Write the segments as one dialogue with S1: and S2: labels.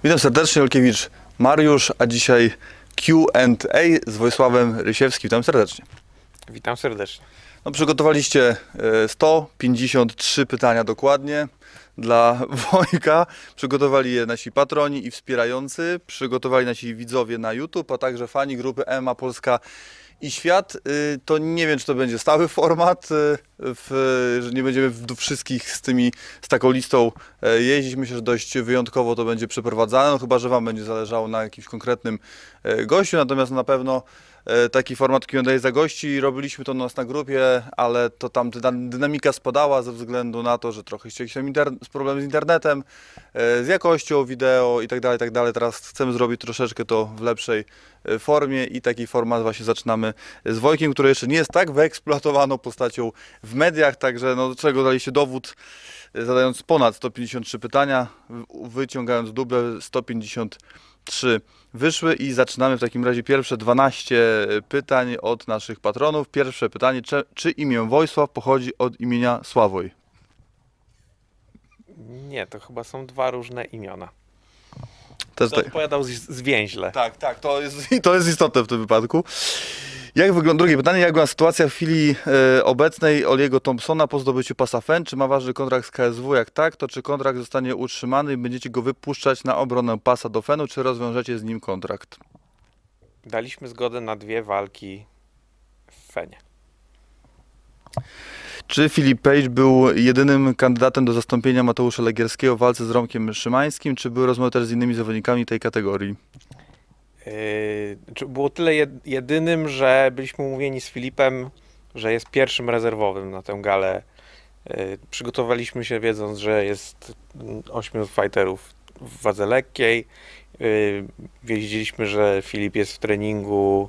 S1: Witam serdecznie, Olkiewicz Mariusz, a dzisiaj Q&A z Wojsławem Rysiewskim. Witam serdecznie.
S2: Witam serdecznie.
S1: No, przygotowaliście 153 pytania dokładnie dla Wojka. Przygotowali je nasi patroni i wspierający, przygotowali nasi widzowie na YouTube, a także fani grupy MMA Polska i Świat. To nie wiem, czy to będzie stały format, że nie będziemy do wszystkich z taką listą jeździć. Myślę, że dość wyjątkowo to będzie przeprowadzane, no chyba że Wam będzie zależało na jakimś konkretnym gościu, natomiast na pewno taki format Q&A za gości. Robiliśmy to u nas na grupie, ale to tam dynamika spadała ze względu na to, że trochę chcieliśmy problemy z internetem, z jakością wideo i tak dalej. Teraz chcemy zrobić troszeczkę to w lepszej formie i taki format właśnie zaczynamy z Wojkiem, który jeszcze nie jest tak wyeksploatowaną postacią w mediach, także no, do czego daliście dowód, zadając ponad 153 pytania, wyciągając duble 153 wyszły i zaczynamy w takim razie pierwsze 12 pytań od naszych patronów. Pierwsze pytanie, czy imię Wojsław pochodzi od imienia Sławoj?
S2: Nie, to chyba są dwa różne imiona.
S1: To
S2: odpowiadał zwięźle.
S1: Tak, to jest istotne w tym wypadku. Drugie pytanie, jak była sytuacja w chwili obecnej Oliego Thompsona po zdobyciu pasa FEN? Czy ma ważny kontrakt z KSW? Jak tak, to czy kontrakt zostanie utrzymany i będziecie go wypuszczać na obronę pasa do FEN-u, czy rozwiążecie z nim kontrakt?
S2: Daliśmy zgodę na 2 walki w FEN-ie.
S1: Czy Filip Page był jedynym kandydatem do zastąpienia Mateusza Legierskiego w walce z Romkiem Szymańskim, czy były rozmowy też z innymi zawodnikami tej kategorii?
S2: Było tyle jedynym, że byliśmy umówieni z Filipem, że jest pierwszym rezerwowym na tę galę. Przygotowaliśmy się wiedząc, że jest 8 fighterów w wadze lekkiej. Wiedzieliśmy, że Filip jest w treningu.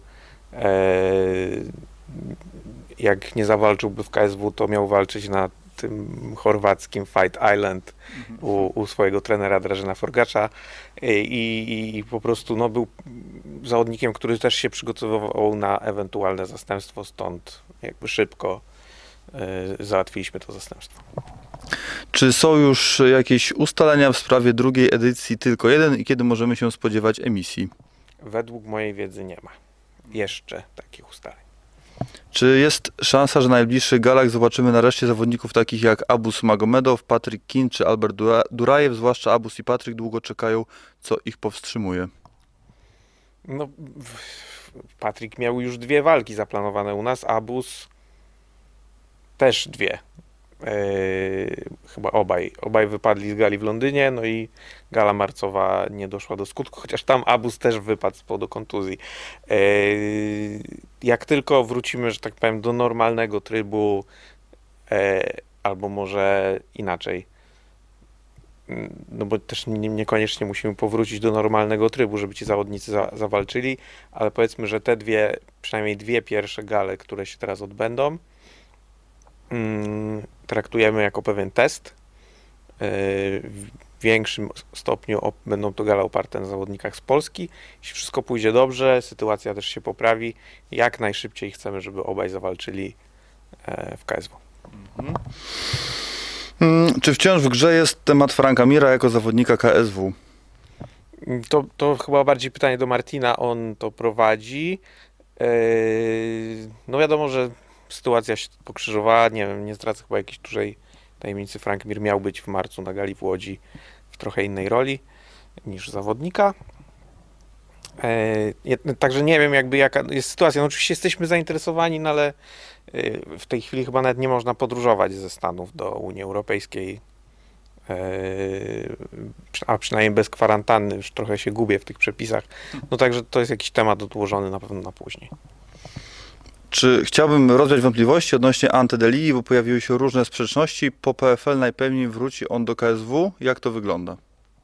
S2: Jak nie zawalczyłby w KSW, to miał walczyć na tym chorwackim Fight Island u swojego trenera Drażena Forgacza i po prostu no, był zawodnikiem, który też się przygotowywał na ewentualne zastępstwo, stąd jakby szybko załatwiliśmy to zastępstwo.
S1: Czy są już jakieś ustalenia w sprawie drugiej edycji Tylko Jeden i kiedy możemy się spodziewać emisji?
S2: Według mojej wiedzy nie ma jeszcze takich ustaleń.
S1: Czy jest szansa, że na najbliższych galach zobaczymy nareszcie zawodników takich jak Abus Magomedow, Patryk Kin czy Albert Durajew, zwłaszcza Abus i Patryk długo czekają, co ich powstrzymuje?
S2: No, Patryk miał już 2 walki zaplanowane u nas, Abus też 2. Chyba obaj wypadli z gali w Londynie, no i gala marcowa nie doszła do skutku, chociaż tam Abus też wypadł z powodu kontuzji. Jak tylko wrócimy, że tak powiem, do normalnego trybu, albo może inaczej, no bo też niekoniecznie musimy powrócić do normalnego trybu, żeby ci zawodnicy zawalczyli, ale powiedzmy, że te przynajmniej 2 pierwsze gale, które się teraz odbędą, traktujemy jako pewien test. W większym stopniu będą to gale oparte na zawodnikach z Polski. Jeśli wszystko pójdzie dobrze, sytuacja też się poprawi, jak najszybciej chcemy, żeby obaj zawalczyli w KSW.
S1: Czy wciąż w grze jest temat Franka Mira jako zawodnika KSW?
S2: To chyba bardziej pytanie do Martina, on to prowadzi. No wiadomo, że sytuacja się pokrzyżowała, nie wiem, nie zdradzę chyba jakiejś dużej tajemnicy. Frank Mir miał być w marcu na gali w Łodzi w trochę innej roli niż zawodnika. Także nie wiem jakby jaka jest sytuacja. No oczywiście jesteśmy zainteresowani, no ale w tej chwili chyba nawet nie można podróżować ze Stanów do Unii Europejskiej, a przynajmniej bez kwarantanny, już trochę się gubię w tych przepisach. No także to jest jakiś temat odłożony na pewno na później.
S1: Czy chciałbym rozwiać wątpliwości odnośnie Ante Delii, bo pojawiły się różne sprzeczności. Po PFL najpewniej wróci on do KSW. Jak to wygląda?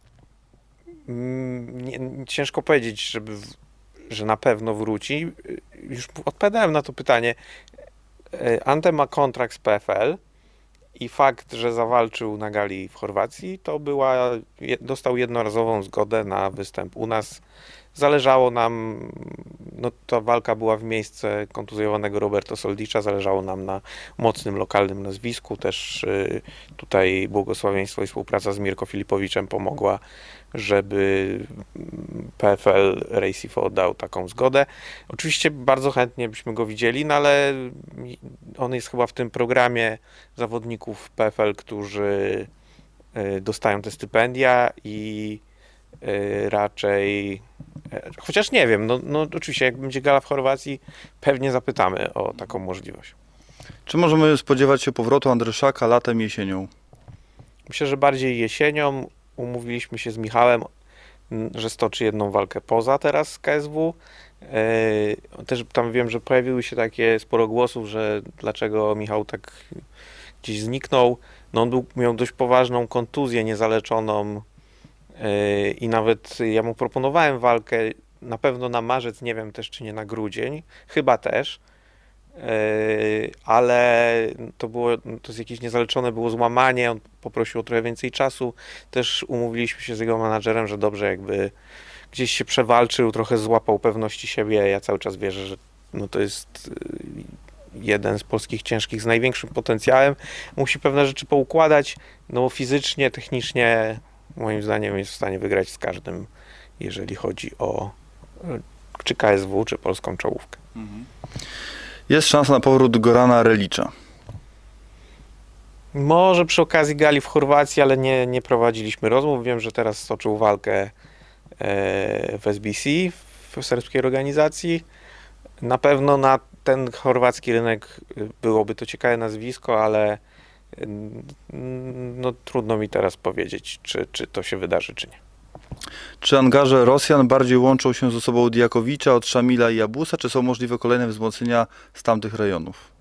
S2: Ciężko powiedzieć, że na pewno wróci. Już odpowiadałem na to pytanie. Ante ma kontrakt z PFL i fakt, że zawalczył na gali w Chorwacji, dostał jednorazową zgodę na występ u nas. Zależało nam, no ta walka była w miejsce kontuzjowanego Roberto Soldicza, zależało nam na mocnym lokalnym nazwisku, też tutaj błogosławieństwo i współpraca z Mirko Filipowiczem pomogła żeby PFL Racifo dał taką zgodę. Oczywiście bardzo chętnie byśmy go widzieli, no ale on jest chyba w tym programie zawodników PFL, którzy dostają te stypendia i raczej, chociaż nie wiem, no oczywiście jak będzie gala w Chorwacji, pewnie zapytamy o taką możliwość.
S1: Czy możemy spodziewać się powrotu Andryszaka latem, jesienią?
S2: Myślę, że bardziej jesienią. Umówiliśmy się z Michałem, że stoczy jedną walkę poza teraz KSW. Też tam wiem, że pojawiły się takie sporo głosów, że dlaczego Michał tak gdzieś zniknął. No on miał dość poważną kontuzję niezaleczoną i nawet ja mu proponowałem walkę na pewno na marzec, nie wiem też czy nie na grudzień, chyba też. Ale to jest jakieś niezaleczone było złamanie, on poprosił o trochę więcej czasu, też umówiliśmy się z jego menadżerem, że dobrze jakby gdzieś się przewalczył, trochę złapał pewności siebie, ja cały czas wierzę, że no to jest jeden z polskich ciężkich z największym potencjałem, musi pewne rzeczy poukładać, no fizycznie, technicznie moim zdaniem jest w stanie wygrać z każdym, jeżeli chodzi o czy KSW, czy polską czołówkę.
S1: Jest szansa na powrót Gorana Relicza.
S2: Może przy okazji gali w Chorwacji, ale nie prowadziliśmy rozmów. Wiem, że teraz stoczył walkę w SBC, w serbskiej organizacji. Na pewno na ten chorwacki rynek byłoby to ciekawe nazwisko, ale no, trudno mi teraz powiedzieć, czy to się wydarzy, czy nie.
S1: Czy angaże Rosjan bardziej łączą się ze sobą Diakowicza od Szamila i Abusa, czy są możliwe kolejne wzmocnienia z tamtych rejonów?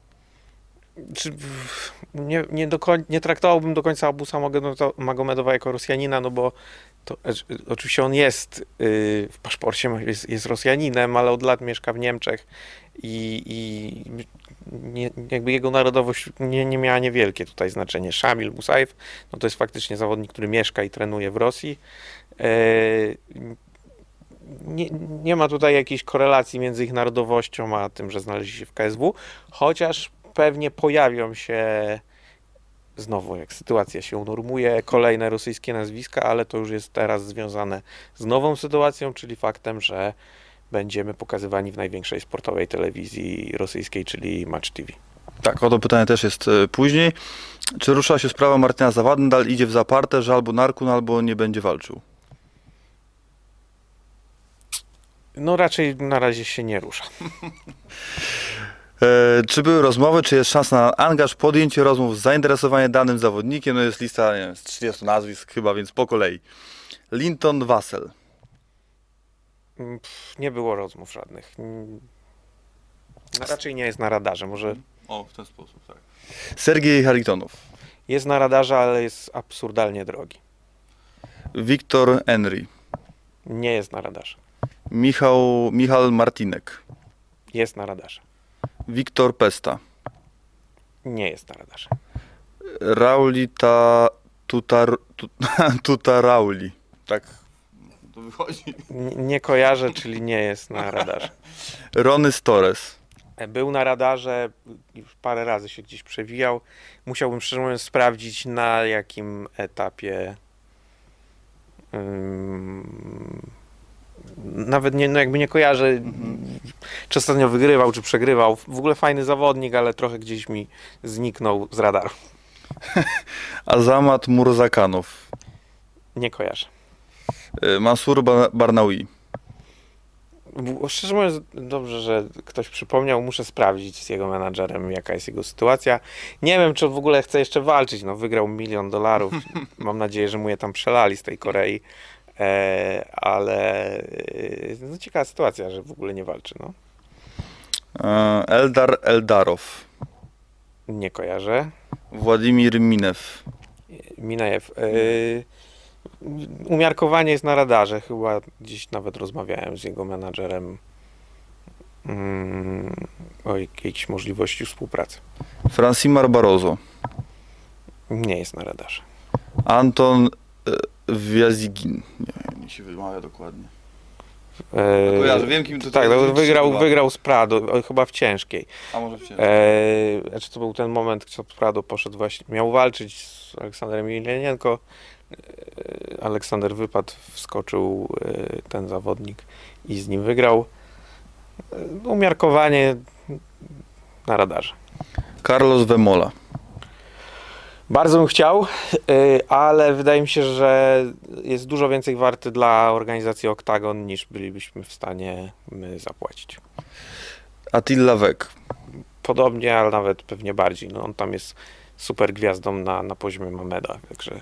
S2: Nie traktowałbym do końca Abusa Magomedowa jako Rosjanina, no bo to, oczywiście on jest w paszporcie jest Rosjaninem, ale od lat mieszka w Niemczech i jakby jego narodowość nie miała niewielkie tutaj znaczenie. Szamil Musajew, no to jest faktycznie zawodnik, który mieszka i trenuje w Rosji. Nie ma tutaj jakiejś korelacji między ich narodowością a tym, że znaleźli się w KSW, chociaż pewnie pojawią się znowu, jak sytuacja się unormuje, kolejne rosyjskie nazwiska, ale to już jest teraz związane z nową sytuacją, czyli faktem, że będziemy pokazywani w największej sportowej telewizji rosyjskiej, czyli Match TV.
S1: Tak, o to pytanie też jest później. Czy rusza się sprawa Martina Zawady, idzie w zaparte, że albo Narkun, albo nie będzie walczył?
S2: No raczej na razie się nie rusza.
S1: Czy były rozmowy, czy jest szansa na angaż, podjęcie rozmów, zainteresowanie danym zawodnikiem? No jest lista, nie wiem, z 30 nazwisk chyba, więc po kolei. Linton Wassel.
S2: Nie było rozmów żadnych. Raczej nie jest na radarze, może...
S1: O, w ten sposób, tak. Sergiej Haritonow.
S2: Jest na radarze, ale jest absurdalnie
S1: Wiktor Henry.
S2: Nie jest na radarze.
S1: Michal Martinek.
S2: Jest na radarze.
S1: Wiktor Pesta.
S2: Nie jest na radarze.
S1: Rauli Tutarauli. Tak to wychodzi.
S2: Nie kojarzę, czyli nie jest na radarze.
S1: Rony Torres.
S2: Był na radarze, już parę razy się gdzieś przewijał. Musiałbym szczerze mówiąc sprawdzić, na jakim etapie nawet jakby nie kojarzę, czy ostatnio wygrywał, czy przegrywał. W ogóle fajny zawodnik, ale trochę gdzieś mi zniknął z radaru.
S1: Azamat Murzakanow.
S2: Nie kojarzę.
S1: Mansur Barnaoui.
S2: Szczerze mówiąc, dobrze, że ktoś przypomniał, muszę sprawdzić z jego menadżerem, jaka jest jego sytuacja. Nie wiem, czy w ogóle chce jeszcze walczyć. No, wygrał $1 milion. Mam nadzieję, że mu je tam przelali z tej Korei. Ale no, ciekawa sytuacja, że w ogóle nie walczy. No.
S1: Eldar Eldarow.
S2: Nie kojarzę.
S1: Władimir Minew.
S2: Umiarkowanie jest na radarze. Chyba gdzieś nawet rozmawiałem z jego menadżerem o jakiejś możliwości współpracy.
S1: Francimar Barroso.
S2: Nie jest na radarze.
S1: Anton Wiazigin. Nie się wymawia dokładnie. Kojarzę, wiem kim to
S2: tak, wygrał z Prado, chyba w ciężkiej.
S1: A może w ciężkiej.
S2: Znaczy to był ten moment, gdzie Prado poszedł właśnie, miał walczyć z Aleksandrem Emelianenko, Aleksander Wypad, wskoczył ten zawodnik i z nim wygrał. Umiarkowanie na radarze.
S1: Carlos Vemola.
S2: Bardzo bym chciał, ale wydaje mi się, że jest dużo więcej warty dla organizacji Octagon niż bylibyśmy w stanie my zapłacić.
S1: Attila Vek.
S2: Podobnie, ale nawet pewnie bardziej. No, on tam jest super gwiazdą na poziomie Mameda, także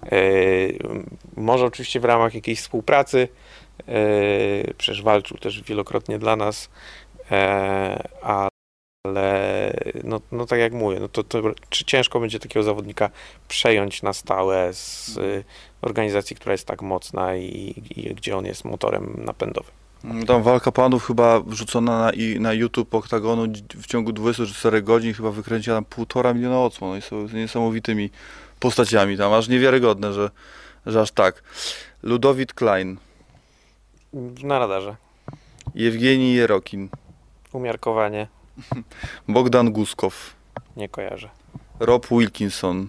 S2: może oczywiście w ramach jakiejś współpracy, przecież walczył też wielokrotnie dla nas, ale no tak jak mówię, no to czy ciężko będzie takiego zawodnika przejąć na stałe z organizacji, która jest tak mocna i gdzie on jest motorem napędowym.
S1: Tam walka panów chyba wrzucona na YouTube Oktagonu w ciągu 24 godzin chyba wykręciła tam 1,5 miliona odsłon. No i są niesamowitymi postaciami tam, aż niewiarygodne, że aż tak. Ludowit Klein.
S2: Na radarze.
S1: Jewgenij Jerokin.
S2: Umiarkowanie.
S1: Bogdan Guskow.
S2: Nie kojarzę.
S1: Rob Wilkinson.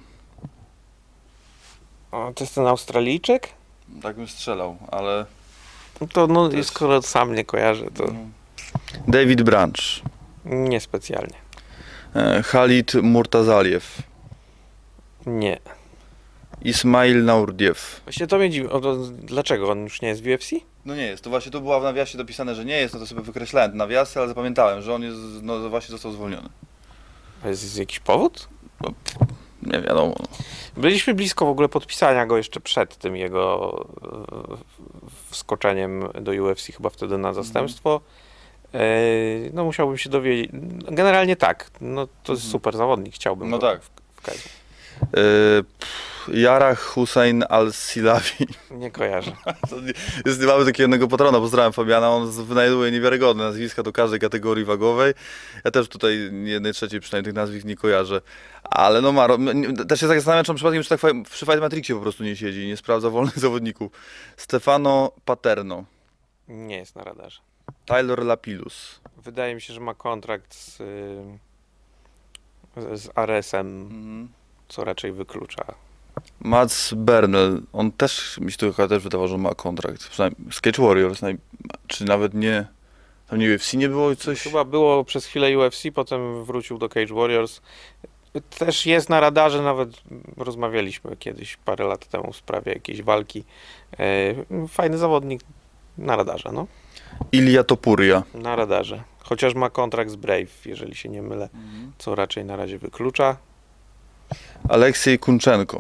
S2: O, to jest ten Australijczyk?
S1: Tak bym strzelał, ale...
S2: To no, skoro sam nie kojarzę, to
S1: David Branch.
S2: niespecjalnie.
S1: Khalid Murtazaliew.
S2: Nie.
S1: Ismail Naurdiew.
S2: Właśnie to mnie dziwi. Dlaczego? On już nie jest w UFC?
S1: No nie jest, to właśnie tu było w nawiasie dopisane, że nie jest, no to sobie wykreślałem te nawiasy, ale zapamiętałem, że on jest, no właśnie został zwolniony.
S2: A jest jakiś powód?
S1: Nie wiadomo.
S2: Byliśmy blisko w ogóle podpisania go jeszcze przed tym jego wskoczeniem do UFC, chyba wtedy na zastępstwo. No musiałbym się dowiedzieć. Generalnie tak, no to jest super zawodnik, chciałbym
S1: No
S2: go
S1: tak.
S2: w KSW.
S1: Jarach Hussein Al-Silawi.
S2: Nie kojarzę.
S1: Mamy takiego jednego patrona, pozdrawiam Fabiana, on wynajduje niewiarygodne nazwiska do każdej kategorii wagowej. Ja też tutaj jednej trzeciej przynajmniej tych nazwisk nie kojarzę. Ale no też się zastanawiam, czy on przypadkiem tak przy Fight Matrixie po prostu nie siedzi i nie sprawdza wolnych zawodników. Stefano Paterno.
S2: Nie jest na radarze.
S1: Tyler Lapillus.
S2: Wydaje mi się, że ma kontrakt z RS-em, co raczej wyklucza.
S1: Mats Bernal, on też, mi się to chyba też wydawało, że ma kontrakt, przynajmniej z Cage Warriors, czy nawet nie, tam nie UFC nie było coś?
S2: Chyba było przez chwilę UFC, potem wrócił do Cage Warriors. Też jest na radarze, nawet rozmawialiśmy kiedyś, parę lat temu w sprawie jakiejś walki. Fajny zawodnik na radarze, no.
S1: Ilia Topuria.
S2: Na radarze. Chociaż ma kontrakt z Brave, jeżeli się nie mylę, co raczej na razie wyklucza.
S1: Aleksiej Kunczenko.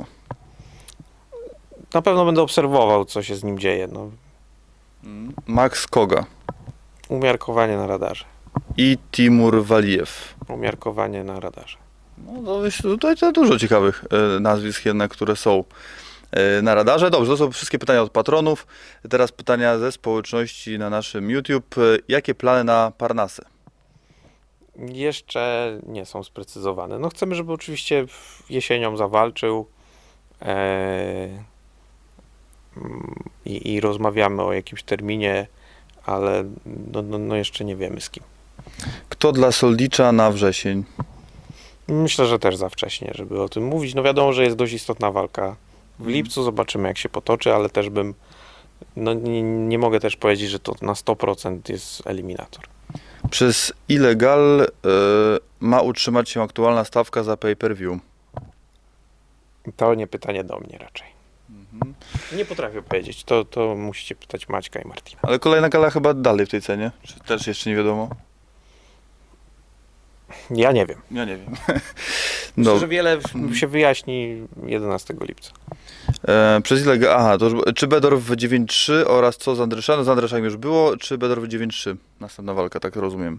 S2: Na pewno będę obserwował, co się z nim dzieje. No.
S1: Max Koga.
S2: Umiarkowanie na radarze.
S1: I Timur Walijew.
S2: Umiarkowanie na radarze.
S1: No to dużo ciekawych nazwisk jednak, które są na radarze. Dobrze, to są wszystkie pytania od patronów. Teraz pytania ze społeczności na naszym YouTube. Jakie plany na Parnasy?
S2: Jeszcze nie są sprecyzowane. No chcemy, żeby oczywiście jesienią zawalczył i rozmawiamy o jakimś terminie, ale no jeszcze nie wiemy z kim.
S1: Kto dla Soldicza na wrzesień?
S2: Myślę, że też za wcześnie, żeby o tym mówić. No wiadomo, że jest dość istotna walka w lipcu, zobaczymy jak się potoczy, ale też bym, no nie mogę też powiedzieć, że to na 100% jest eliminator.
S1: Przez ile gal ma utrzymać się aktualna stawka za pay-per-view?
S2: To nie pytanie do mnie raczej. Nie potrafię powiedzieć, to musicie pytać Maćka i Martina.
S1: Ale kolejna gala chyba dalej w tej cenie? Czy też jeszcze nie wiadomo?
S2: Ja nie wiem.
S1: Ja nie wiem.
S2: Myślę, że wiele się wyjaśni 11 lipca.
S1: Przez ile... Aha, to już... Czy Bedor w 9-3 oraz co z Andryszem? No z Andryszem już było, czy Bedor w 9-3? Następna walka, tak rozumiem.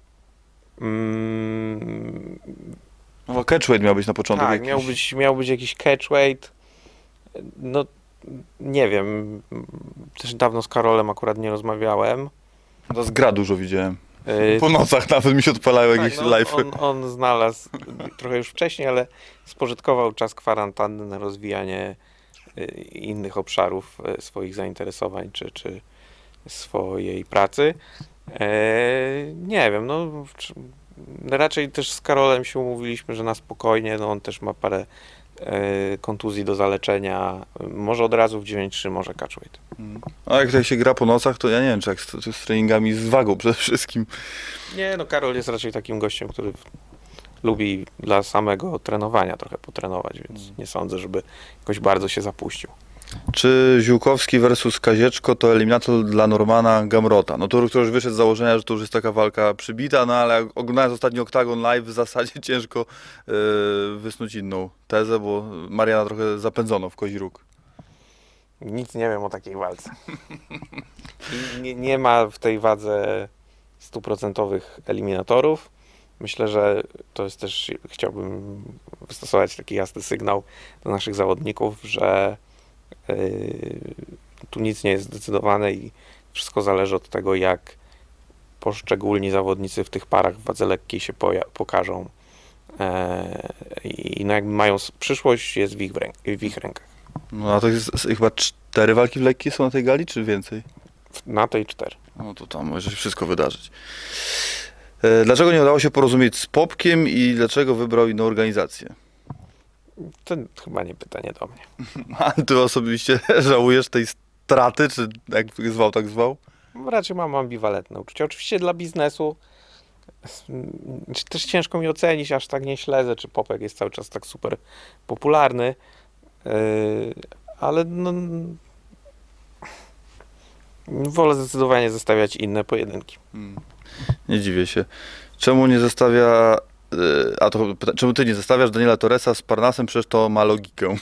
S1: No, catchweight miał być na początku.
S2: Tak, miał być jakiś catchweight. No, nie wiem. Też dawno z Karolem akurat nie rozmawiałem.
S1: To z gra dużo widziałem. Po nocach nawet mi się odpalały jakieś live'y.
S2: On znalazł trochę już wcześniej, ale spożytkował czas kwarantanny na rozwijanie innych obszarów swoich zainteresowań czy swojej pracy. Nie wiem, no raczej też z Karolem się umówiliśmy, że na spokojnie, no on też ma parę kontuzji do zaleczenia, może od razu w 9-3, może catchweight.
S1: A jak tutaj się gra po nocach, to ja nie wiem, czy jak z treningami z wagą przede wszystkim.
S2: Nie, no Karol jest raczej takim gościem, który lubi dla samego trenowania trochę potrenować, więc nie sądzę, żeby jakoś bardzo się zapuścił.
S1: Czy Ziółkowski versus Kazieczko to eliminator dla Normana Gamrota? No to już wyszedł z założenia, że to już jest taka walka przybita, no ale oglądając ostatni Octagon Live w zasadzie ciężko wysnuć inną tezę, bo Mariana trochę zapędzono w kozi róg.
S2: Nic nie wiem o takiej walce. Nie ma w tej wadze 100% eliminatorów. Myślę, że to jest też, chciałbym wystosować taki jasny sygnał do naszych zawodników, że tu nic nie jest zdecydowane i wszystko zależy od tego, jak poszczególni zawodnicy w tych parach w wadze lekkiej się pokażą. I no jakby mają przyszłość, jest w ich rękach.
S1: No a to jest chyba 4 walki w lekkiej są na tej gali, czy więcej?
S2: Na tej 4.
S1: No to tam może się wszystko wydarzyć. Dlaczego nie udało się porozumieć z Popkiem i dlaczego wybrał inną organizację?
S2: To chyba nie pytanie do mnie.
S1: A ty osobiście żałujesz tej straty, czy jak zwał, tak zwał?
S2: Raczej mam ambiwalentne uczucie. Oczywiście dla biznesu też ciężko mi ocenić, aż tak nie śledzę, czy Popek jest cały czas tak super popularny, ale no, wolę zdecydowanie zestawiać inne pojedynki.
S1: Nie dziwię się. Czemu nie zestawia, czemu ty nie zestawiasz Daniela Torresa z Parnasem? Przecież to ma logikę.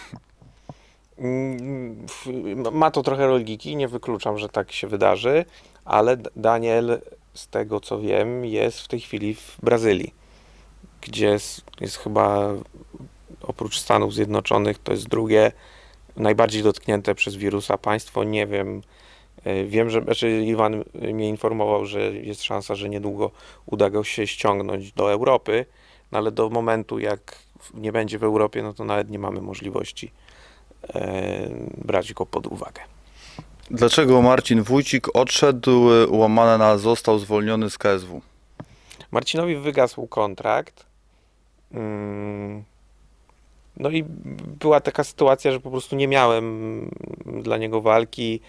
S2: Ma to trochę logiki, nie wykluczam, że tak się wydarzy, ale Daniel, z tego co wiem, jest w tej chwili w Brazylii, gdzie jest chyba oprócz Stanów Zjednoczonych, to jest drugie najbardziej dotknięte przez wirusa państwo. Nie wiem, wiem, że Iwan mnie informował, że jest szansa, że niedługo uda go się ściągnąć do Europy, no ale do momentu, jak nie będzie w Europie, no to nawet nie mamy możliwości brać go pod uwagę.
S1: Dlaczego Marcin Wójcik odszedł, łamane na został zwolniony z KSW?
S2: Marcinowi wygasł kontrakt. No i była taka sytuacja, że po prostu nie miałem dla niego walki.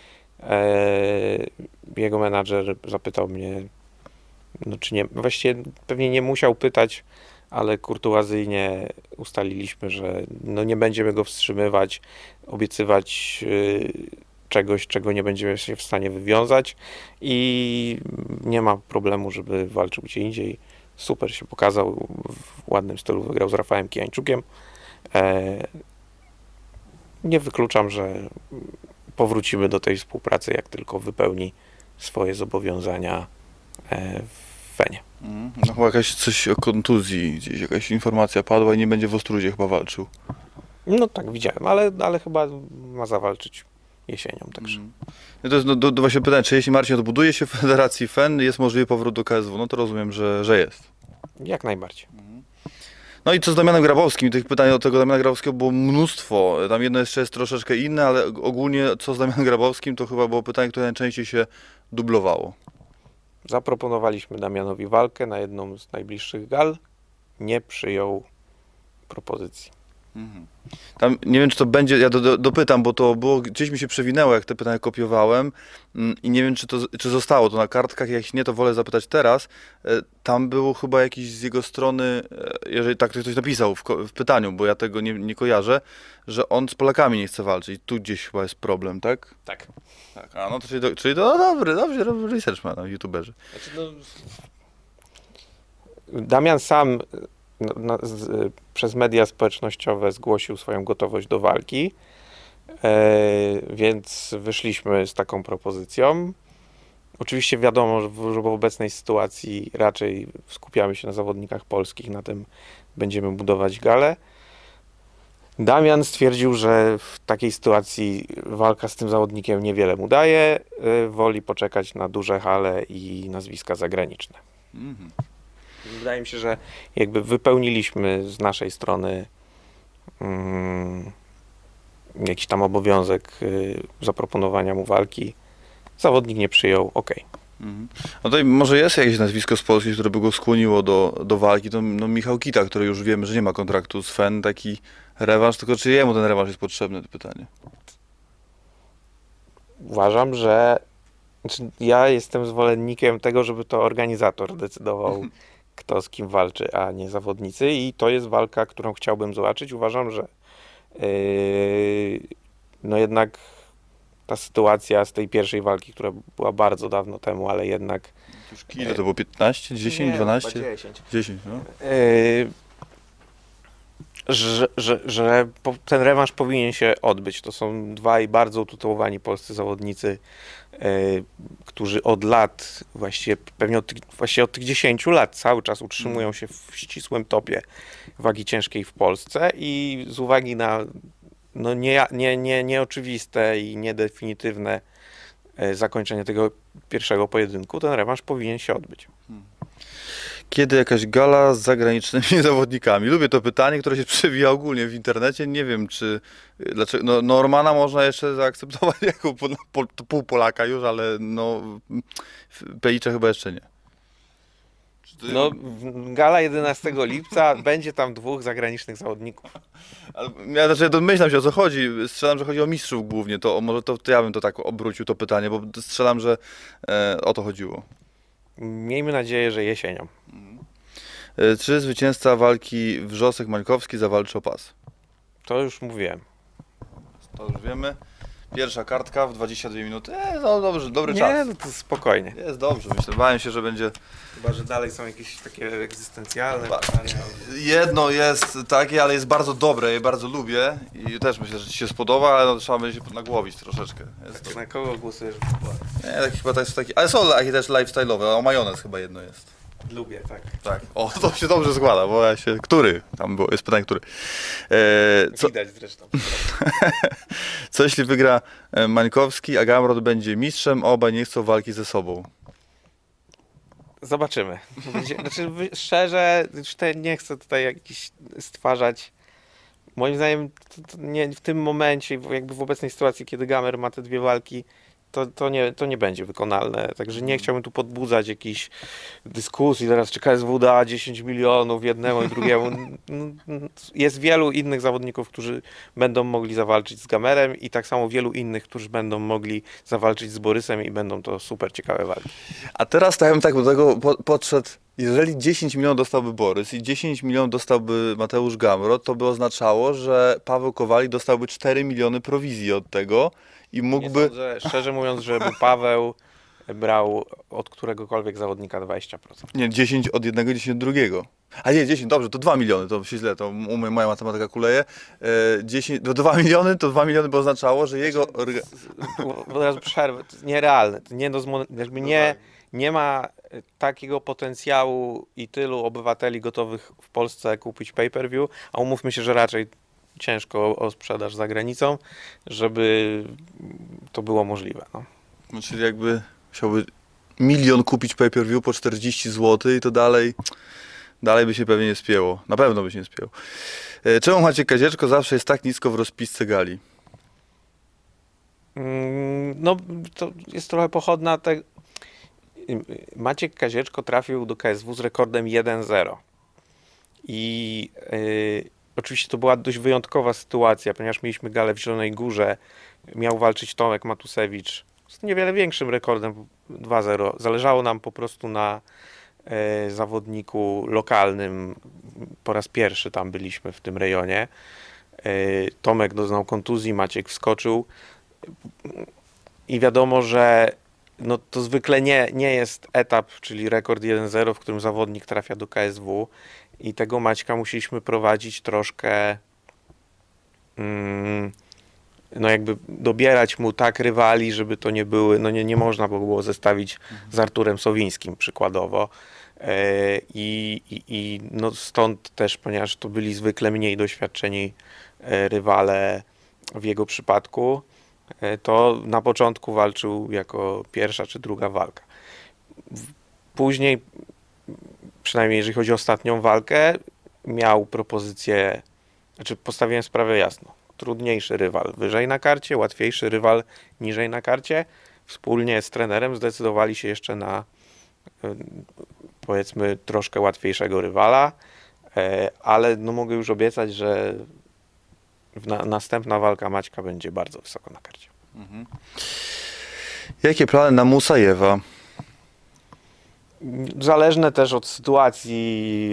S2: Jego menadżer zapytał mnie, no czy nie, właściwie pewnie nie musiał pytać, ale kurtuazyjnie ustaliliśmy, że no nie będziemy go wstrzymywać, obiecywać czegoś, czego nie będziemy się w stanie wywiązać i nie ma problemu, żeby walczył gdzie indziej. Super się pokazał, w ładnym stylu wygrał z Rafałem Kijańczukiem. Nie wykluczam, że powrócimy do tej współpracy, jak tylko wypełni swoje zobowiązania w Fenie.
S1: No chyba coś o kontuzji, gdzieś jakaś informacja padła i nie będzie w Ostrudzie chyba walczył.
S2: No tak, widziałem, ale chyba ma zawalczyć jesienią, także.
S1: To jest właśnie pytanie, czy jeśli Marcin odbuduje się w Federacji FEN, jest możliwy powrót do KSW? No to rozumiem, że jest.
S2: Jak najbardziej.
S1: No i co z Damianem Grabowskim? Tych pytań od tego Damiana Grabowskiego było mnóstwo. Tam jedno jeszcze jest troszeczkę inne, ale ogólnie co z Damianem Grabowskim, to chyba było pytanie, które najczęściej się dublowało.
S2: Zaproponowaliśmy Damianowi walkę na jedną z najbliższych gal. Nie przyjął propozycji.
S1: Tam nie wiem, czy to będzie, ja dopytam, bo to było, gdzieś mi się przewinęło, jak te pytania kopiowałem i nie wiem, czy zostało to na kartkach, jeśli nie, to wolę zapytać teraz. Tam było chyba jakiś z jego strony, jeżeli tak ktoś napisał w pytaniu, bo ja tego nie kojarzę, że on z Polakami nie chce walczyć. Tu gdzieś chyba jest problem, tak?
S2: Tak.
S1: Tak, a no to czyli to dobry research ma tam youtuberzy.
S2: Znaczy, Damian sam przez media społecznościowe zgłosił swoją gotowość do walki, więc wyszliśmy z taką propozycją. Oczywiście wiadomo, że w obecnej sytuacji raczej skupiamy się na zawodnikach polskich, na tym będziemy budować galę. Damian stwierdził, że w takiej sytuacji walka z tym zawodnikiem niewiele mu daje, woli poczekać na duże hale i nazwiska zagraniczne. Wydaje mi się, że jakby wypełniliśmy z naszej strony jakiś tam obowiązek zaproponowania mu walki. Zawodnik nie przyjął, okej.
S1: Mhm. No tutaj może jest jakieś nazwisko z Polski, które by go skłoniło do walki, to no Michał Kita, który już wiemy, że nie ma kontraktu z FEN, taki rewanż, tylko czy jemu ten rewanż jest potrzebny, to pytanie.
S2: Uważam, że ja jestem zwolennikiem tego, żeby to organizator decydował, kto z kim walczy, a nie zawodnicy, i to jest walka, którą chciałbym zobaczyć. Uważam, że no jednak ta sytuacja z tej pierwszej walki, która była bardzo dawno temu, ale jednak...
S1: Już ile to było? 15? 10?
S2: Nie,
S1: 12?
S2: chyba 10.
S1: 10, no.
S2: Że ten rewanż powinien się odbyć. To są dwaj bardzo utytułowani polscy zawodnicy, którzy od lat, właściwie pewnie od tych 10 lat cały czas utrzymują się w ścisłym topie wagi ciężkiej w Polsce, i z uwagi na no nieoczywiste i niedefinitywne zakończenie tego pierwszego pojedynku, ten rewanż powinien się odbyć.
S1: Kiedy jakaś gala z zagranicznymi zawodnikami? Lubię to pytanie, które się przewija ogólnie w internecie. Nie wiem, czy... Dlaczego, no, Normana można jeszcze zaakceptować jako pół Polaka już, ale no... Pelicza chyba jeszcze nie.
S2: No, gala 11 lipca, będzie tam 2 zagranicznych zawodników.
S1: Ja domyślam się, o co chodzi. Strzelam, że chodzi o mistrzów głównie. To może to ja bym to tak obrócił, to pytanie, bo strzelam, że o to chodziło.
S2: Miejmy nadzieję, że jesienią.
S1: Czy zwycięzca walki Wrzosek-Mańkowski zawalczy o pas?
S2: To już mówiłem.
S1: To już wiemy. Pierwsza kartka w 22 minuty. No dobrze, dobry
S2: Nie,
S1: czas.
S2: no to spokojnie.
S1: Jest dobrze, myślę. Bałem się, że będzie...
S2: Chyba, że dalej są jakieś takie egzystencjalne
S1: pytania. Jedno jest takie, ale jest bardzo dobre, je bardzo lubię i też myślę, że ci się spodoba, ale no, trzeba będzie się nagłowić troszeczkę. Jest
S2: Na kogo głosujesz?
S1: Nie, tak, chyba to jest taki... Ale są takie też lifestyle'owe, o majonez chyba jedno jest.
S2: Lubię, tak.
S1: Tak. O, to się dobrze składa, bo ja się... Który? Tam było, jest pytanie, który.
S2: Widać zresztą.
S1: Co jeśli wygra Mańkowski, a Gamrot będzie mistrzem, obaj nie chcą walki ze sobą?
S2: Zobaczymy. Znaczy, szczerze, nie chcę tutaj jakiś stwarzać. Moim zdaniem nie, w tym momencie, jakby w obecnej sytuacji, kiedy Gamer ma te 2 walki, to nie będzie wykonalne. Także nie chciałbym tu podbudzać jakichś dyskusji. Teraz czy KSW da 10 milionów jednemu i drugiemu. Jest wielu innych zawodników, którzy będą mogli zawalczyć z Gamerem, i tak samo wielu innych, którzy będą mogli zawalczyć z Borysem, i będą to super ciekawe walki.
S1: A teraz tak bym tak do tego podszedł. Jeżeli 10 milionów dostałby Borys i 10 milionów dostałby Mateusz Gamrot, to by oznaczało, że Paweł Kowalik dostałby 4 miliony prowizji od tego i mógłby...
S2: Nie sądzę, szczerze mówiąc, żeby Paweł brał od któregokolwiek zawodnika 20%.
S1: Nie, 10 od jednego, 10 od drugiego. A nie, 10, dobrze, to 2 miliony, to się źle, to moja matematyka kuleje. 10, to 2 miliony, to 2 miliony by oznaczało, że jego...
S2: Teraz przerwę, to jest nierealne. To nie ma takiego potencjału i tylu obywateli gotowych w Polsce kupić pay-per-view, a umówmy się, że raczej ciężko o sprzedaż za granicą, żeby to było możliwe. No.
S1: No, czyli jakby chciałby 1 milion kupić pay-per-view po 40 zł i to dalej by się pewnie nie spięło. Na pewno by się nie spięło. Czemu Maciek Kazieczko zawsze jest tak nisko w rozpisce gali?
S2: No, to jest trochę pochodna tego. Maciek Kazieczko trafił do KSW z rekordem 1-0. I oczywiście to była dość wyjątkowa sytuacja, ponieważ mieliśmy galę w Zielonej Górze. Miał walczyć Tomek Matusewicz z niewiele większym rekordem 2-0. Zależało nam po prostu na zawodniku lokalnym. Po raz pierwszy tam byliśmy w tym rejonie. Tomek doznał kontuzji, Maciek wskoczył. I wiadomo, że no to zwykle nie jest etap, czyli rekord 1-0, w którym zawodnik trafia do KSW, i tego Maćka musieliśmy prowadzić troszkę, no jakby dobierać mu tak rywali, żeby to nie były, no nie można było zestawić z Arturem Sowińskim przykładowo. I no stąd też, ponieważ to byli zwykle mniej doświadczeni rywale w jego przypadku, to na początku walczył jako pierwsza czy druga walka. Później, przynajmniej jeżeli chodzi o ostatnią walkę, miał propozycję, znaczy postawiłem sprawę jasno. Trudniejszy rywal wyżej na karcie, łatwiejszy rywal niżej na karcie. wspólnie z trenerem zdecydowali się jeszcze na powiedzmy troszkę łatwiejszego rywala, ale no mogę już obiecać, że następna walka Maćka będzie bardzo wysoko na karcie.
S1: Jakie plany na Musajewa?
S2: Zależne też od sytuacji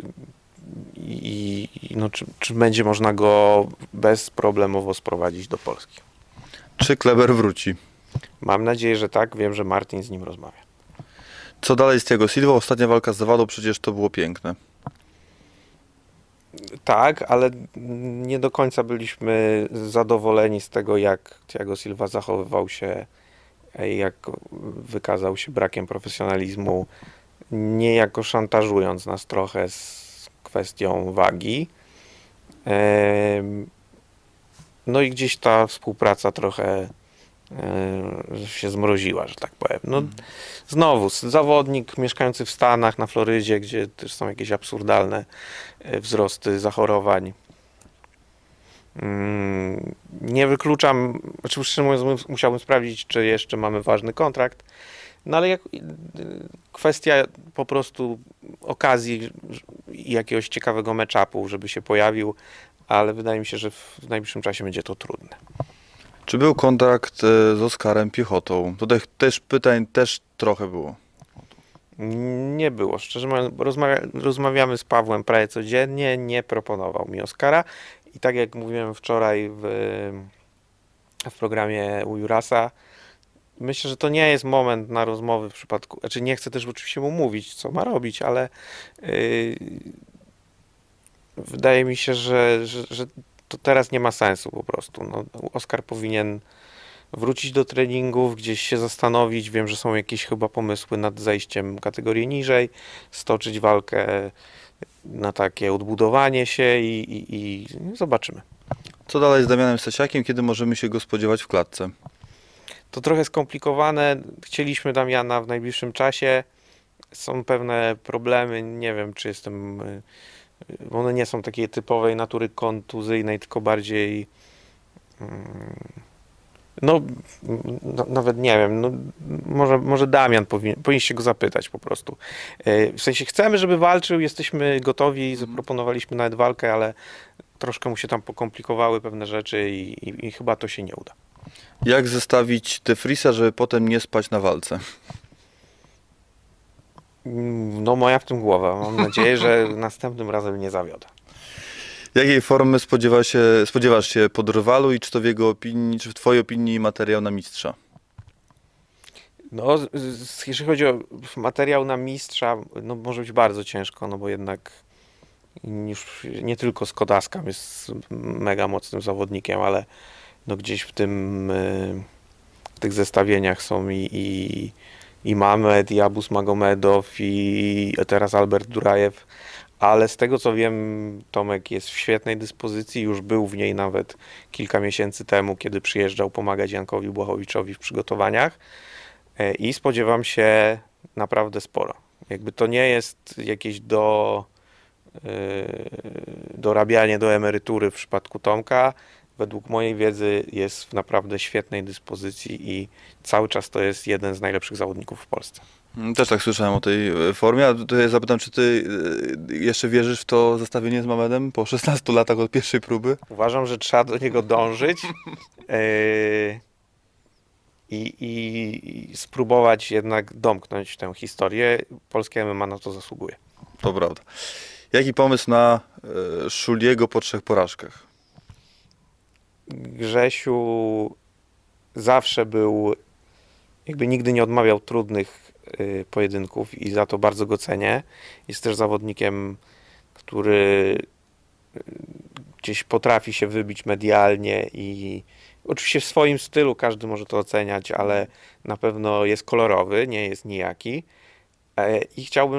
S2: i no, czy będzie można go bezproblemowo sprowadzić do Polski.
S1: Czy Kleber wróci?
S2: Mam nadzieję, że tak. Wiem, że Martin z nim rozmawia.
S1: Co dalej z Thiago Silva? Ostatnia walka z Zawadą, przecież to było piękne.
S2: Tak, ale nie do końca byliśmy zadowoleni z tego, jak Thiago Silva zachowywał się, jak wykazał się brakiem profesjonalizmu, niejako szantażując nas trochę z kwestią wagi. No i gdzieś ta współpraca trochę się zmroziła, że tak powiem. No, znowu, zawodnik mieszkający w Stanach, na Florydzie, gdzie też są jakieś absurdalne wzrosty zachorowań. Nie wykluczam, znaczy szczerze mówiąc, musiałbym sprawdzić, czy jeszcze mamy ważny kontrakt, no ale kwestia po prostu okazji i jakiegoś ciekawego match-upu, żeby się pojawił, ale wydaje mi się, że w najbliższym czasie będzie to trudne.
S1: Czy był kontrakt z Oskarem Piechotą? Tutaj też pytań trochę było.
S2: Nie było. Szczerze mówiąc, rozmawiamy z Pawłem prawie codziennie, nie proponował mi Oskara i tak jak mówiłem wczoraj w programie u Jurasa, myślę, że to nie jest moment na rozmowy w przypadku, znaczy nie chcę też oczywiście mu mówić, co ma robić, ale wydaje mi się, że to teraz nie ma sensu po prostu. No, Oskar powinien wrócić do treningów, gdzieś się zastanowić. Wiem, że są jakieś chyba pomysły nad zejściem kategorii niżej, stoczyć walkę na takie odbudowanie się i zobaczymy.
S1: Co dalej z Damianem Stasiakiem? Kiedy możemy się go spodziewać w klatce?
S2: To trochę skomplikowane. Chcieliśmy Damiana w najbliższym czasie. Są pewne problemy. Nie wiem, czy jestem... One nie są takiej typowej natury kontuzyjnej, tylko bardziej... No, nawet nie wiem, no, może Damian powinniście go zapytać po prostu. W sensie chcemy, żeby walczył, jesteśmy gotowi, zaproponowaliśmy nawet walkę, ale troszkę mu się tam pokomplikowały pewne rzeczy i chyba to się nie uda.
S1: Jak zestawić De Vriesa, żeby potem nie spać na walce?
S2: No moja w tym głowa. Mam nadzieję, że następnym razem nie zawiodę.
S1: Jakiej formy spodziewasz się po Drwalu i czy to w jego opinii, czy w twojej opinii materiał na mistrza?
S2: No, jeżeli chodzi o materiał na mistrza, no może być bardzo ciężko, no bo jednak już nie tylko Skodaskam jest mega mocnym zawodnikiem, ale no gdzieś w tych zestawieniach są i Mamed, i Abus Magomedow, i teraz Albert Durajew. Ale z tego co wiem, Tomek jest w świetnej dyspozycji, już był w niej nawet kilka miesięcy temu, kiedy przyjeżdżał pomagać Jankowi Błachowiczowi w przygotowaniach i spodziewam się naprawdę sporo. Jakby to nie jest jakieś dorabianie do emerytury w przypadku Tomka. Według mojej wiedzy jest w naprawdę świetnej dyspozycji i cały czas to jest jeden z najlepszych zawodników w Polsce.
S1: Też tak słyszałem o tej formie, a tutaj zapytam, czy ty jeszcze wierzysz w to zestawienie z Mamedem po 16 latach od pierwszej próby?
S2: Uważam, że trzeba do niego dążyć i spróbować jednak domknąć tę historię. Polskie MMA na to zasługuje.
S1: To prawda. Jaki pomysł na Szuliego po 3 porażkach?
S2: Grzesiu zawsze był, jakby nigdy nie odmawiał trudnych pojedynków i za to bardzo go cenię. Jest też zawodnikiem, który gdzieś potrafi się wybić medialnie i oczywiście w swoim stylu każdy może to oceniać, ale na pewno jest kolorowy, nie jest nijaki. I chciałbym,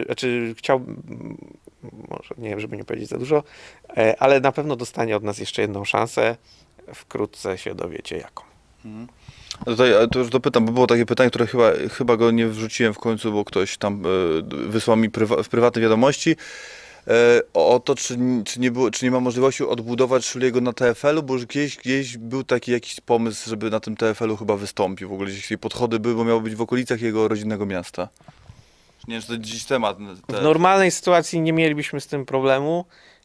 S2: może nie wiem, żeby nie powiedzieć za dużo, ale na pewno dostanie od nas jeszcze jedną szansę. Wkrótce się dowiecie jaką.
S1: Tutaj to już dopytam, bo było takie pytanie, które chyba go nie wrzuciłem w końcu, bo ktoś tam wysłał mi w prywatne wiadomości. O to, czy nie ma możliwości odbudować Szuliego na TFL-u, bo już gdzieś był taki jakiś pomysł, żeby na tym TFL-u chyba wystąpił. W ogóle gdzieś podchody były, bo miało być w okolicach jego rodzinnego miasta. Nie wiem, czy to dziś temat.
S2: W normalnej sytuacji nie mielibyśmy z tym problemu,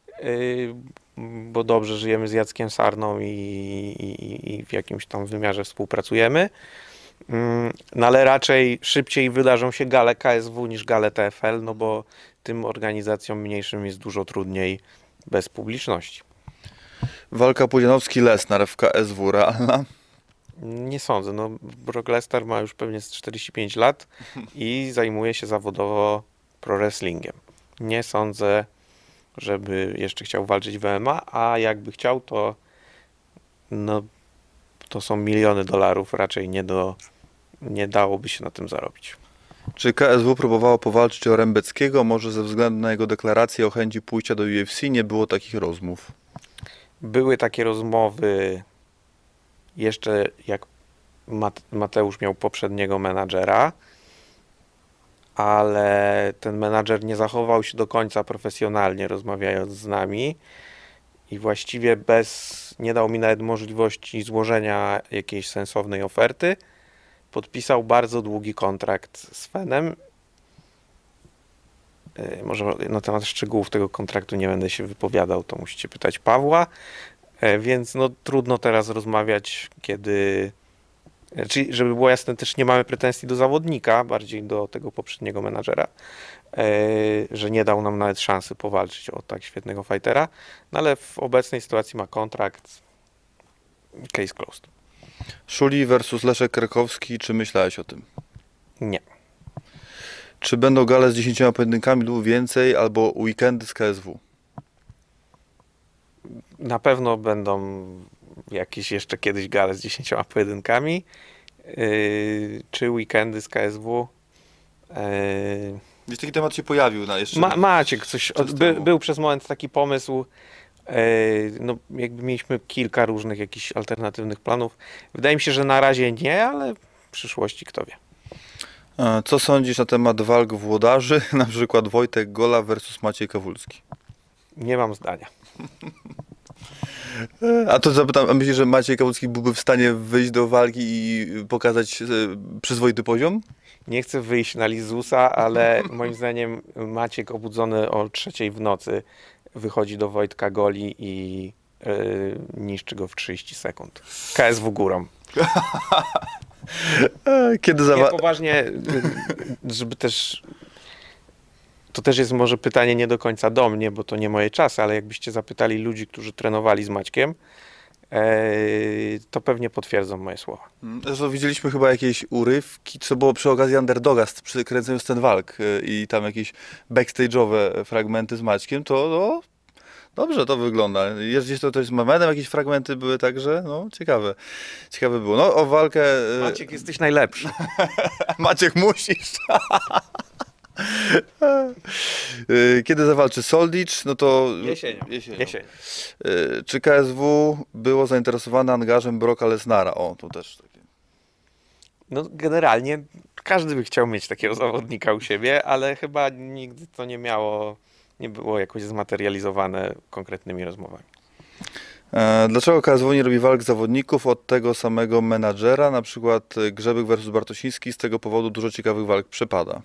S2: bo dobrze żyjemy z Jackiem Sarną i w jakimś tam wymiarze współpracujemy. No ale raczej szybciej wydarzą się gale KSW niż gale TFL, no bo tym organizacjom mniejszym jest dużo trudniej bez publiczności.
S1: Walka Pudzianowski-Lesnar w KSW realna?
S2: Nie sądzę. No, Brock Lesnar ma już pewnie z 45 lat i zajmuje się zawodowo pro wrestlingiem. Nie sądzę, żeby jeszcze chciał walczyć w MMA, a jakby chciał, to no, to są miliony dolarów, raczej nie dałoby się na tym zarobić.
S1: Czy KSW próbowało powalczyć o Rembeckiego? Może ze względu na jego deklarację o chęci pójścia do UFC nie było takich rozmów?
S2: Były takie rozmowy jeszcze jak Mateusz miał poprzedniego menadżera, ale ten menadżer nie zachował się do końca profesjonalnie, rozmawiając z nami i właściwie nie dał mi nawet możliwości złożenia jakiejś sensownej oferty. Podpisał bardzo długi kontrakt z Fenem. Może na temat szczegółów tego kontraktu nie będę się wypowiadał, to musicie pytać Pawła. Więc no, trudno teraz rozmawiać, czyli żeby było jasne, też nie mamy pretensji do zawodnika, bardziej do tego poprzedniego menadżera, że nie dał nam nawet szansy powalczyć o tak świetnego fightera, no ale w obecnej sytuacji ma kontrakt, case closed.
S1: Szuli versus Leszek Krakowski, czy myślałeś o tym?
S2: Nie.
S1: Czy będą gale z 10 pojedynkami lub więcej, albo weekendy z KSW?
S2: Na pewno będą jakieś jeszcze kiedyś gale z 10 pojedynkami, czy weekendy z KSW.
S1: Gdzieś taki temat się pojawił jeszcze.
S2: Maciek, był przez moment taki pomysł, no jakby mieliśmy kilka różnych jakichś alternatywnych planów. Wydaje mi się, że na razie nie, ale w przyszłości kto wie.
S1: Co sądzisz na temat walk włodarzy, na przykład Wojtek Gola versus Maciej Kawulski?
S2: Nie mam zdania.
S1: A to zapytam, a myślisz, że Maciej Kawulski byłby w stanie wyjść do walki i pokazać przyzwoity poziom?
S2: Nie chcę wyjść na Lizusa, ale moim zdaniem Maciek obudzony o 3:00 w nocy wychodzi do Wojtka Goli i niszczy go w 30 sekund. KSW górą. Nie, poważnie, żeby też... To też jest może pytanie nie do końca do mnie, bo to nie moje czasy, ale jakbyście zapytali ludzi, którzy trenowali z Maćkiem, to pewnie potwierdzą moje słowa.
S1: Zresztą widzieliśmy chyba jakieś urywki, co było przy okazji Underdoga, kręcając ten walk i tam jakieś backstage'owe fragmenty z Maćkiem, to no, dobrze to wygląda. Jest gdzieś to z momentem, jakieś fragmenty były także, no ciekawe. Ciekawe było. No o walkę...
S2: Maciek, jesteś najlepszy.
S1: Maciek, musisz. Kiedy zawalczy Soldic? No to
S2: Jesienią.
S1: Czy KSW było zainteresowane angażem Brocka Lesnara? O, to też takie.
S2: No generalnie każdy by chciał mieć takiego zawodnika u siebie, ale chyba nigdy to nie było jakoś zmaterializowane konkretnymi rozmowami.
S1: Dlaczego KSW nie robi walk zawodników od tego samego menadżera? Na przykład Grzebyk versus Bartosiński, z tego powodu dużo ciekawych walk przepada.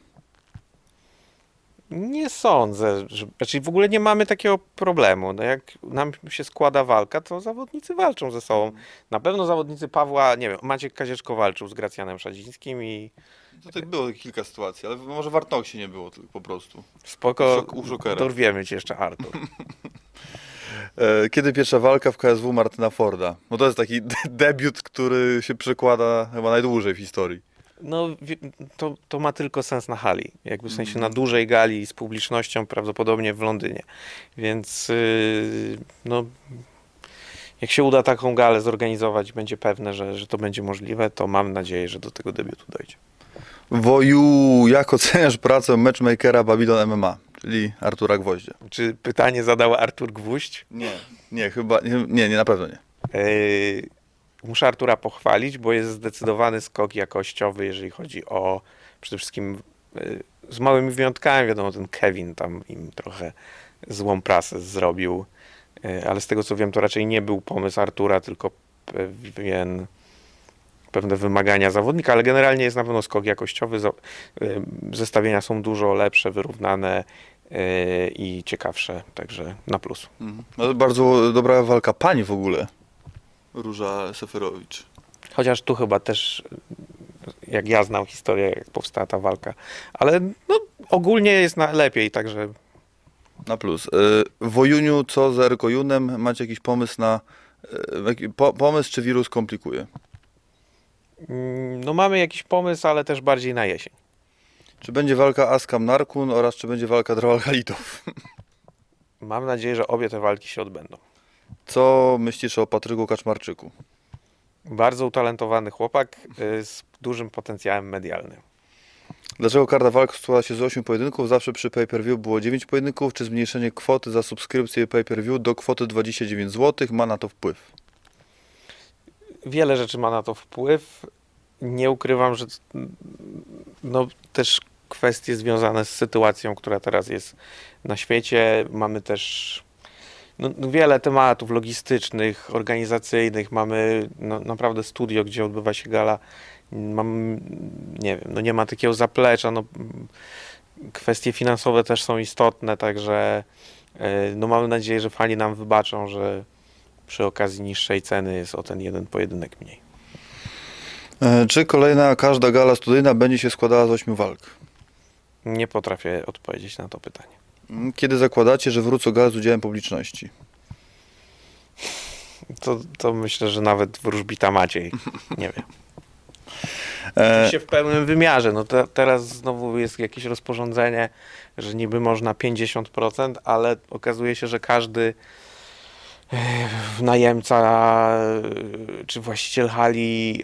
S2: Nie sądzę, znaczy w ogóle nie mamy takiego problemu. No jak nam się składa walka, to zawodnicy walczą ze sobą. Na pewno zawodnicy Pawła, nie wiem, Maciek Kazieczko walczył z Gracjanem Szadzińskim i...
S1: To tak było kilka sytuacji, ale może w Artnoxie nie było tylko po prostu.
S2: Spoko, dorwiemy cię jeszcze, Artur.
S1: Kiedy pierwsza walka w KSW Martyna Forda? No to jest taki debiut, który się przekłada chyba najdłużej w historii.
S2: No to ma tylko sens na hali, jakby w sensie na dużej gali z publicznością, prawdopodobnie w Londynie. Więc no jak się uda taką galę zorganizować, będzie pewne, że to będzie możliwe, to mam nadzieję, że do tego debiutu dojdzie.
S1: Woju, jak oceniasz pracę matchmakera Babylon MMA, czyli Artura Gwoździa?
S2: Czy pytanie zadał Artur Gwóźdź?
S1: Nie, chyba, nie, na pewno nie.
S2: Muszę Artura pochwalić, bo jest zdecydowany skok jakościowy, jeżeli chodzi o przede wszystkim z małymi wyjątkami, wiadomo, ten Kevin tam im trochę złą prasę zrobił, ale z tego co wiem, to raczej nie był pomysł Artura, tylko pewne wymagania zawodnika, ale generalnie jest na pewno skok jakościowy, zestawienia są dużo lepsze, wyrównane i ciekawsze, także na plus.
S1: No, bardzo dobra walka pań w ogóle. Róża Seferowicz.
S2: Chociaż tu chyba też, jak ja znam historię, jak powstała ta walka, ale no, ogólnie jest lepiej, także...
S1: Na plus. W Wojuniu co z Erkojunem? Macie jakiś pomysł na... pomysł, czy wirus komplikuje?
S2: No mamy jakiś pomysł, ale też bardziej na jesień.
S1: Czy będzie walka Askam-Narkun oraz czy będzie walka Drawal-Halitow?
S2: Mam nadzieję, że obie te walki się odbędą.
S1: Co myślisz o Patryku Kaczmarczyku?
S2: Bardzo utalentowany chłopak z dużym potencjałem medialnym.
S1: Dlaczego karta walk składa się z 8 pojedynków? Zawsze przy pay-per-view było 9 pojedynków. Czy zmniejszenie kwoty za subskrypcję pay-per-view do kwoty 29 zł ma na to wpływ?
S2: Wiele rzeczy ma na to wpływ. Nie ukrywam, że no, też kwestie związane z sytuacją, która teraz jest na świecie. Mamy też wiele tematów logistycznych, organizacyjnych. Mamy naprawdę studio, gdzie odbywa się gala. Nie wiem, nie ma takiego zaplecza. Kwestie finansowe też są istotne, także mamy nadzieję, że fani nam wybaczą, że przy okazji niższej ceny jest o ten jeden pojedynek mniej.
S1: Czy każda gala studyjna będzie się składała z 8 walk?
S2: Nie potrafię odpowiedzieć na to pytanie.
S1: Kiedy zakładacie, że wrócą gale z udziałem publiczności?
S2: To myślę, że nawet wróżbita Maciej, nie wiem. Oczywiście w pełnym wymiarze. Teraz znowu jest jakieś rozporządzenie, że niby można 50%, ale okazuje się, że każdy najemca czy właściciel hali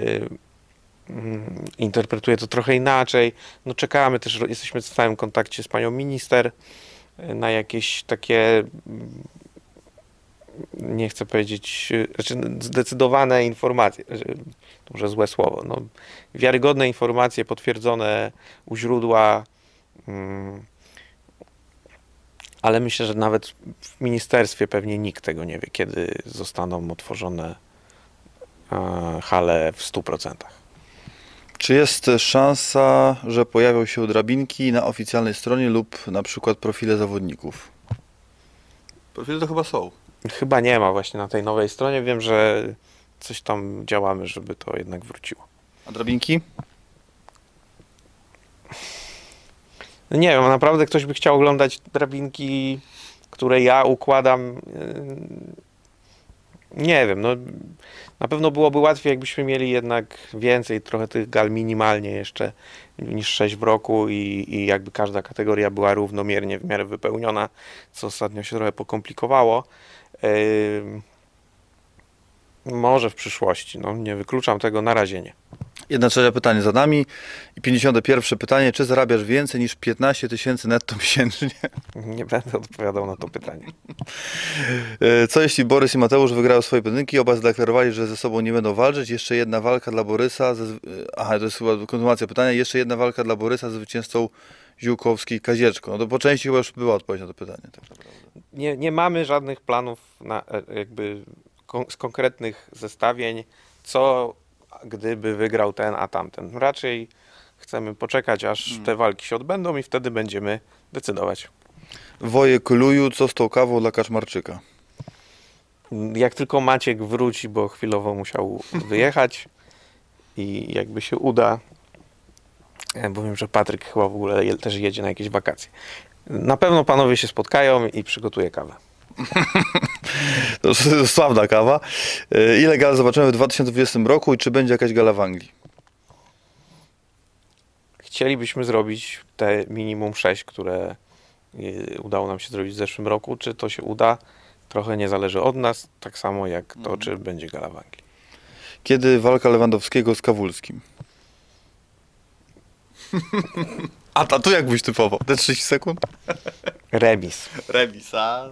S2: interpretuje to trochę inaczej. Czekamy też, jesteśmy w stałym kontakcie z panią minister na jakieś takie, nie chcę powiedzieć, zdecydowane informacje, może złe słowo, wiarygodne informacje potwierdzone u źródła, ale myślę, że nawet w ministerstwie pewnie nikt tego nie wie, kiedy zostaną otworzone hale w 100%.
S1: Czy jest szansa, że pojawią się drabinki na oficjalnej stronie lub na przykład profile zawodników? Profile to chyba są.
S2: Chyba nie ma właśnie na tej nowej stronie. Wiem, że coś tam działamy, żeby to jednak wróciło.
S1: A drabinki?
S2: Nie wiem, naprawdę ktoś by chciał oglądać drabinki, które ja układam. Nie wiem, na pewno byłoby łatwiej, jakbyśmy mieli jednak więcej, trochę tych gal minimalnie jeszcze niż 6 w roku i jakby każda kategoria była równomiernie w miarę wypełniona, co ostatnio się trochę pokomplikowało. Może w przyszłości, nie wykluczam tego, na razie nie.
S1: 1/3 pytanie za nami i 51 pytanie, czy zarabiasz więcej niż 15 000 netto miesięcznie?
S2: Nie będę odpowiadał na to pytanie.
S1: Co jeśli Borys i Mateusz wygrają swoje pojedynki, oba zadeklarowali, że ze sobą nie będą walczyć, jeszcze jedna walka dla Borysa, to jest chyba kontynuacja pytania, jeszcze jedna walka dla Borysa ze zwycięzcą Ziółkowski-Kazieczką. To po części chyba już była odpowiedź na to pytanie. Tak naprawdę.
S2: Nie mamy żadnych planów na z konkretnych zestawień, co gdyby wygrał ten, a tamten. Raczej chcemy poczekać, aż te walki się odbędą i wtedy będziemy decydować.
S1: Wojek Luju, co z tą kawą dla Kaczmarczyka?
S2: Jak tylko Maciek wróci, bo chwilowo musiał wyjechać i jakby się uda, bo wiem, że Patryk chyba w ogóle też jedzie na jakieś wakacje. Na pewno panowie się spotkają i przygotuje kawę.
S1: To sławna kawa. Ile gal zobaczymy w 2020 roku i czy będzie jakaś gala w Anglii?
S2: Chcielibyśmy zrobić te minimum 6, które udało nam się zrobić w zeszłym roku. Czy to się uda? Trochę nie zależy od nas, tak samo jak to, czy będzie gala w Anglii.
S1: Kiedy walka Lewandowskiego z Kawulskim? A tu jak byś typował? Te 30 sekund?
S2: Remis.
S1: Remis, a...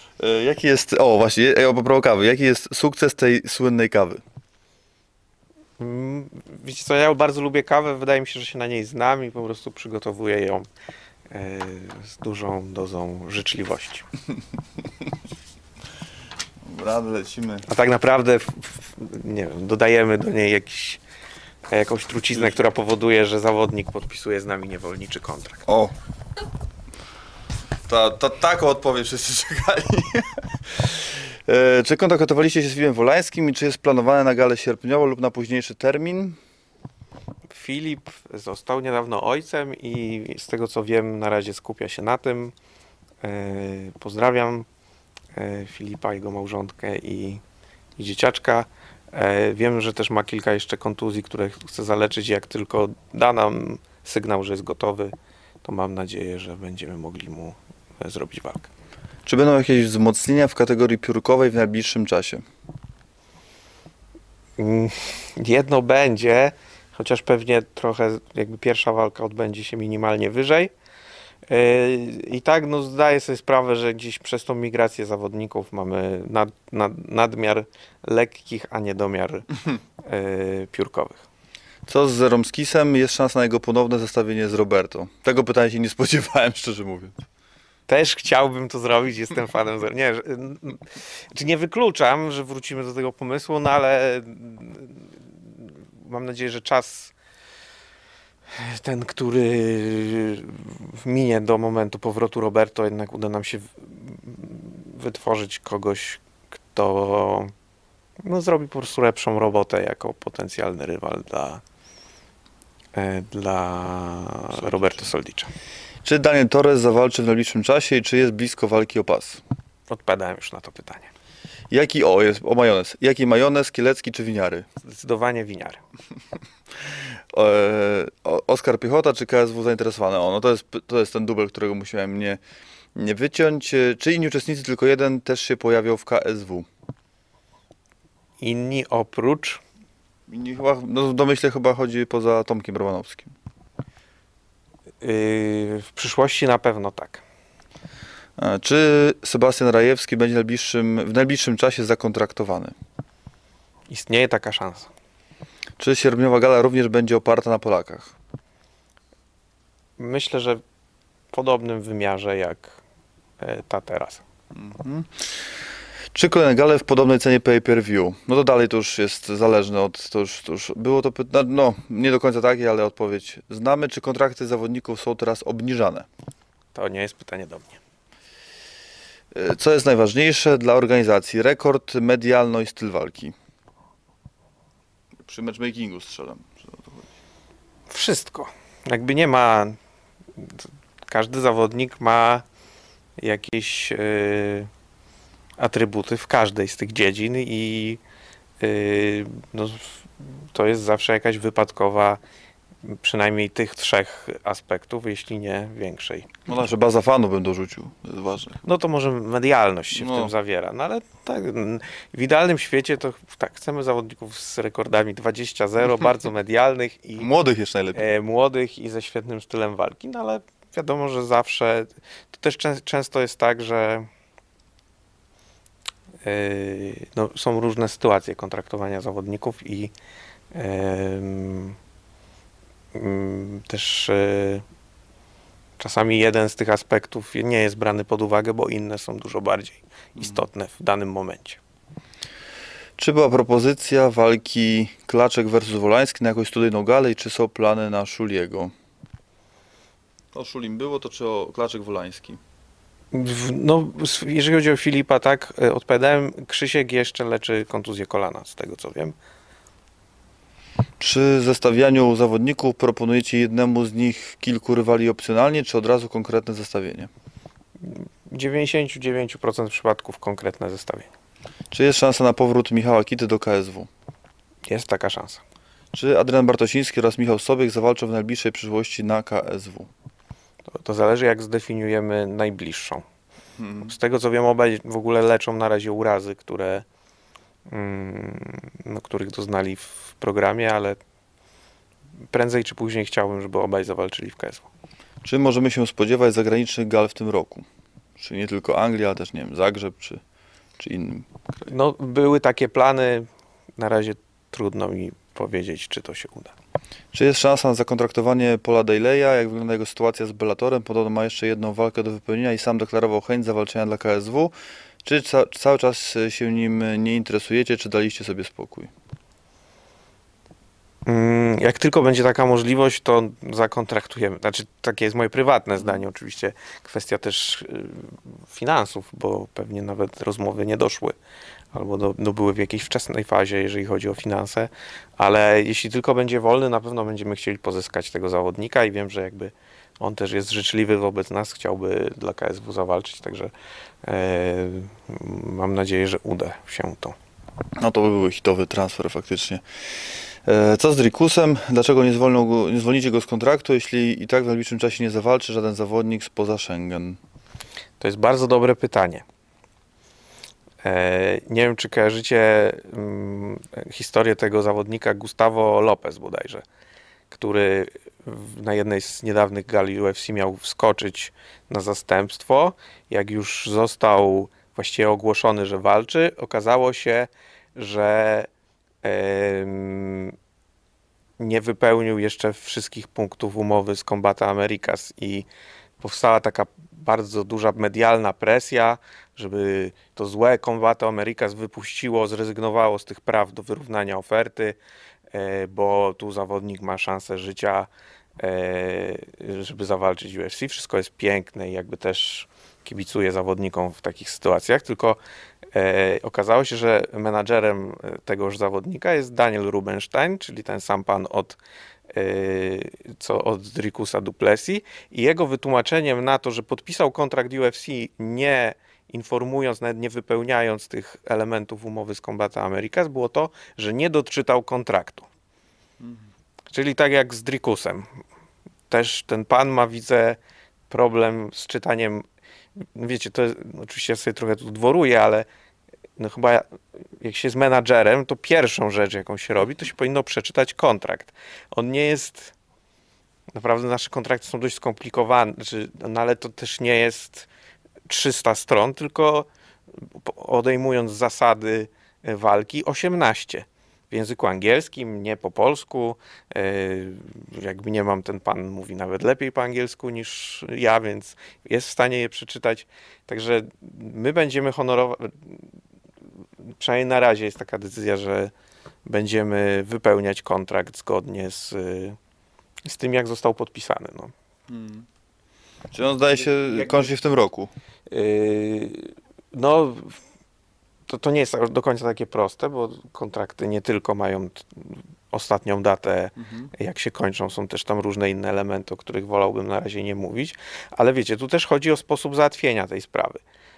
S1: Jaki jest... O, właśnie, a propos kawy. Jaki jest sukces tej słynnej kawy?
S2: Wiecie co, ja bardzo lubię kawę, wydaje mi się, że się na niej znam i po prostu przygotowuję ją z dużą dozą życzliwości.
S1: Dobra, lecimy.
S2: A tak naprawdę nie wiem, dodajemy do niej jakąś truciznę, która powoduje, że zawodnik podpisuje z nami niewolniczy kontrakt.
S1: O! Taką odpowiedź wszyscy czekali. Czy kontaktowaliście się z Filipem Wolańskim i czy jest planowane na galę sierpniową lub na późniejszy termin?
S2: Filip został niedawno ojcem i z tego co wiem, na razie skupia się na tym. Pozdrawiam Filipa, jego małżonkę i dzieciaczka. Wiem, że też ma kilka jeszcze kontuzji, które chce zaleczyć. Jak tylko da nam sygnał, że jest gotowy, to mam nadzieję, że będziemy mogli mu zrobić walkę.
S1: Czy będą jakieś wzmocnienia w kategorii piórkowej w najbliższym czasie?
S2: Jedno będzie, chociaż pewnie trochę jakby pierwsza walka odbędzie się minimalnie wyżej. I tak no, zdaję sobie sprawę, że gdzieś przez tą migrację zawodników mamy nadmiar lekkich, a niedomiar piórkowych.
S1: Co z Romskisem? Jest szansa na jego ponowne zestawienie z Roberto? Tego pytania się nie spodziewałem, szczerze mówiąc.
S2: Też chciałbym to zrobić, jestem fanem. Nie, czy nie wykluczam, że wrócimy do tego pomysłu, no ale mam nadzieję, że czas ten, który minie do momentu powrotu Roberto, jednak uda nam się wytworzyć kogoś, kto no, zrobi po prostu lepszą robotę jako potencjalny rywal dla Roberto Soldicza.
S1: Czy Daniel Torres zawalczy w najbliższym czasie i czy jest blisko walki o pas?
S2: Odpowiadałem już na to pytanie.
S1: Jest o majonez. Jaki majonez, kielecki czy winiary?
S2: Zdecydowanie winiary.
S1: Oskar Piechota czy KSW zainteresowane? No to jest ten dubel, którego musiałem nie wyciąć. Czy inni uczestnicy, tylko jeden, też się pojawią w KSW?
S2: Inni oprócz?
S1: Inni chyba, no w domyśle chyba chodzi poza Tomkiem Romanowskim.
S2: W przyszłości na pewno tak.
S1: Czy Sebastian Rajewski będzie w najbliższym czasie zakontraktowany?
S2: Istnieje taka szansa.
S1: Czy sierpniowa gala również będzie oparta na Polakach?
S2: Myślę, że w podobnym wymiarze jak ta teraz.
S1: Mhm. Czy kolejne gale w podobnej cenie pay-per-view? No to dalej to już jest zależne od... To już było to pytanie, no nie do końca takie, ale odpowiedź znamy. Czy kontrakty zawodników są teraz obniżane?
S2: To nie jest pytanie do mnie.
S1: Co jest najważniejsze dla organizacji? Rekord, medialność, styl walki? Przy matchmakingu strzelam.
S2: Wszystko. Jakby nie ma... Każdy zawodnik ma jakieś atrybuty w każdej z tych dziedzin i no, to jest zawsze jakaś wypadkowa przynajmniej tych trzech aspektów, jeśli nie większej.
S1: No znaczy baza fanów bym dorzucił, to jest ważne.
S2: No to może medialność się w tym zawiera, no ale tak, w idealnym świecie to tak, chcemy zawodników z rekordami 20-0, bardzo medialnych i
S1: młodych jeszcze najlepiej.
S2: Młodych i ze świetnym stylem walki, no ale wiadomo, że zawsze, to też często jest tak, że no, są różne sytuacje kontraktowania zawodników i też czasami jeden z tych aspektów nie jest brany pod uwagę, bo inne są dużo bardziej istotne w danym momencie.
S1: Czy była propozycja walki Klaczek versus Wolański na jakąś studyjną galę i czy są plany na Szuliego? O Szulim było, to czy o Klaczek Wolański?
S2: No, jeżeli chodzi o Filipa, tak, odpowiadałem, Krzysiek jeszcze leczy kontuzję kolana, z tego co wiem.
S1: Przy zestawianiu zawodników proponujecie jednemu z nich kilku rywali opcjonalnie, czy od razu konkretne zestawienie?
S2: W 99% przypadków konkretne zestawienie.
S1: Czy jest szansa na powrót Michała Kity do KSW?
S2: Jest taka szansa.
S1: Czy Adrian Bartosiński oraz Michał Sobiek zawalczą w najbliższej przyszłości na KSW?
S2: To zależy, jak zdefiniujemy najbliższą. Z tego co wiem, obaj w ogóle leczą na razie urazy, których doznali w programie, ale prędzej czy później chciałbym, żeby obaj zawalczyli w KSW.
S1: Czy możemy się spodziewać zagranicznych gal w tym roku? Czy nie tylko Anglia, ale też nie wiem, Zagrzeb czy innym kraju?
S2: No, były takie plany, na razie trudno mi powiedzieć, czy to się uda.
S1: Czy jest szansa na zakontraktowanie Paula Daley'a? Jak wygląda jego sytuacja z Bellatorem? Podobno ma jeszcze jedną walkę do wypełnienia i sam deklarował chęć zawalczenia dla KSW. Czy cały czas się nim nie interesujecie, czy daliście sobie spokój?
S2: Jak tylko będzie taka możliwość, to zakontraktujemy. Znaczy, takie jest moje prywatne zdanie. Oczywiście kwestia też finansów, bo pewnie nawet rozmowy nie doszły albo były w jakiejś wczesnej fazie, jeżeli chodzi o finanse, ale jeśli tylko będzie wolny, na pewno będziemy chcieli pozyskać tego zawodnika i wiem, że jakby on też jest życzliwy wobec nas, chciałby dla KSW zawalczyć, także mam nadzieję, że uda się to.
S1: No to by był hitowy transfer faktycznie. Co z Dricusem? Dlaczego nie zwolnicie go z kontraktu, jeśli i tak w najbliższym czasie nie zawalczy żaden zawodnik spoza Schengen?
S2: To jest bardzo dobre pytanie. Nie wiem, czy kojarzycie historię tego zawodnika Gustavo Lopez bodajże, który na jednej z niedawnych gali UFC miał wskoczyć na zastępstwo. Jak już został właściwie ogłoszony, że walczy, okazało się, że nie wypełnił jeszcze wszystkich punktów umowy z Combate Americas i powstała taka bardzo duża medialna presja, żeby to złe Combate Americas wypuściło, zrezygnowało z tych praw do wyrównania oferty, bo tu zawodnik ma szansę życia, żeby zawalczyć w UFC. Wszystko jest piękne i jakby też kibicuję zawodnikom w takich sytuacjach, tylko okazało się, że menadżerem tegoż zawodnika jest Daniel Rubenstein, czyli ten sam pan od Dricusa du Plessis i jego wytłumaczeniem na to, że podpisał kontrakt UFC nie informując, nawet nie wypełniając tych elementów umowy z Combate Americas, było to, że nie doczytał kontraktu. Czyli tak jak z Dricusem. Też ten pan ma, widzę, problem z czytaniem. Wiecie, to jest, oczywiście ja sobie trochę tu dworuję, ale no chyba jak się jest menadżerem, to pierwszą rzecz, jaką się robi, to się powinno przeczytać kontrakt. On nie jest. Naprawdę nasze kontrakty są dość skomplikowane, no ale to też nie jest 300 stron, tylko odejmując zasady walki 18 w języku angielskim, nie po polsku. Jakby nie mam, ten pan mówi nawet lepiej po angielsku niż ja, więc jest w stanie je przeczytać. Także my będziemy honorować, przynajmniej na razie jest taka decyzja, że będziemy wypełniać kontrakt zgodnie z tym, jak został podpisany. No.
S1: Czy on zdaje się kończy w tym roku?
S2: No, to nie jest do końca takie proste, bo kontrakty nie tylko mają ostatnią datę, jak się kończą, są też tam różne inne elementy, o których wolałbym na razie nie mówić, ale wiecie, tu też chodzi o sposób załatwienia tej sprawy.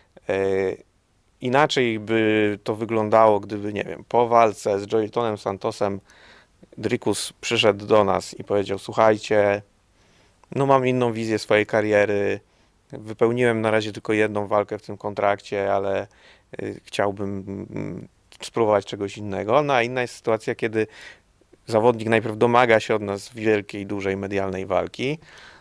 S2: Inaczej by to wyglądało, gdyby, nie wiem, po walce z Joeltonem Santosem Dricus przyszedł do nas i powiedział: słuchajcie, no mam inną wizję swojej kariery, wypełniłem na razie tylko jedną walkę w tym kontrakcie, ale chciałbym spróbować czegoś innego. No a inna jest sytuacja, kiedy zawodnik najpierw domaga się od nas wielkiej, dużej medialnej walki,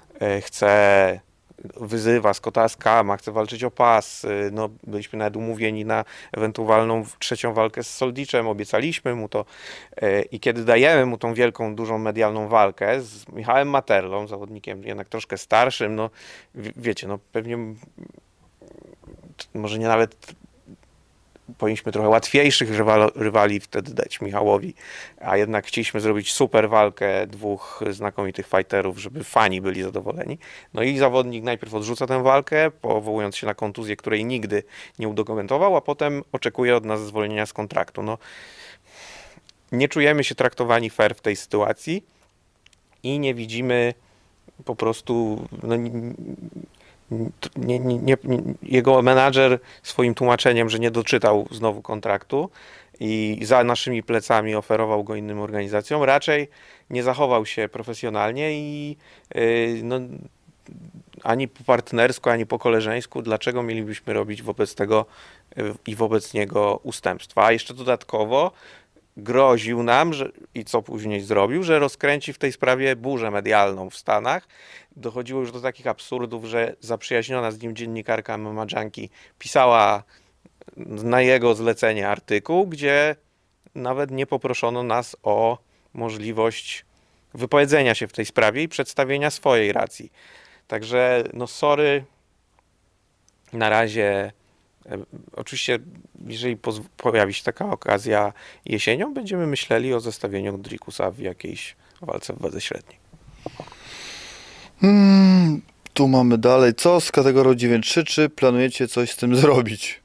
S2: wyzywa Scotta Skama, chce walczyć o pas, no byliśmy nawet umówieni na ewentualną trzecią walkę z Soldiczem, obiecaliśmy mu to i kiedy dajemy mu tą wielką, dużą medialną walkę z Michałem Materlą, zawodnikiem jednak troszkę starszym, no wiecie, no pewnie może nie nawet powinniśmy trochę łatwiejszych rywali wtedy dać Michałowi, a jednak chcieliśmy zrobić super walkę dwóch znakomitych fighterów, żeby fani byli zadowoleni. No i zawodnik najpierw odrzuca tę walkę, powołując się na kontuzję, której nigdy nie udokumentował, a potem oczekuje od nas zwolnienia z kontraktu. No, nie czujemy się traktowani fair w tej sytuacji i nie widzimy po prostu... No, jego menadżer swoim tłumaczeniem, że nie doczytał znowu kontraktu i za naszymi plecami oferował go innym organizacjom, raczej nie zachował się profesjonalnie i no, ani po partnersku, ani po koleżeńsku, dlaczego mielibyśmy robić wobec tego i wobec niego ustępstwa. A jeszcze dodatkowo groził nam, i co później zrobił, że rozkręci w tej sprawie burzę medialną w Stanach. Dochodziło już do takich absurdów, że zaprzyjaźniona z nim dziennikarka MMA Junkie pisała na jego zlecenie artykuł, gdzie nawet nie poproszono nas o możliwość wypowiedzenia się w tej sprawie i przedstawienia swojej racji. Także no sorry, na razie oczywiście jeżeli pojawi się taka okazja jesienią, będziemy myśleli o zestawieniu Drikusa w jakiejś walce w wadze średniej.
S1: Tu mamy dalej. Co z kategorią 9.3? Czy planujecie coś z tym zrobić?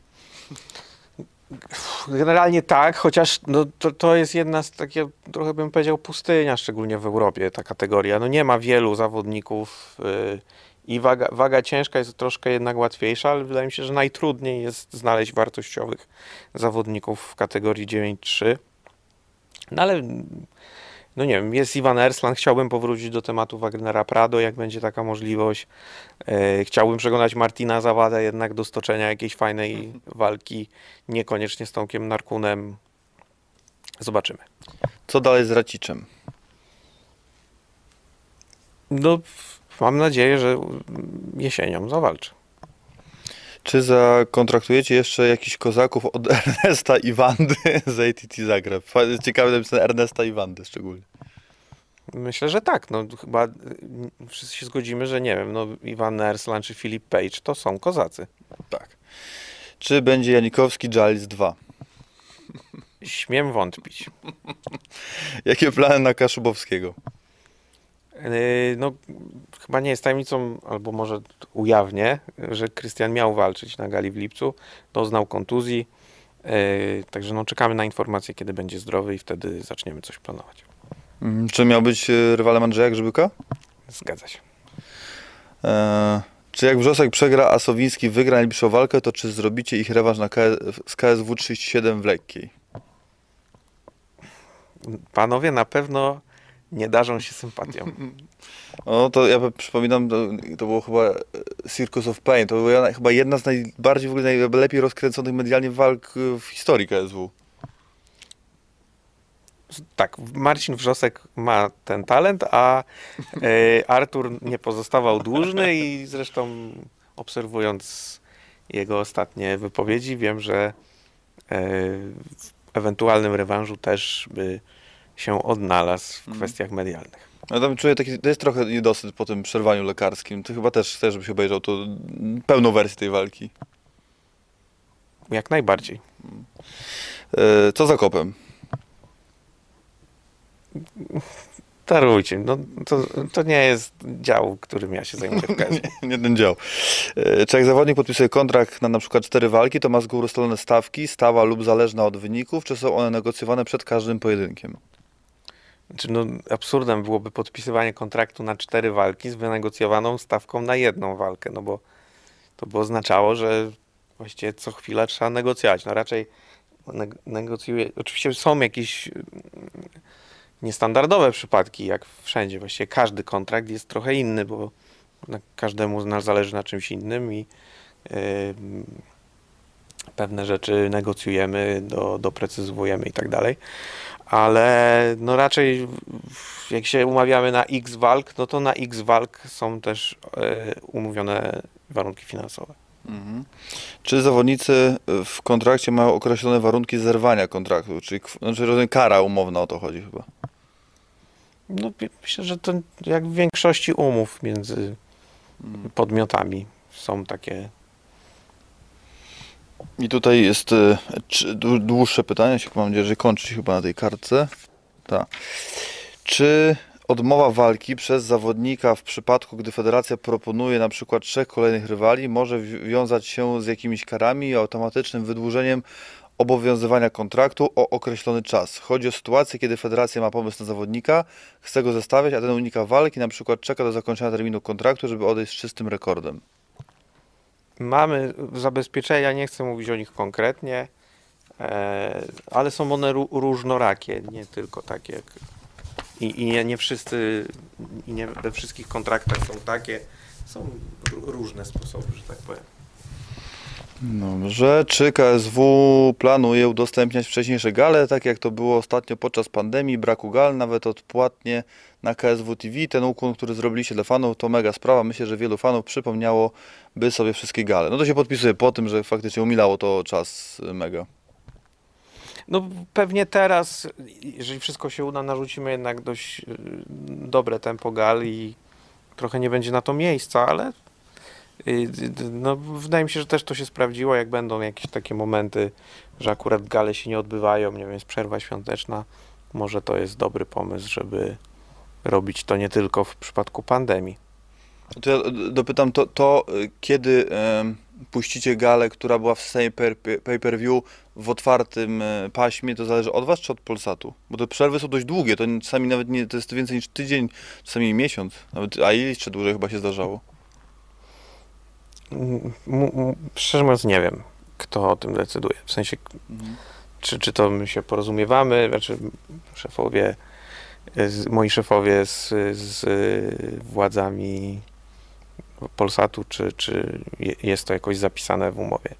S2: Generalnie tak, chociaż no, to jest jedna z takiego, trochę bym powiedział, pustynia, szczególnie w Europie, ta kategoria. No nie ma wielu zawodników i waga ciężka jest troszkę jednak łatwiejsza, ale wydaje mi się, że najtrudniej jest znaleźć wartościowych zawodników w kategorii 9.3. No ale no nie wiem, jest Ivan Erslan, chciałbym powrócić do tematu Wagnera Prado, jak będzie taka możliwość. Chciałbym przekonać Martina Zawadę jednak do stoczenia jakiejś fajnej walki, niekoniecznie z Tomkiem Narkunem. Zobaczymy.
S1: Co dalej z Raciczem?
S2: No, mam nadzieję, że jesienią zawalczy.
S1: Czy zakontraktujecie jeszcze jakichś kozaków od Ernesta i Wandy z ATT Zagreb? Ciekawy jest ten Ernesta i Wandy szczególnie.
S2: Myślę, że tak. No, chyba wszyscy się zgodzimy, że nie wiem, no, Ivan Erslan czy Filip Page to są kozacy.
S1: Tak. Czy będzie Janikowski Giles 2?
S2: Śmiem wątpić.
S1: Jakie plany na Kaszubowskiego?
S2: No, chyba nie jest tajemnicą, albo może ujawnię, że Krystian miał walczyć na gali w lipcu, doznał kontuzji, także no, czekamy na informację, kiedy będzie zdrowy i wtedy zaczniemy coś planować.
S1: Czy miał być rywalem Andrzeja Grzybyka?
S2: Zgadza się.
S1: Czy jak Wrzosek przegra, a Sowiński wygra najbliższą walkę, to czy zrobicie ich rewanż z KSW 37 w lekkiej?
S2: Panowie na pewno nie darzą się sympatią.
S1: No to ja przypominam, to było chyba Circus of Pain. To była chyba jedna z najbardziej, w ogóle najlepiej rozkręconych medialnie walk w historii KSW.
S2: Tak, Marcin Wrzosek ma ten talent, a Artur nie pozostawał dłużny i zresztą obserwując jego ostatnie wypowiedzi, wiem, że w ewentualnym rewanżu też by się odnalazł w kwestiach medialnych.
S1: Ja tam czuję to jest trochę niedosyt po tym przerwaniu lekarskim. Ty chyba też chcesz, żebyś obejrzał to pełną wersję tej walki.
S2: Jak najbardziej.
S1: Co za kopem?
S2: Darujcie, no to nie jest dział, którym ja się zajmuję w KSW.
S1: Nie ten dział. Czy jak zawodnik podpisuje kontrakt na przykład 4 walki, to ma z góry ustalone stawki, stała lub zależna od wyników, czy są one negocjowane przed każdym pojedynkiem?
S2: Znaczy, no, absurdem byłoby podpisywanie kontraktu na 4 walki z wynegocjowaną stawką na 1 walkę, no bo to by oznaczało, że właściwie co chwila trzeba negocjować. No raczej negocjuje. Oczywiście są jakieś niestandardowe przypadki, jak wszędzie. Właściwie każdy kontrakt jest trochę inny, bo każdemu z nas zależy na czymś innym i pewne rzeczy negocjujemy, doprecyzowujemy i tak dalej. Ale no raczej jak się umawiamy na X walk, no to na X walk są też umówione warunki finansowe.
S1: Mhm. Czy zawodnicy w kontrakcie mają określone warunki zerwania kontraktu? Czyli kara umowna, o to chodzi chyba?
S2: No myślę, że to jak w większości umów między podmiotami są takie.
S1: I tutaj jest dłuższe pytanie, mam nadzieję, że kończy się chyba na tej kartce. Tak. Czy odmowa walki przez zawodnika w przypadku, gdy federacja proponuje na przykład 3 kolejnych rywali, może wiązać się z jakimiś karami i automatycznym wydłużeniem obowiązywania kontraktu o określony czas? Chodzi o sytuację, kiedy federacja ma pomysł na zawodnika, chce go zestawiać, a ten unika walki, na przykład czeka do zakończenia terminu kontraktu, żeby odejść z czystym rekordem.
S2: Mamy zabezpieczenia, nie chcę mówić o nich konkretnie, ale są one różnorakie, nie tylko takie jak i nie wszyscy, i nie we wszystkich kontraktach są takie, są różne sposoby, że tak powiem.
S1: Dobrze. Czy KSW planuje udostępniać wcześniejsze gale, tak jak to było ostatnio podczas pandemii, braku gal, nawet odpłatnie na KSW TV? Ten ukłon, który zrobiliście dla fanów, to mega sprawa. Myślę, że wielu fanów przypomniałoby sobie wszystkie gale. No to się podpisuje po tym, że faktycznie umilało to czas mega.
S2: No pewnie teraz, jeżeli wszystko się uda, narzucimy jednak dość dobre tempo gal i trochę nie będzie na to miejsca, ale no, wydaje mi się, że też to się sprawdziło, jak będą jakieś takie momenty, że akurat gale się nie odbywają, nie wiem, jest przerwa świąteczna, może to jest dobry pomysł, żeby robić to nie tylko w przypadku pandemii.
S1: To ja dopytam, kiedy puścicie galę, która była w systemie pay-per-view w otwartym paśmie, to zależy od was czy od Polsatu? Bo te przerwy są dość długie, to czasami nawet nie, to jest więcej niż tydzień, czasami miesiąc, nawet, a jeszcze dłużej chyba się zdarzało.
S2: Szczerze mówiąc nie wiem, kto o tym decyduje, w sensie czy to my się porozumiewamy, znaczy szefowie, moi szefowie z władzami Polsatu, czy jest to jakoś zapisane w umowie.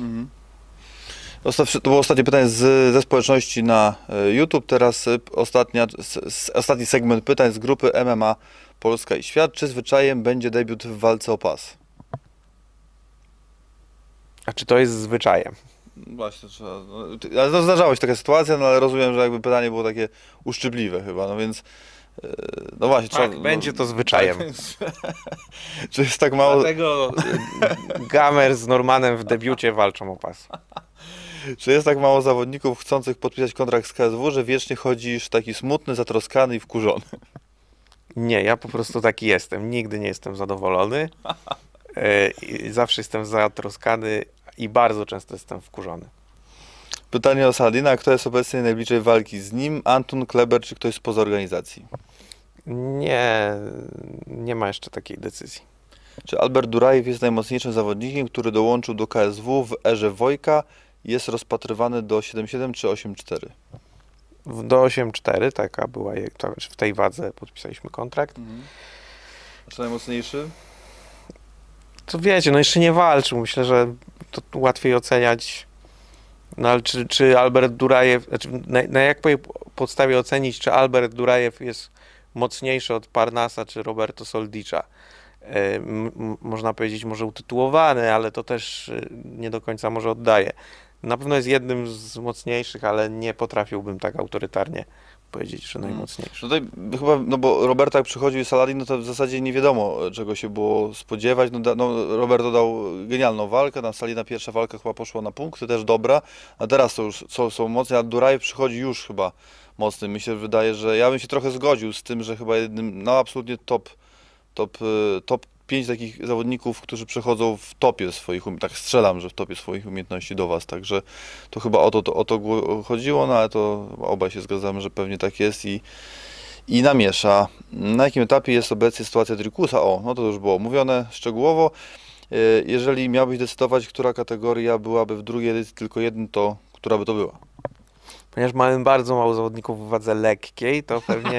S1: To było ostatnie pytanie ze społeczności na YouTube. Teraz ostatni segment pytań z grupy MMA Polska i Świat. Czy zwyczajem będzie debiut w walce o pas?
S2: A czy to jest zwyczajem?
S1: Właśnie, trzeba. No, zdarzała się taka sytuacja, no ale rozumiem, że jakby pytanie było takie uszczypliwe chyba, no więc. No właśnie,
S2: tak,
S1: trzeba,
S2: będzie to zwyczajem.
S1: Tak, czy jest tak mało.
S2: Dlatego Gamer z Normanem w debiucie walczą o pas.
S1: Czy jest tak mało zawodników chcących podpisać kontrakt z KSW, że wiecznie chodzisz taki smutny, zatroskany i wkurzony?
S2: Nie, ja po prostu taki jestem. Nigdy nie jestem zadowolony. Zawsze jestem zatroskany i bardzo często jestem wkurzony.
S1: Pytanie o Saladina. Kto jest obecnie najbliżej walki z nim? Antun, Kleber czy ktoś spoza organizacji?
S2: Nie ma jeszcze takiej decyzji.
S1: Czy Albert Durajew jest najmocniejszym zawodnikiem, który dołączył do KSW w erze Wojka? Jest rozpatrywany do 7,7 czy 8,4?
S2: Do 8,4, taka była, w tej wadze podpisaliśmy kontrakt.
S1: Czy najmocniejszy?
S2: To wiecie, no jeszcze nie walczył. Myślę, że to łatwiej oceniać. No ale czy Albert Durajew, znaczy na jakiej podstawie ocenić, czy Albert Durajew jest mocniejszy od Parnasa czy Roberto Soldicza? Można powiedzieć, może utytułowany, ale to też nie do końca może oddaje. Na pewno jest jednym z mocniejszych, ale nie potrafiłbym tak autorytarnie powiedzieć, że najmocniejszy.
S1: Tutaj chyba, no bo Roberta jak przychodził i Saladin, no to w zasadzie nie wiadomo, czego się było spodziewać. Roberto dał genialną walkę, na Salina pierwsza walka chyba poszła na punkty, też dobra, a teraz to już są mocne, a Durajew przychodzi już chyba mocny. Mi się wydaje, że ja bym się trochę zgodził z tym, że chyba jednym, no absolutnie top 5 takich zawodników, którzy przechodzą w topie swoich, tak strzelam, że w topie swoich umiejętności do was, także to chyba o to chodziło, no ale to obaj się zgadzamy, że pewnie tak jest i namiesza. Na jakim etapie jest obecnie sytuacja Drikusa? No to już było mówione szczegółowo. Jeżeli miałbyś decydować, która kategoria byłaby w drugiej edycji tylko jeden, to która by to była?
S2: Ponieważ mamy bardzo mało zawodników w wadze lekkiej, to pewnie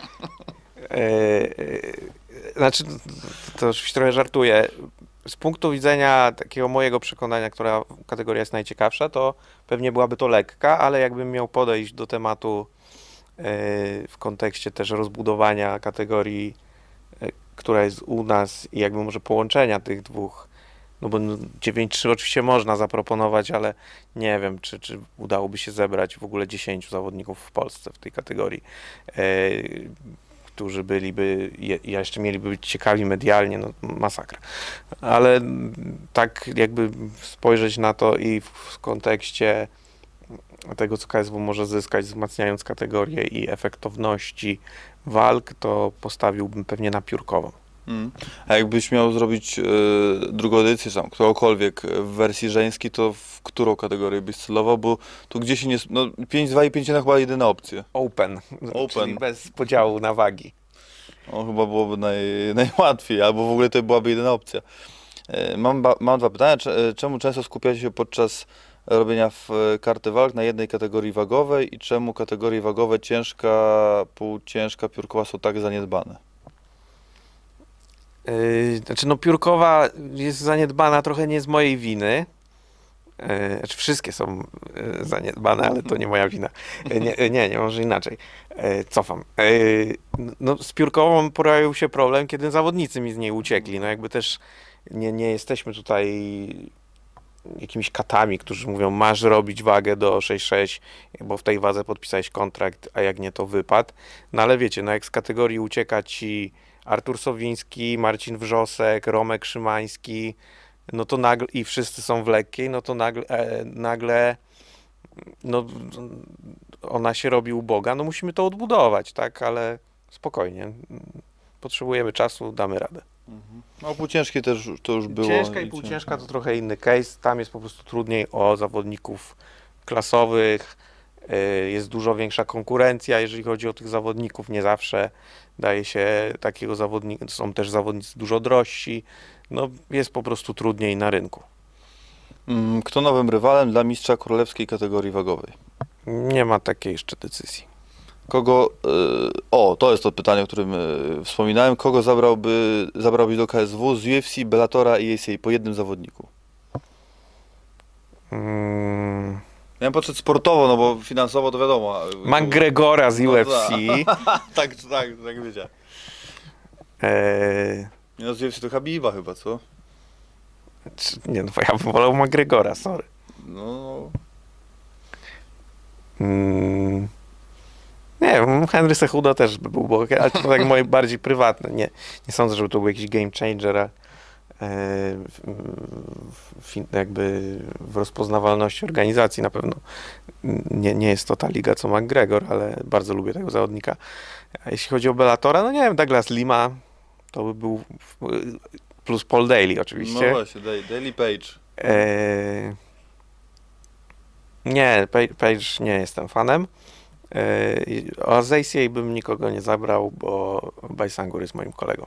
S2: znaczy, to oczywiście trochę żartuję. Z punktu widzenia takiego mojego przekonania, która kategoria jest najciekawsza, to pewnie byłaby to lekka, ale jakbym miał podejść do tematu w kontekście też rozbudowania kategorii, która jest u nas i jakby może połączenia tych dwóch, no bo 9-3 oczywiście można zaproponować, ale nie wiem, czy udałoby się zebrać w ogóle 10 zawodników w Polsce w tej kategorii, którzy byliby, jeszcze mieliby być ciekawi medialnie, no masakra. Ale tak jakby spojrzeć na to i w kontekście tego, co KSW może zyskać, wzmacniając kategorię i efektowności walk, to postawiłbym pewnie na piórkową.
S1: A jakbyś miał zrobić drugą edycję, czy tam którąkolwiek w wersji żeńskiej, to w którą kategorię byś celował? Bo tu gdzieś nie... No 5-2 i 5-1 chyba jedyna opcja.
S2: Open. Czyli bez podziału na wagi.
S1: Chyba byłoby najłatwiej, albo w ogóle to byłaby jedyna opcja. Mam dwa pytania. Czemu często skupiacie się podczas robienia karty walk na jednej kategorii wagowej i czemu kategorie wagowe ciężka, półciężka, piórkowa są tak zaniedbane?
S2: Znaczy no piórkowa jest zaniedbana trochę nie z mojej winy. Znaczy wszystkie są zaniedbane, ale to nie moja wina. Nie, może inaczej. Cofam. No z piórkową pojawił się problem, kiedy zawodnicy mi z niej uciekli. No jakby też nie jesteśmy tutaj jakimiś katami, którzy mówią, masz robić wagę do 6,6, bo w tej wadze podpisałeś kontrakt, a jak nie, to wypad. No ale wiecie, no jak z kategorii ucieka ci Artur Sowiński, Marcin Wrzosek, Romek Szymański, no to nagle, i wszyscy są w lekkiej, no to nagle no, ona się robi uboga, no musimy to odbudować, tak, ale spokojnie, potrzebujemy czasu, damy radę.
S1: No półciężkie też to już było.
S2: Ciężka i półciężka to trochę inny case, tam jest po prostu trudniej o zawodników klasowych, jest dużo większa konkurencja, jeżeli chodzi o tych zawodników, nie zawsze daje się takiego zawodnika, są też zawodnicy dużo drożsi, no jest po prostu trudniej na rynku.
S1: Kto nowym rywalem dla mistrza królewskiej kategorii wagowej?
S2: Nie ma takiej jeszcze decyzji.
S1: Kogo, to jest to pytanie, o którym wspominałem, kogo zabrałbyś do KSW z UFC, Bellatora i ACA po jednym zawodniku? Miałem patrzeć sportowo, no bo finansowo to wiadomo.
S2: McGregora z UFC.
S1: tak wiedziałem. Nie no, z UFC to Habiba chyba, co?
S2: Nie no, ja bym wolał McGregora, sorry.
S1: No.
S2: Nie wiem, Henry Cejudo też by był, ale to tak moje bardziej prywatne. Nie sądzę, żeby to był jakiś game changer jakby w rozpoznawalności organizacji. Na pewno nie jest to ta liga co McGregor, ale bardzo lubię tego zawodnika. A jeśli chodzi o Bellatora, no nie wiem, Douglas Lima to by był plus Paul Daly oczywiście.
S1: No właśnie, Daly Page.
S2: Nie, Page nie jestem fanem. A z ACA bym nikogo nie zabrał, bo Bajsangur jest moim kolegą.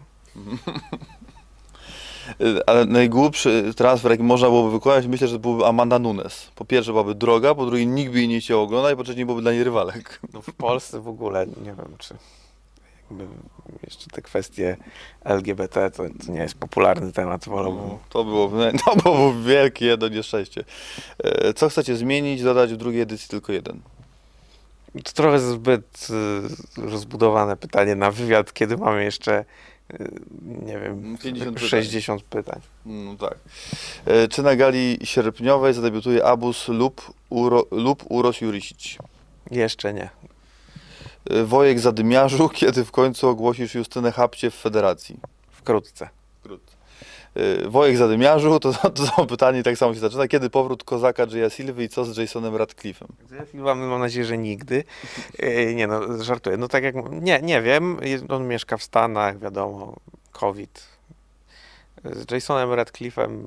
S1: Ale najgłupszy transfer, jaki można byłoby wykonać, myślę, że byłby Amanda Nunes. Po pierwsze byłaby droga, po drugie nikt by jej nie chciał oglądać, po trzecie nie byłoby dla niej rywalek.
S2: No w Polsce w ogóle nie wiem, czy jakby jeszcze te kwestie LGBT to nie jest popularny temat.
S1: No, to byłoby wielkie jedno nieszczęście. Co chcecie zmienić, dodać w drugiej edycji tylko jeden?
S2: To trochę zbyt rozbudowane pytanie na wywiad, kiedy mamy jeszcze nie wiem, 60 pytań.
S1: No tak. Czy na gali sierpniowej zadebiutuje Abus lub Uros Jurisic?
S2: Jeszcze nie.
S1: Wojek Zadymiarzu, kiedy w końcu ogłosisz Justynę Hapcie w federacji?
S2: Wkrótce.
S1: Wojek Zadymiarzu, to samo pytanie i tak samo się zaczyna. Kiedy powrót Kozaka, Jaya Silvy i co z Jasonem Radcliffe'em?
S2: Jaya Silva mam nadzieję, że nigdy. Nie no, żartuję. No tak jak, nie wiem, on mieszka w Stanach, wiadomo, COVID. Z Jasonem Radcliffe'em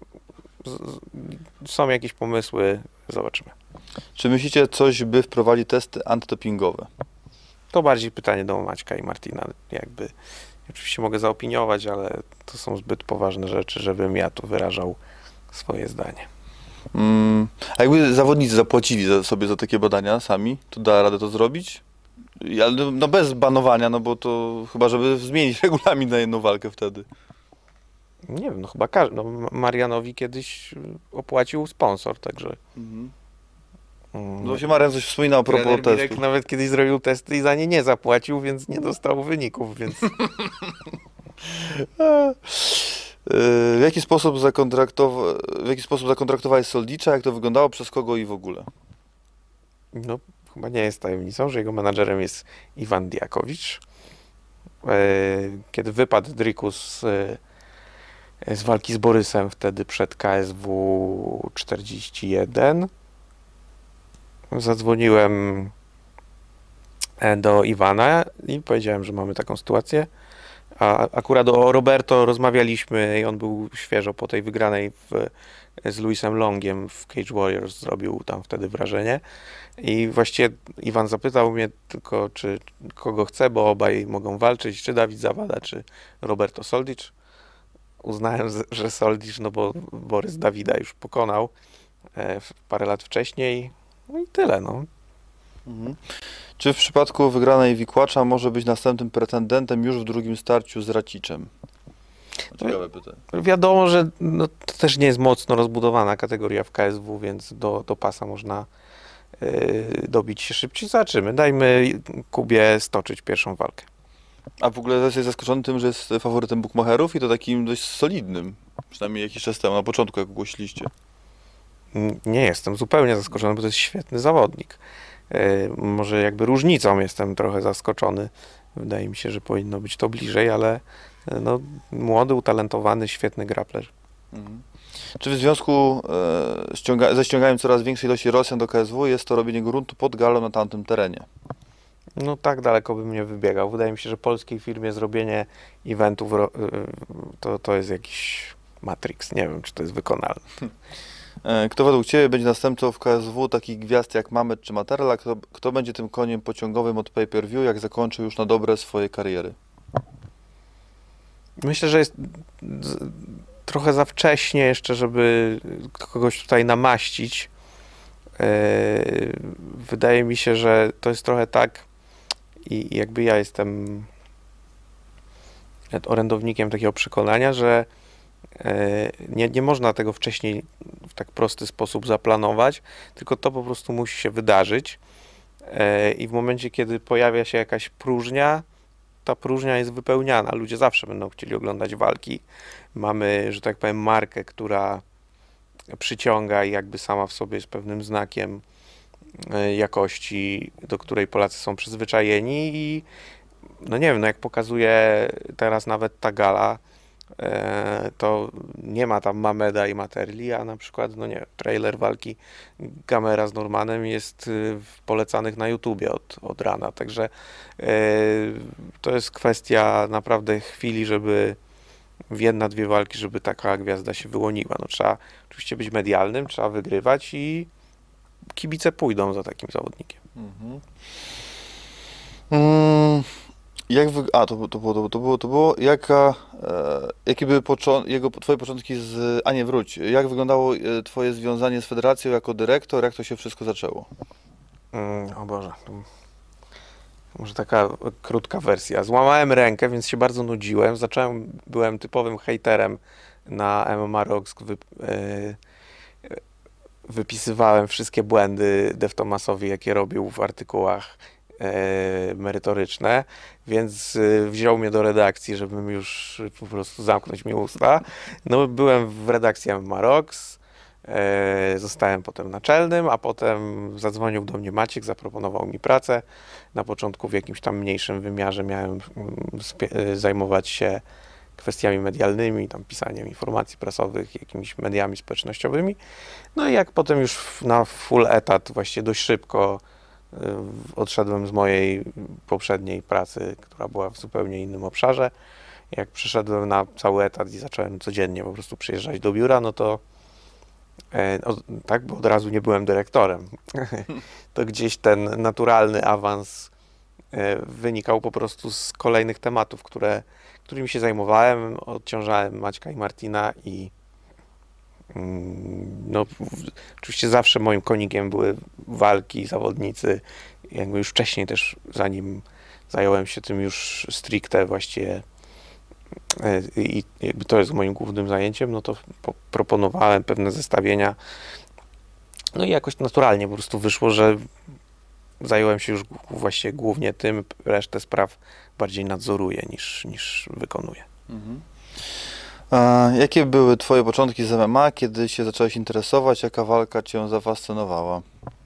S2: są jakieś pomysły, zobaczymy.
S1: Czy myślicie, coś by wprowadzić testy antydopingowe?
S2: To bardziej pytanie do Maćka i Martina, jakby. Oczywiście mogę zaopiniować, ale to są zbyt poważne rzeczy, żebym ja tu wyrażał swoje zdanie.
S1: A jakby zawodnicy zapłacili sobie za takie badania sami, to da radę to zrobić? No bez banowania, no bo to chyba, żeby zmienić regulamin na jedną walkę wtedy.
S2: Nie wiem, no chyba każdy. No Marianowi kiedyś opłacił sponsor, także...
S1: No się Marian coś wspominał a propos testów.
S2: Nawet kiedyś zrobił testy i za nie zapłacił, więc nie dostał wyników, więc...
S1: W jaki sposób zakontraktowałeś Soldicza? Jak to wyglądało? Przez kogo i w ogóle?
S2: No, chyba nie jest tajemnicą, że jego menadżerem jest Iwan Diakowicz. Kiedy wypadł Drikus z walki z Borysem wtedy przed KSW 41, zadzwoniłem do Iwana i powiedziałem, że mamy taką sytuację. A akurat o Roberto rozmawialiśmy i on był świeżo po tej wygranej z Luisem Longiem w Cage Warriors, zrobił tam wtedy wrażenie. I właściwie Iwan zapytał mnie tylko, czy kogo chce, bo obaj mogą walczyć, czy Dawid Zawada, czy Roberto Soldic. Uznałem, że Soldic, no bo Borys Dawida już pokonał parę lat wcześniej. No i tyle, no.
S1: Czy w przypadku wygranej Wikłacza może być następnym pretendentem już w drugim starciu z Raciczem? Ciekawe pytanie.
S2: Wiadomo, że no, to też nie jest mocno rozbudowana kategoria w KSW, więc do pasa można dobić się szybciej. Zobaczymy. Dajmy Kubie stoczyć pierwszą walkę.
S1: A w ogóle jesteś zaskoczony tym, że jest faworytem bookmacherów i to takim dość solidnym. Przynajmniej jakiś czas temu, na początku, jak ogłosiliście.
S2: Nie jestem zupełnie zaskoczony, bo to jest świetny zawodnik. Może jakby różnicą jestem trochę zaskoczony. Wydaje mi się, że powinno być to bliżej, ale no, młody, utalentowany, świetny grappler.
S1: Czy w związku ze ściąganiem coraz większej ilości Rosjan do KSW jest to robienie gruntu pod galą na tamtym terenie?
S2: No tak daleko bym nie wybiegał. Wydaje mi się, że polskiej firmie zrobienie eventów to jest jakiś Matrix. Nie wiem, czy to jest wykonalne.
S1: Kto według Ciebie będzie następcą w KSW takich gwiazd jak Mamet czy Materla? Kto będzie tym koniem pociągowym od pay-per-view, jak zakończy już na dobre swoje kariery?
S2: Myślę, że jest trochę za wcześnie jeszcze, żeby kogoś tutaj namaścić. Wydaje mi się, że to jest trochę tak i jakby ja jestem orędownikiem takiego przekonania, że nie można tego wcześniej w tak prosty sposób zaplanować, tylko to po prostu musi się wydarzyć i w momencie, kiedy pojawia się jakaś próżnia, ta próżnia jest wypełniana. Ludzie zawsze będą chcieli oglądać walki. Mamy, że tak powiem, markę, która przyciąga i jakby sama w sobie jest pewnym znakiem jakości, do której Polacy są przyzwyczajeni i no nie wiem, no jak pokazuje teraz nawet ta gala, to nie ma tam Mameda i Materli, a na przykład, no nie wiem, trailer walki Gamera z Normanem jest w polecanych na YouTubie od rana, także to jest kwestia naprawdę chwili, żeby w jedna, dwie walki, żeby taka gwiazda się wyłoniła. No trzeba oczywiście być medialnym, trzeba wygrywać i kibice pójdą za takim zawodnikiem.
S1: To było. Jakie były twoje początki z... A nie, wróć. Jak wyglądało twoje związanie z federacją jako dyrektor? Jak to się wszystko zaczęło?
S2: O Boże. Może taka krótka wersja. Złamałem rękę, więc się bardzo nudziłem. Byłem typowym hejterem na MMA Rocks. Wypisywałem wszystkie błędy Def Thomasowi, jakie robił w artykułach merytoryczne, więc wziął mnie do redakcji, żebym już po prostu zamknąć mi usta. No, byłem w redakcji MMA Rocks, zostałem potem naczelnym, a potem zadzwonił do mnie Maciek, zaproponował mi pracę. Na początku w jakimś tam mniejszym wymiarze miałem zajmować się kwestiami medialnymi, tam pisaniem informacji prasowych, jakimiś mediami społecznościowymi. No i jak potem już na full etat, właściwie dość szybko odszedłem z mojej poprzedniej pracy, która była w zupełnie innym obszarze. Jak przeszedłem na cały etat i zacząłem codziennie po prostu przyjeżdżać do biura, no to tak, bo od razu nie byłem dyrektorem. To gdzieś ten naturalny awans wynikał po prostu z kolejnych tematów, którymi się zajmowałem. Odciążałem Maćka i Martina i no, oczywiście zawsze moim konikiem były walki, zawodnicy. Jakby już wcześniej też, zanim zająłem się tym już stricte właściwie i jakby to jest moim głównym zajęciem, no to proponowałem pewne zestawienia. No i jakoś naturalnie po prostu wyszło, że zająłem się już właściwie głównie tym, resztę spraw bardziej nadzoruję niż wykonuję.
S1: A jakie były twoje początki z MMA, kiedy się zacząłeś interesować? Jaka walka cię zafascynowała?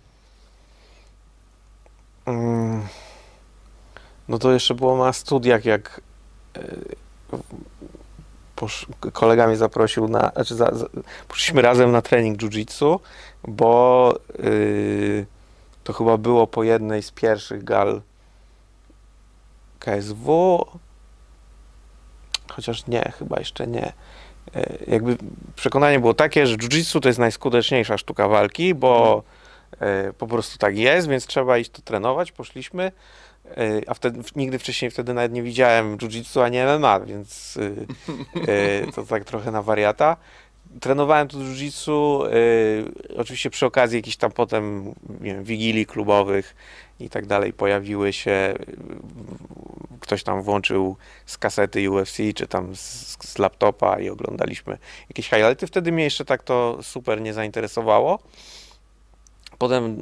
S2: No to jeszcze było na studiach, jak kolega mnie zaprosił poszliśmy razem na trening jiu-jitsu, bo to chyba było po jednej z pierwszych gal KSW, chociaż nie, chyba jeszcze nie. Jakby przekonanie było takie, że jiu-jitsu to jest najskuteczniejsza sztuka walki, bo po prostu tak jest, więc trzeba iść to trenować. Poszliśmy, a nigdy wcześniej wtedy nawet nie widziałem jiu-jitsu ani MMA, więc to tak trochę na wariata. Trenowałem tu jiu-jitsu, oczywiście przy okazji jakichś tam potem, nie wiem, wigilii klubowych i tak dalej pojawiły się, ktoś tam włączył z kasety UFC, czy tam z laptopa i oglądaliśmy jakieś highlighty. Wtedy mnie jeszcze tak to super nie zainteresowało. Potem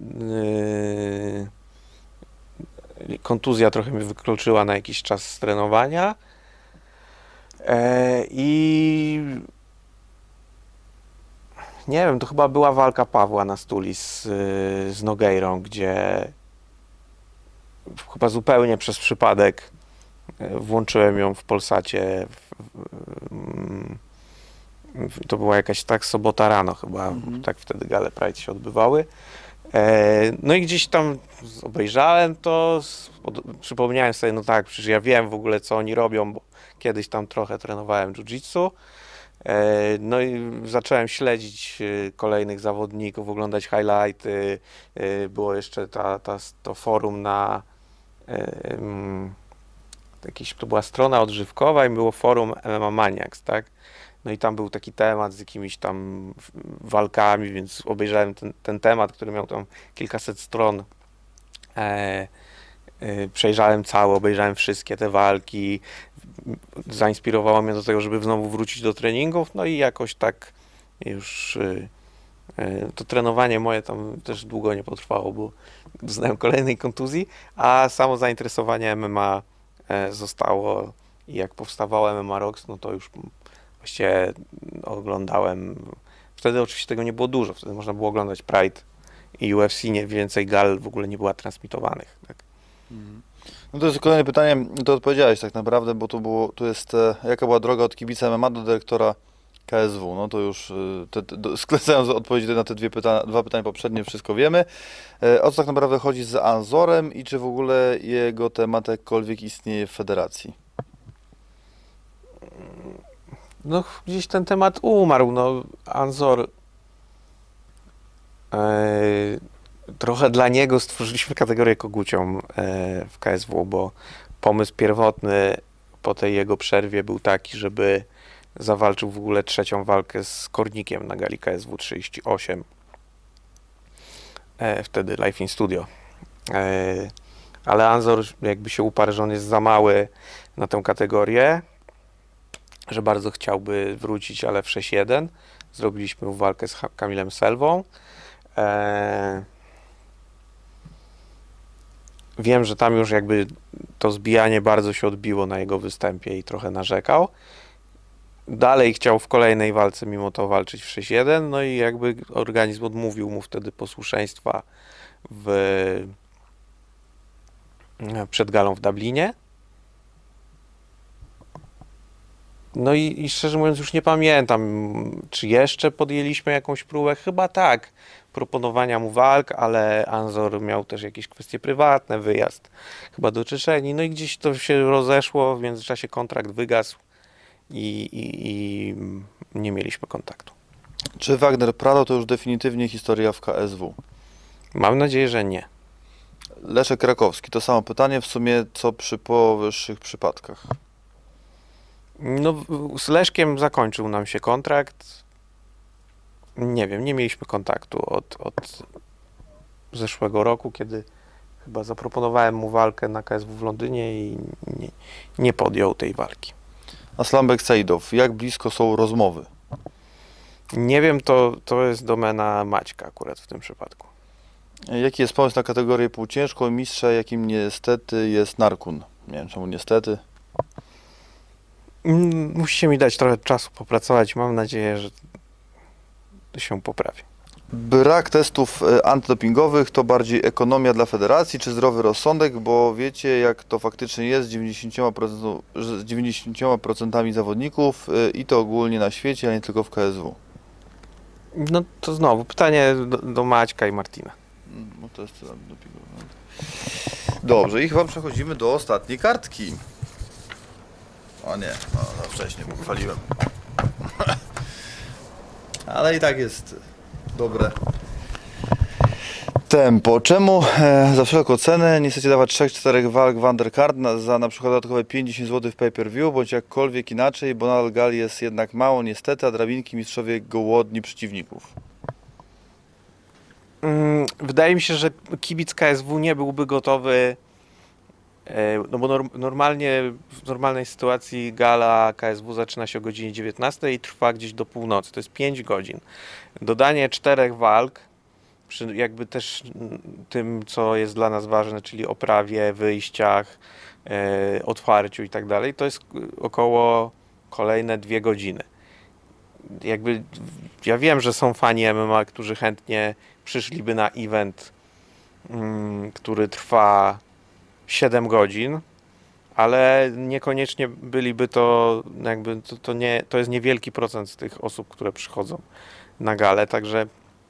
S2: kontuzja trochę mnie wykluczyła na jakiś czas z trenowania i Nie wiem, to chyba była walka Pawła na stuli z Nogueirą, gdzie chyba zupełnie przez przypadek włączyłem ją w Polsacie. To była jakaś sobota rano chyba, tak wtedy Gale Pride się odbywały. No i gdzieś tam obejrzałem to, przypomniałem sobie, no tak, przecież ja wiem w ogóle, co oni robią, bo kiedyś tam trochę trenowałem jiu-jitsu. No i zacząłem śledzić kolejnych zawodników, oglądać highlighty. Było jeszcze to forum na to była strona odżywkowa i było forum MMA Maniacs, tak? No i tam był taki temat z jakimiś tam walkami, więc obejrzałem ten temat, który miał tam kilkaset stron. Przejrzałem cały, obejrzałem wszystkie te walki. Zainspirowało mnie do tego, żeby znowu wrócić do treningów. No i jakoś tak już to trenowanie moje tam też długo nie potrwało, bo doznałem kolejnej kontuzji, a samo zainteresowanie MMA zostało i jak powstawało MMA Rocks, no to już właściwie oglądałem. Wtedy oczywiście tego nie było dużo, wtedy można było oglądać Pride i UFC, nie więcej gal w ogóle nie była transmitowanych. Tak?
S1: No to jest kolejne pytanie, to odpowiedziałeś tak naprawdę, bo tu jest, jaka była droga od kibica MMA do dyrektora KSW? No to już sklecając odpowiedzi na te dwa pytania poprzednie, wszystko wiemy. O co tak naprawdę chodzi z Anzorem i czy w ogóle jego temat jakkolwiek istnieje w federacji?
S2: No gdzieś ten temat umarł, no Anzor trochę dla niego stworzyliśmy kategorię kogucią w KSW, bo pomysł pierwotny po tej jego przerwie był taki, żeby zawalczył w ogóle trzecią walkę z Kornikiem na gali KSW 38. Wtedy Live in Studio. Ale Anzor jakby się uparł, że on jest za mały na tę kategorię, że bardzo chciałby wrócić, ale w 6-1. Zrobiliśmy walkę z Kamilem Selwą. Wiem, że tam już jakby to zbijanie bardzo się odbiło na jego występie i trochę narzekał. Dalej chciał w kolejnej walce mimo to walczyć w 6-1, no i jakby organizm odmówił mu wtedy posłuszeństwa przed galą w Dublinie. No i szczerze mówiąc już nie pamiętam, czy jeszcze podjęliśmy jakąś próbę, chyba tak, proponowania mu walk, ale Anzor miał też jakieś kwestie prywatne, wyjazd chyba do Czeczenii, no i gdzieś to się rozeszło, w międzyczasie kontrakt wygasł i nie mieliśmy kontaktu.
S1: Czy Wagner Prado to już definitywnie historia w KSW?
S2: Mam nadzieję, że nie.
S1: Leszek Krakowski, to samo pytanie w sumie co przy powyższych przypadkach.
S2: No, z zakończył nam się kontrakt. Nie wiem, nie mieliśmy kontaktu od zeszłego roku, kiedy chyba zaproponowałem mu walkę na KSW w Londynie i nie podjął tej walki.
S1: Aslambek Saidow, jak blisko są rozmowy?
S2: Nie wiem, to jest domena Maćka akurat w tym przypadku.
S1: Jaki jest pomysł na kategorię półciężką mistrza, jakim niestety jest Narkun? Nie wiem czemu niestety.
S2: Musicie mi dać trochę czasu popracować. Mam nadzieję, że się poprawi.
S1: Brak testów antydopingowych to bardziej ekonomia dla federacji czy zdrowy rozsądek, bo wiecie jak to faktycznie jest z 90% zawodników i to ogólnie na świecie, a nie tylko w KSW.
S2: No to znowu pytanie do Maćka i Martina.
S1: No to jest antydopingowe. Dobrze, i chyba przechodzimy do ostatniej kartki. O nie, no za wcześnie, bo chwaliłem. Ale i tak jest dobre tempo. Czemu za wszelką cenę nie chcecie dawać 3-4 walk w undercard za na przykład dodatkowe 50 zł w pay-per-view, bądź jakkolwiek inaczej, bo nadal gali jest jednak mało niestety, a drabinki mistrzowie głodni przeciwników.
S2: Wydaje mi się, że kibic KSW nie byłby gotowy, no bo normalnie w normalnej sytuacji gala KSW zaczyna się o godzinie 19 i trwa gdzieś do północy, to jest 5 godzin. Dodanie 4 walk, przy jakby też tym, co jest dla nas ważne, czyli oprawie, wyjściach, otwarciu i tak dalej, to jest około kolejne 2 godziny. jakby ja wiem, że są fani MMA, którzy chętnie przyszliby na event, który trwa 7 godzin, ale niekoniecznie byliby to jakby to jest niewielki procent z tych osób, które przychodzą na galę, także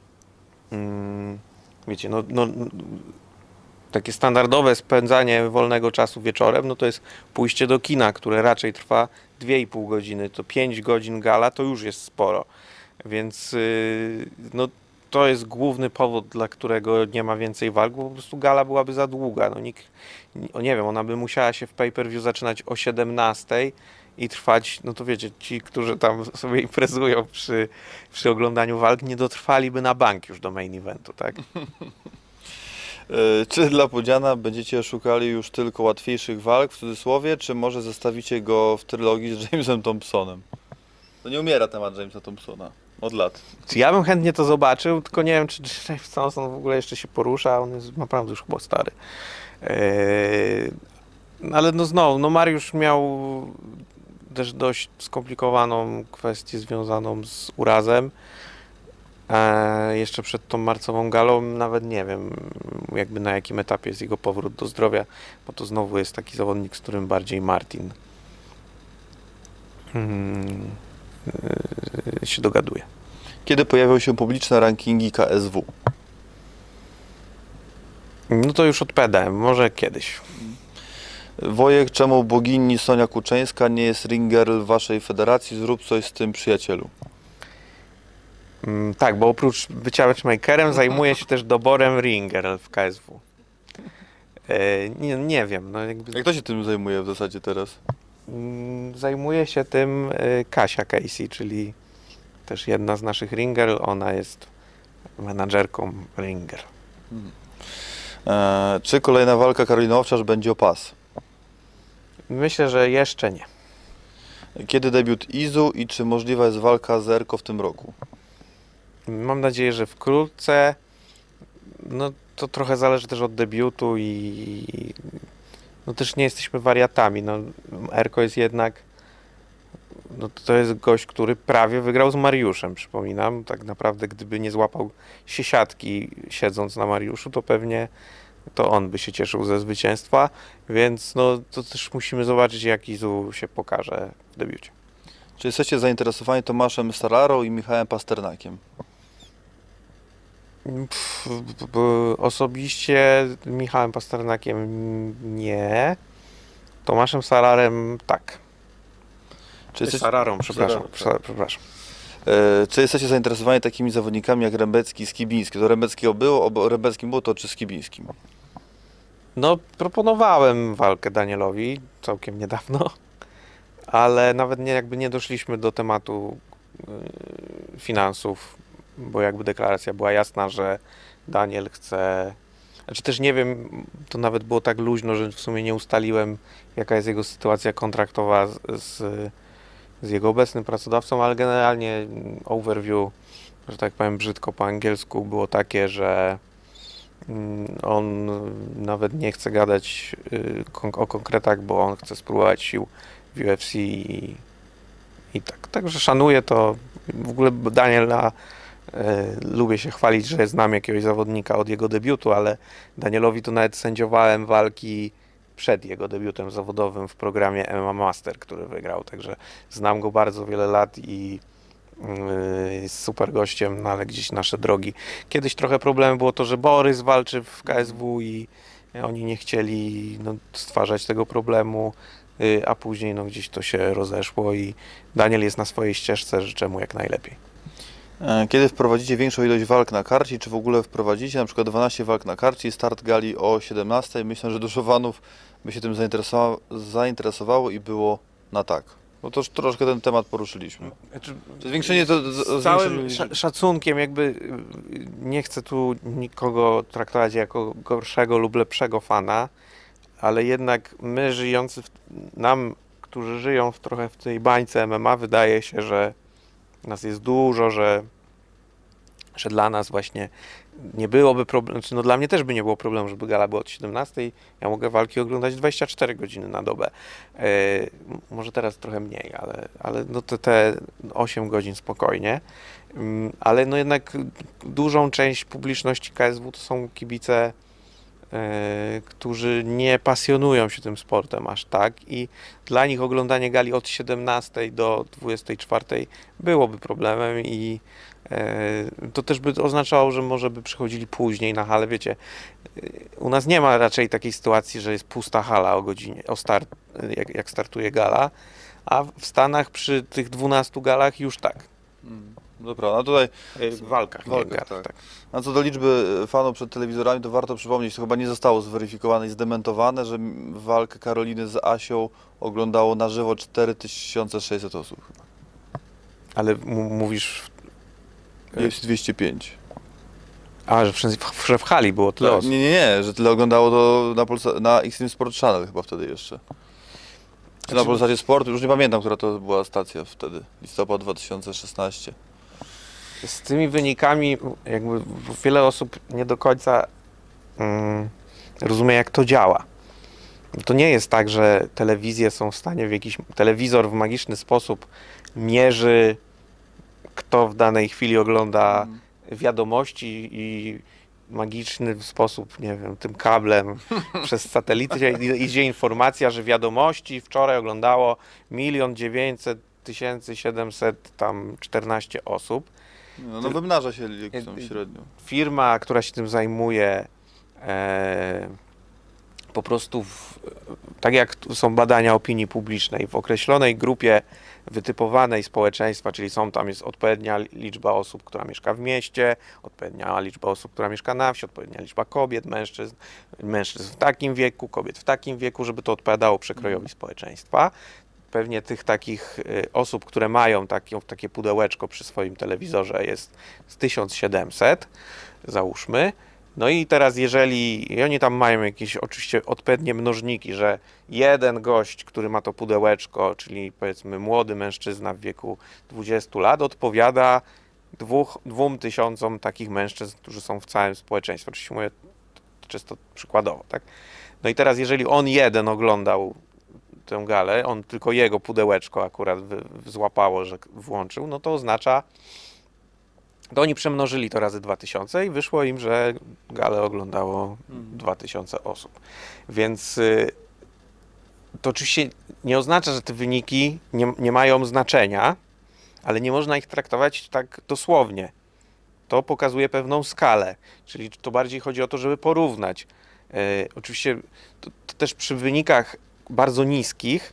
S2: wiecie, takie standardowe spędzanie wolnego czasu wieczorem, no to jest pójście do kina, które raczej trwa 2,5 godziny, to 5 godzin gala to już jest sporo, więc no to jest główny powód, dla którego nie ma więcej walk, bo po prostu gala byłaby za długa, no nie wiem, ona by musiała się w pay-per-view zaczynać o 17 i trwać, no to wiecie, ci, którzy tam sobie imprezują przy oglądaniu walk, nie dotrwaliby na bank już do main eventu, tak?
S1: Czy dla Pudziana będziecie szukali już tylko łatwiejszych walk, w cudzysłowie, czy może zestawicie go w trylogii z Jamesem Thompsonem? To nie umiera temat Jamesa Thompsona od lat.
S2: Ja bym chętnie to zobaczył, tylko nie wiem, czy James Thompson w ogóle jeszcze się porusza, on jest naprawdę już chyba stary. Ale no znowu, no Mariusz miał też dość skomplikowaną kwestię związaną z urazem. Jeszcze przed tą marcową galą nawet nie wiem, jakby na jakim etapie jest jego powrót do zdrowia, bo to znowu jest taki zawodnik, z którym bardziej Martin się dogaduje.
S1: Kiedy pojawią się publiczne rankingi KSW?
S2: No to już odpowiadałem, może kiedyś.
S1: Wojek, czemu bogini Sonia Kuczeńska nie jest ringerl waszej federacji? Zrób coś z tym, przyjacielu.
S2: Tak, bo oprócz bycia matchmakerem zajmuje się też doborem ringer w KSW. Nie wiem. No jakby...
S1: Jak kto się tym zajmuje w zasadzie teraz?
S2: Zajmuje się tym Kasia Casey, czyli też jedna z naszych ringer. Ona jest menadżerką ringer.
S1: Czy kolejna walka Karoliny Owczarz będzie o pas?
S2: Myślę, że jeszcze nie.
S1: Kiedy debiut Izu i czy możliwa jest walka z Erko w tym roku?
S2: Mam nadzieję, że wkrótce. No to trochę zależy też od debiutu i no też nie jesteśmy wariatami. No, Erko jest jednak, no to jest gość, który prawie wygrał z Mariuszem, przypominam. Tak naprawdę, gdyby nie złapał siesiatki siedząc na Mariuszu, to pewnie to on by się cieszył ze zwycięstwa, więc no to też musimy zobaczyć, jak Izu się pokaże w debiucie.
S1: Czy jesteście zainteresowani Tomaszem Stararą i Michałem Pasternakiem?
S2: Osobiście Michałem Pasternakiem nie. Tomaszem Sararem tak. Sararą, przepraszam.
S1: Czy jesteście zainteresowani takimi zawodnikami jak Rembecki i Skibiński? To Rembeckiego było, o Rembeckim było to, czy Skibińskim?
S2: No, proponowałem walkę Danielowi całkiem niedawno, ale nawet nie doszliśmy do tematu finansów, bo jakby deklaracja była jasna, że Daniel chce... Znaczy też nie wiem, to nawet było tak luźno, że w sumie nie ustaliłem, jaka jest jego sytuacja kontraktowa z jego obecnym pracodawcą, ale generalnie overview, że tak powiem brzydko po angielsku, było takie, że on nawet nie chce gadać o konkretach, bo on chce spróbować sił w UFC i tak. Także szanuję to. W ogóle Daniela lubię się chwalić, że znam jakiegoś zawodnika od jego debiutu, ale Danielowi to nawet sędziowałem walki przed jego debiutem zawodowym w programie MMA Master, który wygrał, także znam go bardzo wiele lat i jest super gościem, no ale gdzieś nasze drogi. Kiedyś trochę problemem było to, że Borys walczy w KSW i oni nie chcieli stwarzać tego problemu, a później gdzieś to się rozeszło i Daniel jest na swojej ścieżce, życzę mu jak najlepiej.
S1: Kiedy wprowadzicie większą ilość walk na karcie, czy w ogóle wprowadzicie na przykład 12 walk na karcie i start gali o 17? Myślę, że dużo fanów by się tym zainteresowało i było na tak. Bo to już troszkę ten temat poruszyliśmy. Zwiększenie to...
S2: Z całym szacunkiem jakby nie chcę tu nikogo traktować jako gorszego lub lepszego fana, ale jednak my nam, którzy żyją trochę w tej bańce MMA, wydaje się, że nas jest dużo, że że dla nas właśnie nie byłoby problemu, znaczy no dla mnie też by nie było problemu, żeby gala była od 17, ja mogę walki oglądać 24 godziny na dobę. Może teraz trochę mniej, ale no te 8 godzin spokojnie. Ale no jednak dużą część publiczności KSW to są kibice, którzy nie pasjonują się tym sportem aż tak i dla nich oglądanie gali od 17 do 24 byłoby problemem i to też by oznaczało, że może by przychodzili później na halę. Wiecie, u nas nie ma raczej takiej sytuacji, że jest pusta hala o godzinie, jak startuje gala, a w Stanach przy tych 12 galach już tak.
S1: Dobra, a tutaj
S2: W walkach,
S1: tak. A co do liczby fanów przed telewizorami, to warto przypomnieć, to chyba nie zostało zweryfikowane i zdementowane, że walkę Karoliny z Asią oglądało na żywo 4600 osób.
S2: Ale mówisz...
S1: Jest 205.
S2: A, że w hali było tyle osób.
S1: Nie, że tyle oglądało to na Extreme Sport Channel chyba wtedy jeszcze. Czy na Polsacie Sport, już nie pamiętam, która to była stacja wtedy, listopad 2016.
S2: Z tymi wynikami jakby wiele osób nie do końca rozumie, jak to działa. To nie jest tak, że telewizje są w stanie telewizor w magiczny sposób mierzy, kto w danej chwili ogląda wiadomości i magiczny sposób, nie wiem, tym kablem przez satelity idzie informacja, że wiadomości wczoraj oglądało 1 900 714 osób.
S1: No wymnaża się jakąś tam średnią.
S2: Firma, która się tym zajmuje, po prostu tak jak są badania opinii publicznej, w określonej grupie wytypowanej społeczeństwa, czyli jest odpowiednia liczba osób, która mieszka w mieście, odpowiednia liczba osób, która mieszka na wsi, odpowiednia liczba kobiet, mężczyzn w takim wieku, kobiet w takim wieku, żeby to odpowiadało przekrojowi społeczeństwa. Pewnie tych takich osób, które mają takie pudełeczko przy swoim telewizorze jest z 1700, załóżmy. No i teraz i oni tam mają jakieś oczywiście odpowiednie mnożniki, że jeden gość, który ma to pudełeczko, czyli powiedzmy młody mężczyzna w wieku 20 lat, odpowiada 2000 takich mężczyzn, którzy są w całym społeczeństwie. Oczywiście mówię czysto przykładowo, tak? No i teraz jeżeli on jeden oglądał tę galę, tylko jego pudełeczko akurat złapało, że włączył, no to oznacza, to oni przemnożyli to razy 2000 i wyszło im, że galę oglądało 2000 osób. Więc to oczywiście nie oznacza, że te wyniki nie mają znaczenia, ale nie można ich traktować tak dosłownie. To pokazuje pewną skalę, czyli to bardziej chodzi o to, żeby porównać. Oczywiście to też przy wynikach bardzo niskich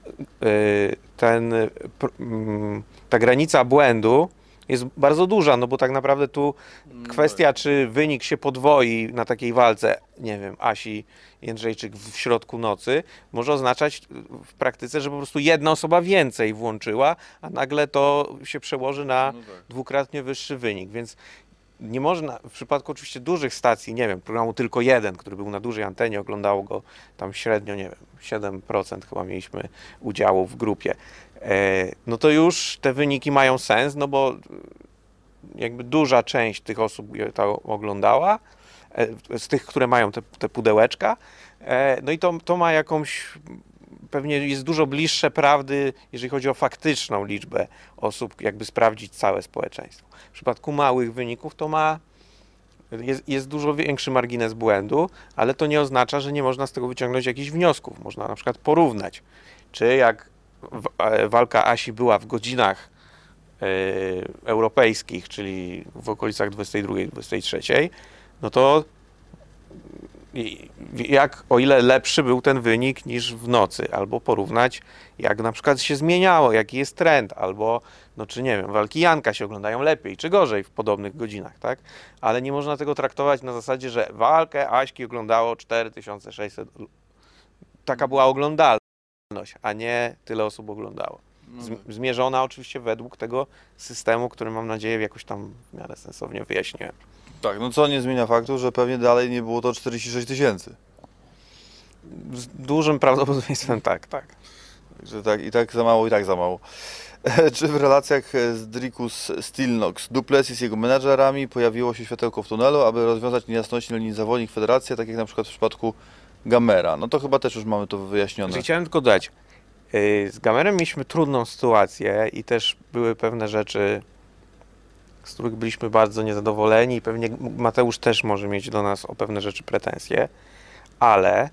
S2: ta granica błędu jest bardzo duża, no bo tak naprawdę tu kwestia, czy wynik się podwoi na takiej walce, nie wiem, Asi Jędrzejczyk w środku nocy, może oznaczać w praktyce, że po prostu jedna osoba więcej włączyła, a nagle to się przełoży na dwukrotnie wyższy wynik, więc nie można, w przypadku oczywiście dużych stacji, nie wiem, programu Tylko Jeden, który był na dużej antenie, oglądało go tam średnio, nie wiem, 7% chyba mieliśmy udziału w grupie. No to już te wyniki mają sens, no bo jakby duża część tych osób to oglądała, z tych, które mają te pudełeczka, no i to ma jakąś, pewnie jest dużo bliższe prawdy, jeżeli chodzi o faktyczną liczbę osób, jakby sprawdzić całe społeczeństwo. W przypadku małych wyników to jest dużo większy margines błędu, ale to nie oznacza, że nie można z tego wyciągnąć jakichś wniosków. Można na przykład porównać, czy jak walka Asi była w godzinach europejskich, czyli w okolicach 22-23, no to o ile lepszy był ten wynik niż w nocy, albo porównać, jak na przykład się zmieniało, jaki jest trend, albo, no czy nie wiem, walki Janka się oglądają lepiej, czy gorzej w podobnych godzinach, tak? Ale nie można tego traktować na zasadzie, że walkę Aśki oglądało 4600. Taka była oglądalność, a nie tyle osób oglądało. Zmierzona oczywiście według tego systemu, który mam nadzieję jakoś tam w miarę sensownie wyjaśniłem.
S1: Tak, no co nie zmienia faktu, że pewnie dalej nie było to 46 000.
S2: Z dużym prawdopodobieństwem tak.
S1: Że tak, i tak za mało, i tak za mało. Czy w relacjach z Dricus Stilnox, Duplessis z jego menadżerami pojawiło się światełko w tunelu, aby rozwiązać niejasności na linii zawodnik-federacja, tak jak na przykład w przypadku Gamera? No to chyba też już mamy to wyjaśnione.
S2: Chciałem tylko dodać, z Gamerem mieliśmy trudną sytuację i też były pewne rzeczy, z których byliśmy bardzo niezadowoleni i pewnie Mateusz też może mieć do nas o pewne rzeczy pretensje, ale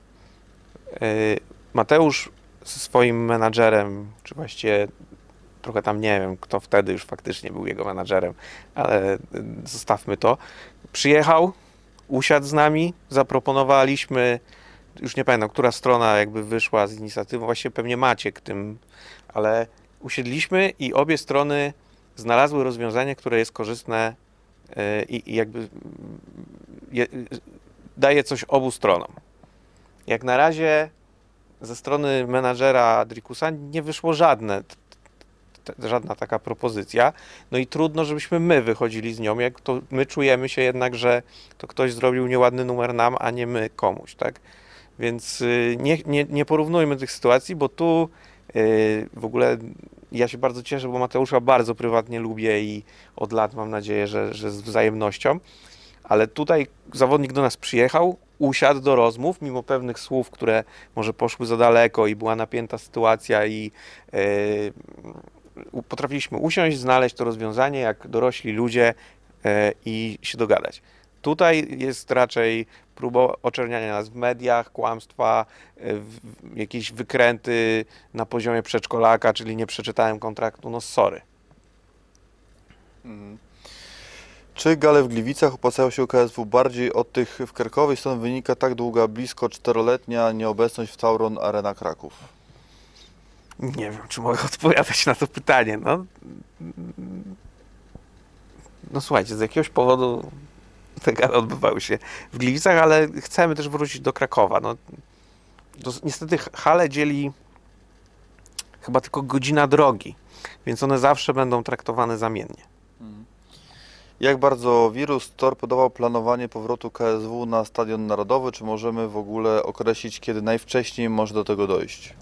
S2: Mateusz ze swoim menadżerem, czy właściwie trochę tam nie wiem, kto wtedy już faktycznie był jego menadżerem, ale zostawmy to, przyjechał, usiadł z nami, zaproponowaliśmy, już nie pamiętam, która strona jakby wyszła z inicjatywą, właściwie pewnie Maciek tym, ale usiedliśmy i obie strony znalazły rozwiązanie, które jest korzystne i jakby daje coś obu stronom. Jak na razie ze strony menadżera Dricusa nie wyszło żadna taka propozycja, no i trudno, żebyśmy my wychodzili z nią, jak to my czujemy się jednak, że to ktoś zrobił nieładny numer nam, a nie my komuś, tak? Więc nie porównujmy tych sytuacji, bo tu w ogóle ja się bardzo cieszę, bo Mateusza bardzo prywatnie lubię i od lat mam nadzieję, że z wzajemnością, ale tutaj zawodnik do nas przyjechał, usiadł do rozmów, mimo pewnych słów, które może poszły za daleko i była napięta sytuacja i potrafiliśmy usiąść, znaleźć to rozwiązanie jak dorośli ludzie i się dogadać. Tutaj jest raczej próba oczerniania nas w mediach, kłamstwa, jakieś wykręty na poziomie przedszkolaka, czyli nie przeczytałem kontraktu, no sorry.
S1: Czy gale w Gliwicach opłacają się KSW bardziej od tych w Krakowie? Stąd wynika tak długa, blisko 4-letnia nieobecność w Tauron Arena Kraków.
S2: Nie wiem, czy mogę odpowiadać na to pytanie. No słuchajcie, z jakiegoś powodu te gale odbywały się w Gliwicach, ale chcemy też wrócić do Krakowa. No, niestety hale dzieli chyba tylko godzina drogi, więc one zawsze będą traktowane zamiennie.
S1: Jak bardzo wirus torpedował planowanie powrotu KSW na Stadion Narodowy? Czy możemy w ogóle określić, kiedy najwcześniej może do tego dojść?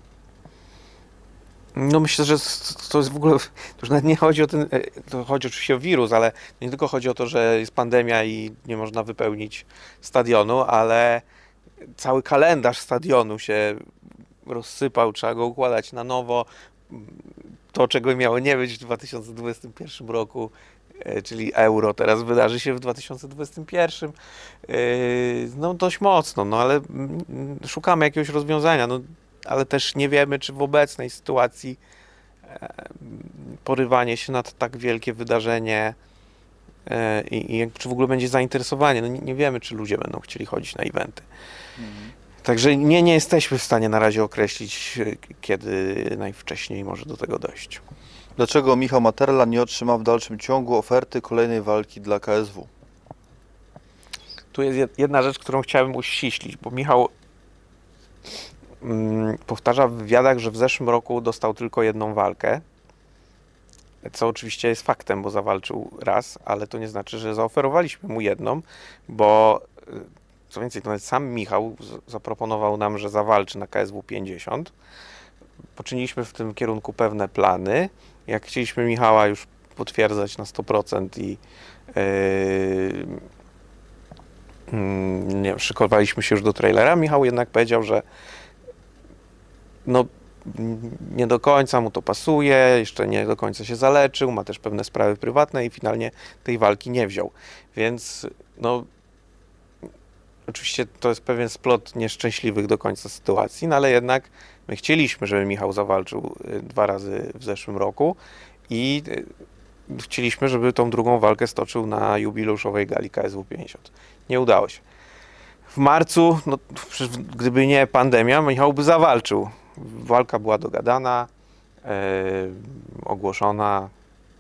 S2: No myślę, że to jest w ogóle, to już nawet nie chodzi o ten, to chodzi oczywiście o wirus, ale nie tylko chodzi o to, że jest pandemia i nie można wypełnić stadionu, ale cały kalendarz stadionu się rozsypał, trzeba go układać na nowo. To, czego miało nie być w 2021 roku, czyli Euro, teraz wydarzy się w 2021. No dość mocno, no ale szukamy jakiegoś rozwiązania, no ale też nie wiemy, czy w obecnej sytuacji porywanie się na tak wielkie wydarzenie i czy w ogóle będzie zainteresowanie. No nie wiemy, czy ludzie będą chcieli chodzić na eventy. Także nie jesteśmy w stanie na razie określić, kiedy najwcześniej może do tego dojść.
S1: Dlaczego Michał Materla nie otrzyma w dalszym ciągu oferty kolejnej walki dla KSW?
S2: Tu jest jedna rzecz, którą chciałbym uściślić, bo Michał powtarza w wywiadach, że w zeszłym roku dostał tylko jedną walkę, co oczywiście jest faktem, bo zawalczył raz, ale to nie znaczy, że zaoferowaliśmy mu jedną, bo co więcej, to nawet sam Michał zaproponował nam, że zawalczy na KSW 50. Poczyniliśmy w tym kierunku pewne plany. Jak chcieliśmy Michała już potwierdzać na 100% i szykowaliśmy się już do trailera, Michał jednak powiedział, że no nie do końca mu to pasuje, jeszcze nie do końca się zaleczył, ma też pewne sprawy prywatne i finalnie tej walki nie wziął. Więc no oczywiście to jest pewien splot nieszczęśliwych do końca sytuacji, no ale jednak my chcieliśmy, żeby Michał zawalczył 2 razy w zeszłym roku i chcieliśmy, żeby tą drugą walkę stoczył na jubileuszowej gali KSW 50. Nie udało się. W marcu, no, gdyby nie pandemia, Michał by zawalczył. Walka była dogadana, ogłoszona.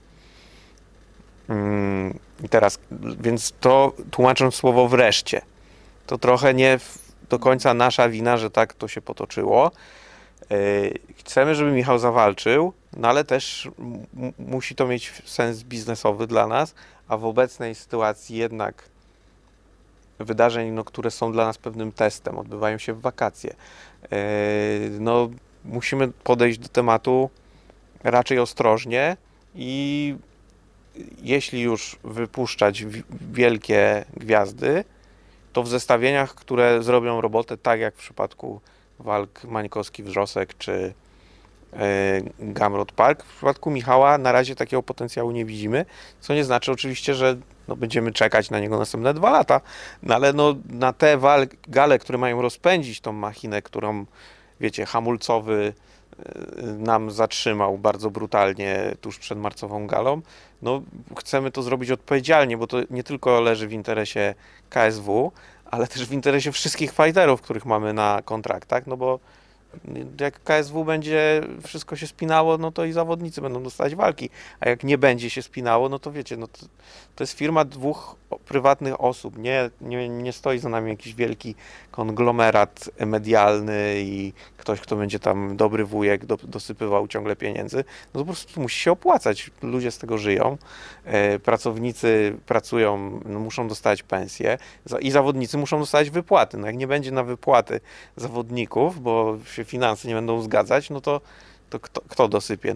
S2: I teraz, więc to tłumacząc słowo wreszcie, to trochę nie do końca nasza wina, że tak to się potoczyło. Chcemy, żeby Michał zawalczył, no ale też musi to mieć sens biznesowy dla nas, a w obecnej sytuacji jednak wydarzeń, no, które są dla nas pewnym testem, odbywają się w wakacje. No, musimy podejść do tematu raczej ostrożnie i jeśli już wypuszczać wielkie gwiazdy, to w zestawieniach, które zrobią robotę tak jak w przypadku walk Mańkowski-Wrzosek czy Gamrot Park. W przypadku Michała na razie takiego potencjału nie widzimy, co nie znaczy oczywiście, że będziemy czekać na niego następne 2 lata, no ale na te gale, które mają rozpędzić tą machinę, którą, wiecie, hamulcowy nam zatrzymał bardzo brutalnie tuż przed marcową galą, chcemy to zrobić odpowiedzialnie, bo to nie tylko leży w interesie KSW, ale też w interesie wszystkich fighterów, których mamy na kontraktach, bo jak KSW będzie wszystko się spinało, to i zawodnicy będą dostawać walki, a jak nie będzie się spinało, to wiecie, to jest firma 2 prywatnych osób, nie stoi za nami jakiś wielki konglomerat medialny i ktoś, kto będzie tam dobry wujek, dosypywał ciągle pieniędzy, to po prostu musi się opłacać, ludzie z tego żyją, pracownicy pracują, muszą dostać pensje i zawodnicy muszą dostać wypłaty, jak nie będzie na wypłaty zawodników, bo się finanse nie będą zgadzać, to kto dosypie,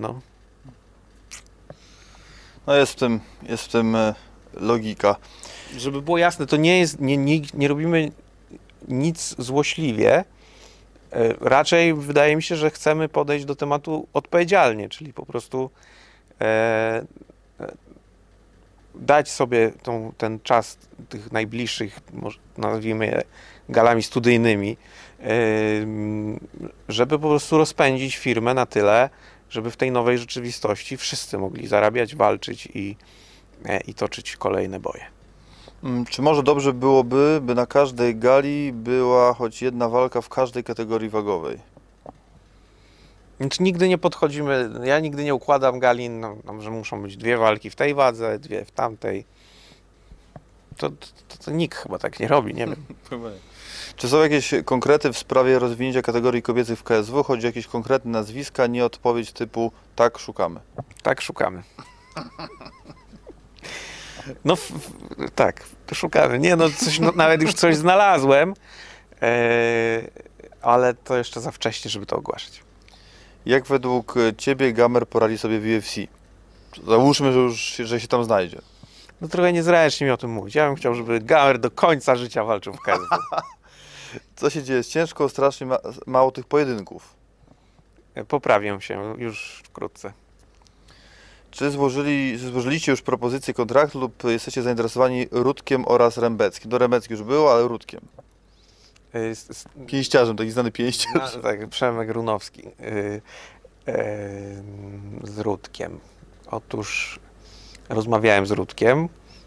S1: Jest w tym logika.
S2: Żeby było jasne, to nie robimy nic złośliwie, raczej wydaje mi się, że chcemy podejść do tematu odpowiedzialnie, czyli po prostu dać sobie ten czas tych najbliższych, może nazwijmy je galami studyjnymi, żeby po prostu rozpędzić firmę na tyle, żeby w tej nowej rzeczywistości wszyscy mogli zarabiać, walczyć i toczyć kolejne boje.
S1: Czy może dobrze byłoby, by na każdej gali była choć jedna walka w każdej kategorii wagowej?
S2: Nigdy nie podchodzimy, ja nigdy nie układam gali, że muszą być 2 walki w tej wadze, 2 w tamtej. To nikt chyba tak nie robi, nie wiem.
S1: Czy są jakieś konkrety w sprawie rozwinięcia kategorii kobiecych w KSW? Chodzi o jakieś konkretne nazwiska, nie odpowiedź typu tak, szukamy.
S2: Tak, szukamy. Tak, szukamy. Nawet już coś znalazłem, ale to jeszcze za wcześnie, żeby to ogłaszać.
S1: Jak według Ciebie Gamer poradzi sobie w UFC? Załóżmy, że się tam znajdzie.
S2: Trochę niezręcznie mi o tym mówić. Ja bym chciał, żeby Gamer do końca życia walczył w KSW.
S1: Co się dzieje? Jest ciężko, strasznie mało tych pojedynków.
S2: Poprawię się już wkrótce.
S1: Czy złożyliście już propozycję kontraktu lub jesteście zainteresowani Rudkiem oraz Rembeckim? Rembecki już było, ale Rudkiem. Pięściarzem, taki znany pięściarz.
S2: Tak, Przemek Runowski z Rudkiem. Otóż rozmawiałem z Rudkiem.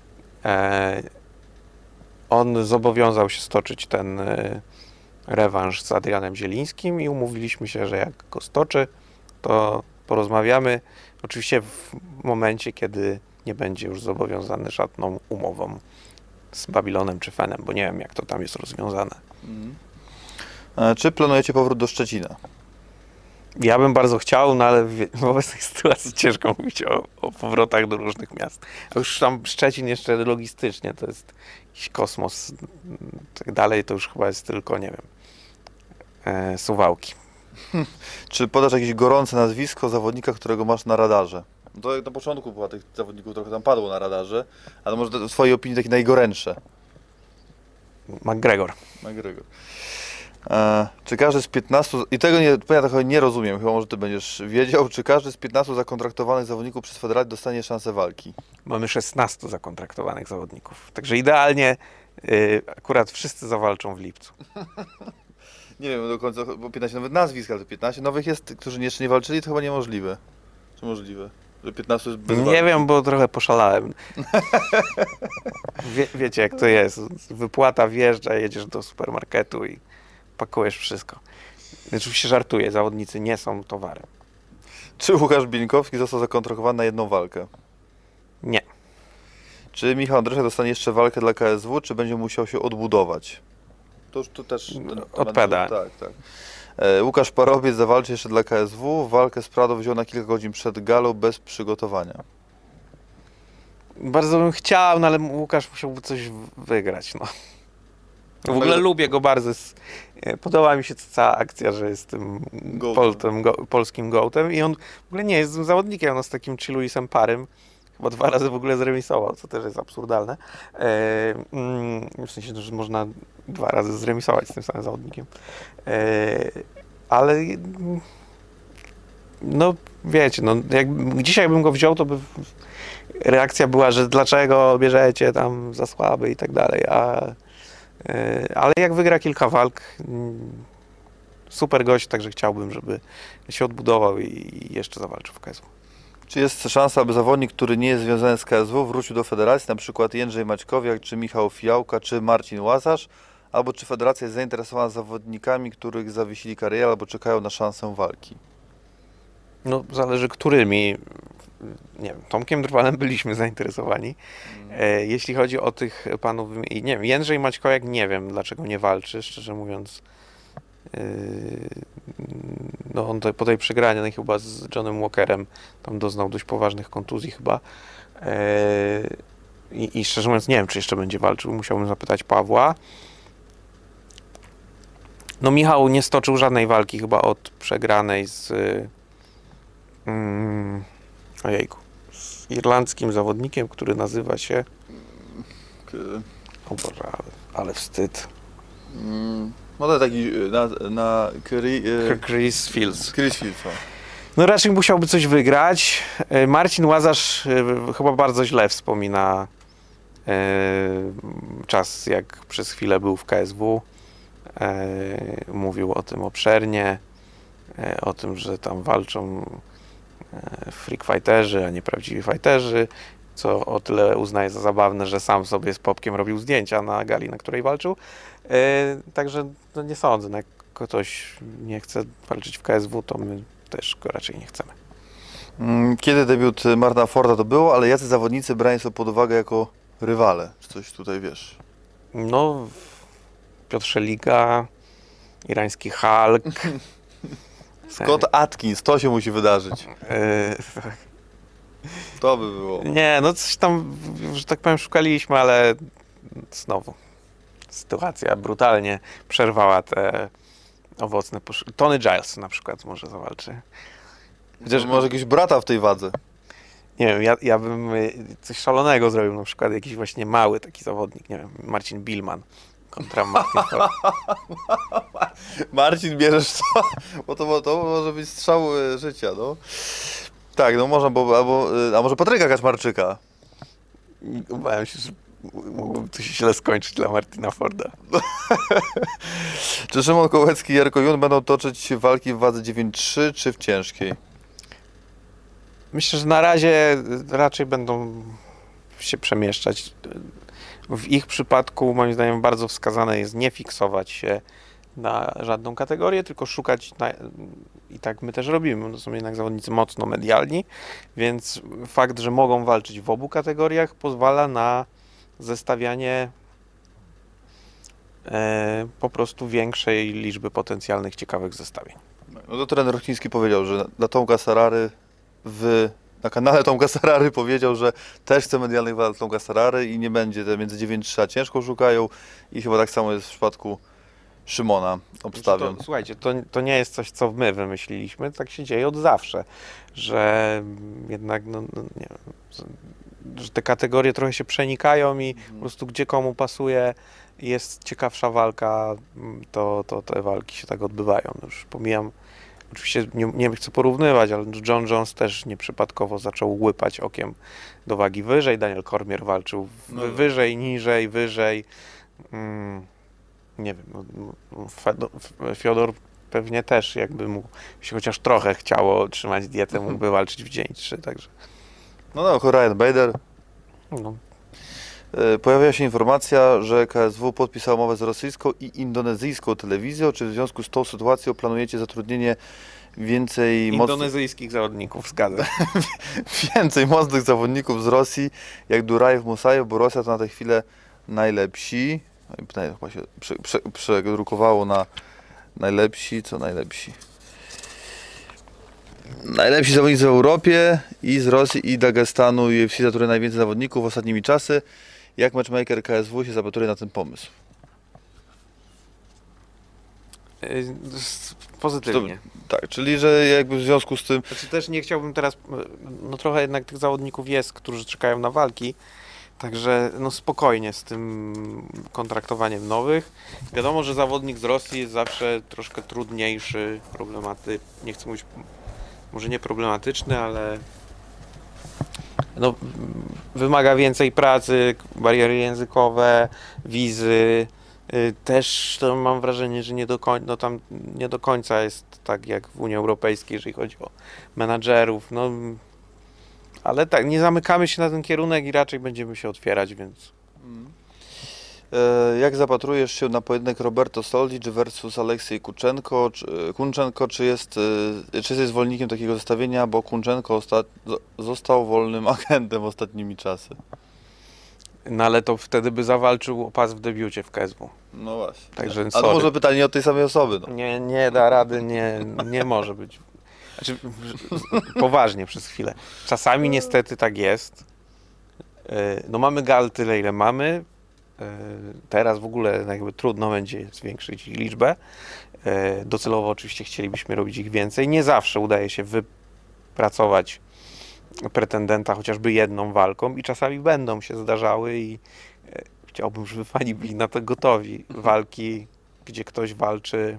S2: On zobowiązał się stoczyć ten rewanż z Adrianem Zielińskim i umówiliśmy się, że jak go stoczy, to porozmawiamy. Oczywiście w momencie, kiedy nie będzie już zobowiązany żadną umową z Babilonem czy Fenem, bo nie wiem, jak to tam jest rozwiązane.
S1: Czy planujecie powrót do Szczecina?
S2: Ja bym bardzo chciał, ale w obecnej sytuacji ciężko mówić o powrotach do różnych miast. A już tam Szczecin jeszcze logistycznie to jest jakiś kosmos. Tak dalej to już chyba jest tylko, nie wiem, Suwałki.
S1: Czy podasz jakieś gorące nazwisko zawodnika, którego masz na radarze? To jak na początku była tych zawodników trochę tam padło na radarze, ale może w twojej opinii takie najgorętsze?
S2: McGregor.
S1: Czy każdy z 15, i tego nie rozumiem, chyba może ty będziesz wiedział, czy każdy z 15 zakontraktowanych zawodników przez federację dostanie szansę walki?
S2: Mamy 16 zakontraktowanych zawodników, także idealnie akurat wszyscy zawalczą w lipcu.
S1: Nie wiem do końca, bo 15 nawet nazwisk, ale 15 nowych jest, którzy jeszcze nie walczyli, to chyba niemożliwe. Czy możliwe? Że 15 jest bez walki?
S2: Nie wiem, bo trochę poszalałem. Wiecie, jak to jest. Wypłata, wjeżdża, jedziesz do supermarketu i pakujesz wszystko. Oczywiście żartuję, zawodnicy nie są towarem.
S1: Czy Łukasz Bieńkowski został zakontraktowany na jedną walkę?
S2: Nie.
S1: Czy Michał Andryszak dostanie jeszcze walkę dla KSW, czy będzie musiał się odbudować? To już tu też...
S2: Odpada.
S1: Tak. Łukasz Parobiec zawalczy jeszcze dla KSW. Walkę z Prado wziął na kilka godzin przed galą bez przygotowania.
S2: Bardzo bym chciał, ale Łukasz musiałby coś wygrać. W ogóle lubię go bardzo. Podoba mi się cała akcja, że jest tym polskim gołtem i on w ogóle nie jest tym zawodnikiem, on jest takim Luisem Parym. Chyba 2 razy w ogóle zremisował, co też jest absurdalne. W sensie, że można 2 razy zremisować z tym samym zawodnikiem. Ale no wiecie, no jak dzisiaj bym go wziął, to by reakcja była, że dlaczego bierzecie tam za słaby i tak dalej, ale jak wygra kilka walk, super gość, także chciałbym, żeby się odbudował i jeszcze zawalczył w KSW.
S1: Czy jest szansa, aby zawodnik, który nie jest związany z KSW, wrócił do federacji, na przykład Jędrzej Maćkowiak, czy Michał Fijałka, czy Marcin Łazarz, albo czy federacja jest zainteresowana zawodnikami, których zawiesili karierę, albo czekają na szansę walki?
S2: No, zależy którymi. Nie wiem, Tomkiem Drwalem byliśmy zainteresowani. Jeśli chodzi o tych panów, nie wiem, Jędrzej Maćkowiak nie wiem, dlaczego nie walczy, szczerze mówiąc. No on po tej przegranej chyba z Johnem Walkerem tam doznał dość poważnych kontuzji chyba. I szczerze mówiąc nie wiem, czy jeszcze będzie walczył. Musiałbym zapytać Pawła. No Michał nie stoczył żadnej walki chyba od przegranej z z irlandzkim zawodnikiem, który nazywa się o Boże, ale wstyd.
S1: No to taki
S2: Chris Fields.
S1: Chris Fields.
S2: No raczej musiałby coś wygrać. Marcin Łazarz chyba bardzo źle wspomina czas, jak przez chwilę był w KSW. Mówił o tym obszernie, o tym, że tam walczą freak fighterzy, a nie prawdziwi fighterzy, co o tyle uznaje za zabawne, że sam sobie z Popkiem robił zdjęcia na gali, na której walczył. Także no nie sądzę, no jak ktoś nie chce walczyć w KSW, to my też go raczej nie chcemy.
S1: Kiedy debiut Martina Forda to było, ale jacy zawodnicy brani są pod uwagę jako rywale? Czy coś tutaj wiesz?
S2: No, Piotr Szeliga, irański Hulk.
S1: Scott Atkins, to się musi wydarzyć. To by było.
S2: Nie, no coś tam, że tak powiem, szukaliśmy, ale znowu sytuacja brutalnie przerwała te owocne Tony Giles na przykład może zawalczy.
S1: Chociaż może jakiegoś brata w tej wadze.
S2: Nie wiem, ja bym coś szalonego zrobił, na przykład jakiś właśnie mały taki zawodnik, nie wiem, Marcin Billman kontra Martin Ford.
S1: Marcin, bierzesz to? Bo to może być strzał życia, no. Tak, no można, a może Patryka Kaczmarczyka?
S2: Obawiam się, że mogłoby to się źle skończyć dla Martina Forda.
S1: Czy Szymon Kołecki i Jarko Jun będą toczyć walki w wadze 9-3 czy w ciężkiej?
S2: Myślę, że na razie raczej będą się przemieszczać. W ich przypadku moim zdaniem bardzo wskazane jest nie fiksować się na żadną kategorię, tylko szukać, i tak my też robimy, to są jednak zawodnicy mocno medialni, więc fakt, że mogą walczyć w obu kategoriach pozwala na zestawianie po prostu większej liczby potencjalnych ciekawych zestawień.
S1: No to trener chiński powiedział, że dla Tomka Sarary na kanale Tomka Sarary powiedział, że też chce medialnych walk Tomka Sarary i nie będzie te między 9-3 a ciężko szukają i chyba tak samo jest w przypadku Szymona, obstawiam.
S2: Słuchajcie, to nie jest coś, co my wymyśliliśmy, tak się dzieje od zawsze, że jednak nie wiem, że te kategorie trochę się przenikają i po prostu gdzie komu pasuje, jest ciekawsza walka, to te walki się tak odbywają. Już pomijam, oczywiście nie chcę porównywać, ale John Jones też nieprzypadkowo zaczął łypać okiem do wagi wyżej, Daniel Cormier walczył wyżej, niżej, wyżej. Nie wiem, Fiodor pewnie też, jakby mu się chociaż trochę chciało trzymać dietę, mógłby walczyć w dzień 3, także.
S1: No, Ryan Bader.
S2: No.
S1: Pojawia się informacja, że KSW podpisało umowę z rosyjską i indonezyjską telewizją. Czy w związku z tą sytuacją planujecie zatrudnienie więcej
S2: indonezyjskich zawodników, zgadzam.
S1: Więcej mocnych zawodników z Rosji, jak Durajew, Musajew, bo Rosja to na tę chwilę najlepsi. Chyba się przedrukowało na najlepsi, co najlepsi. Najlepsi zawodnicy w Europie i z Rosji i Dagestanu UFC zatrudnia najwięcej zawodników ostatnimi czasy. Jak matchmaker KSW się zapatruje na ten pomysł?
S2: Pozytywnie.
S1: Tak, czyli że jakby w związku z tym...
S2: Znaczy też nie chciałbym teraz, no trochę jednak tych zawodników jest, którzy czekają na walki, także no spokojnie z tym kontraktowaniem nowych. Wiadomo, że zawodnik z Rosji jest zawsze troszkę trudniejszy, nie chcę mówić, może nie problematyczny, ale no, wymaga więcej pracy, bariery językowe, wizy. Też to mam wrażenie, że tam nie do końca jest tak jak w Unii Europejskiej, jeżeli chodzi o menadżerów. No, ale tak, nie zamykamy się na ten kierunek i raczej będziemy się otwierać, więc...
S1: Jak zapatrujesz się na pojedynek Roberto Soldic versus Aleksiej Kunczenko, czy jesteś zwolennikiem takiego zestawienia, bo Kunczenko został wolnym agentem ostatnimi czasy?
S2: No ale to wtedy by zawalczył o pas w debiucie w KSW.
S1: No właśnie.
S2: Także
S1: A to może pytanie od tej samej osoby. No.
S2: Nie da rady, nie może być. Znaczy, poważnie przez chwilę. Czasami niestety tak jest. No mamy gal tyle, ile mamy. Teraz w ogóle jakby trudno będzie zwiększyć ich liczbę. Docelowo oczywiście chcielibyśmy robić ich więcej. Nie zawsze udaje się wypracować pretendenta chociażby jedną walką i czasami będą się zdarzały i chciałbym, żeby fani byli na to gotowi. Walki, gdzie ktoś walczy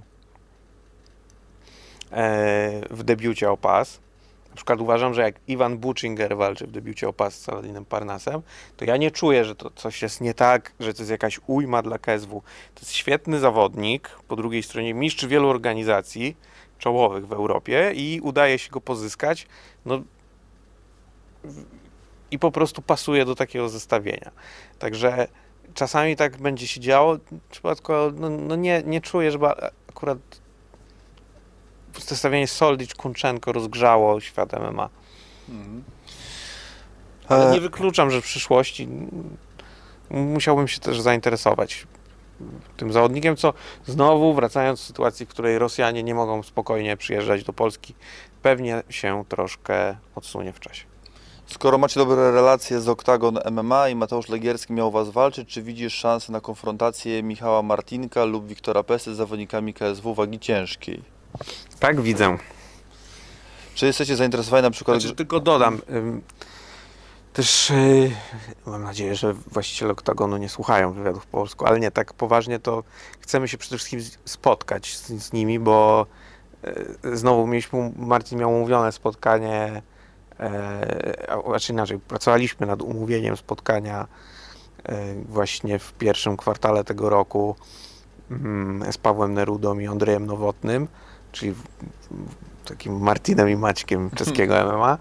S2: w debiucie o pas. Na przykład uważam, że jak Iwan Buchinger walczy w debiucie o pas z Saladinem Parnasem, to ja nie czuję, że to coś jest nie tak, że to jest jakaś ujma dla KSW. To jest świetny zawodnik, po drugiej stronie mistrz wielu organizacji czołowych w Europie i udaje się go pozyskać. No, i po prostu pasuje do takiego zestawienia. Także czasami tak będzie się działo. Przypadkowo nie czuję, żeby akurat zestawienie Soldic-Kunczenko rozgrzało świat MMA. Ale nie wykluczam, że w przyszłości musiałbym się też zainteresować tym zawodnikiem, co znowu wracając do sytuacji, w której Rosjanie nie mogą spokojnie przyjeżdżać do Polski, pewnie się troszkę odsunie w czasie.
S1: Skoro macie dobre relacje z Oktagon MMA i Mateusz Legierski miał was walczyć, czy widzisz szansę na konfrontację Michała Martinka lub Wiktora Pesy z zawodnikami KSW wagi ciężkiej?
S2: Tak, widzę.
S1: Czy jesteście zainteresowani na przykład...
S2: Znaczy, tylko dodam, też mam nadzieję, że właściciele Oktagonu nie słuchają wywiadów po polsku, ale nie, tak poważnie to chcemy się przede wszystkim spotkać z nimi, bo znowu Marcin miał umówione spotkanie, znaczy inaczej, pracowaliśmy nad umówieniem spotkania właśnie w pierwszym kwartale tego roku z Pawłem Nerudą i Andrzejem Nowotnym, czyli takim Martinem i Maćkiem czeskiego MMA.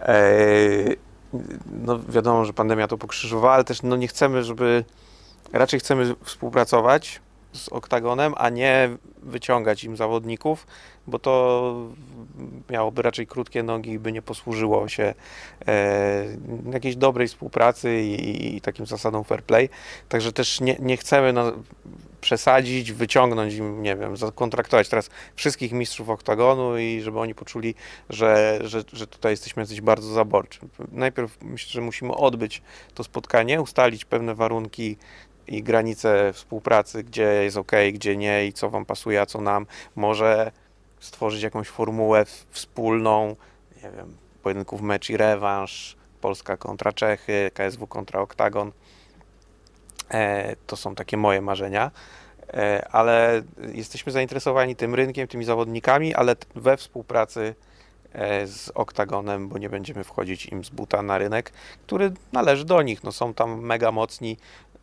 S2: No wiadomo, że pandemia to pokrzyżowała, ale też no nie chcemy, raczej chcemy współpracować z Oktagonem, a nie wyciągać im zawodników, bo to miałoby raczej krótkie nogi i by nie posłużyło się jakiejś dobrej współpracy i takim zasadom fair play. Także też nie chcemy przesadzić, wyciągnąć im, nie wiem, zakontraktować teraz wszystkich mistrzów Oktagonu i żeby oni poczuli, że tutaj jesteśmy jacyś bardzo zaborczy. Najpierw myślę, że musimy odbyć to spotkanie, ustalić pewne warunki i granice współpracy, gdzie jest ok, gdzie nie i co wam pasuje, a co nam. Może stworzyć jakąś formułę wspólną, nie wiem, pojedynków mecz i rewanż, Polska kontra Czechy, KSW kontra Oktagon. To są takie moje marzenia, ale jesteśmy zainteresowani tym rynkiem, tymi zawodnikami, ale we współpracy z Oktagonem, bo nie będziemy wchodzić im z buta na rynek, który należy do nich. No, są tam mega mocni.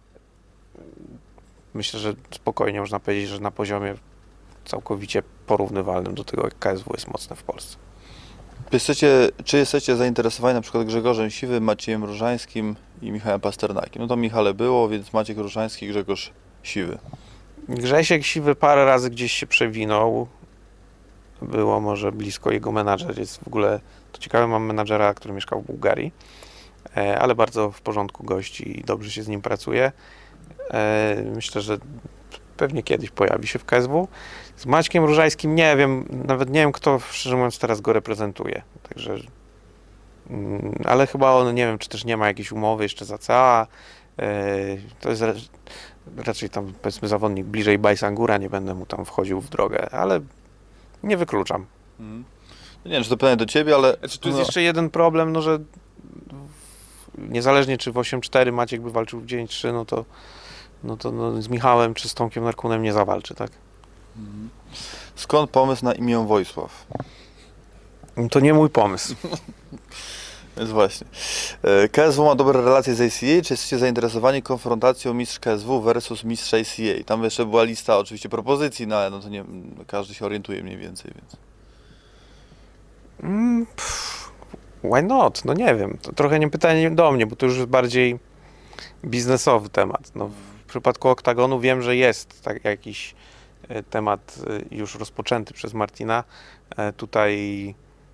S2: Myślę, że spokojnie można powiedzieć, że na poziomie całkowicie porównywalnym do tego, jak KSW jest mocne w Polsce.
S1: Czy jesteście zainteresowani na przykład Grzegorzem Siwym, Maciejem Różańskim i Michałem Pasternakiem? No to Michale było, więc Maciek Różański, Grzegorz Siwy.
S2: Grzesiek Siwy parę razy gdzieś się przewinął. Było może blisko, jego menadżer jest w ogóle, to ciekawe, mam menadżera, który mieszkał w Bułgarii, ale bardzo w porządku gości i dobrze się z nim pracuje. Myślę, że pewnie kiedyś pojawi się w KSW. Z Maćkiem Różańskim nie wiem, nawet nie wiem, kto szczerze mówiąc teraz go reprezentuje. Także, ale chyba on, nie wiem, czy też nie ma jakiejś umowy jeszcze za CA. To jest raczej tam, powiedzmy, zawodnik bliżej Bajsangura, nie będę mu tam wchodził w drogę, ale nie wykluczam.
S1: Nie wiem, czy to pytanie do ciebie, ale...
S2: Tu jest jeszcze jeden problem, no że niezależnie czy w 8-4 Maciek by walczył w 9-3, no to z Michałem czy z Tomkiem Narkunem nie zawalczy, tak?
S1: Skąd pomysł na imię Wojsław?
S2: To nie mój pomysł.
S1: Więc właśnie. KSW ma dobre relacje z ACA, czy jesteście zainteresowani konfrontacją mistrz KSW versus mistrz ACA? Tam jeszcze była lista oczywiście propozycji, no ale no to nie, każdy się orientuje mniej więcej, więc...
S2: Why not? No nie wiem. To trochę nie pytanie do mnie, bo to już jest bardziej biznesowy temat. No, w przypadku Oktagonu wiem, że jest tak jakiś temat już rozpoczęty przez Martina. Tutaj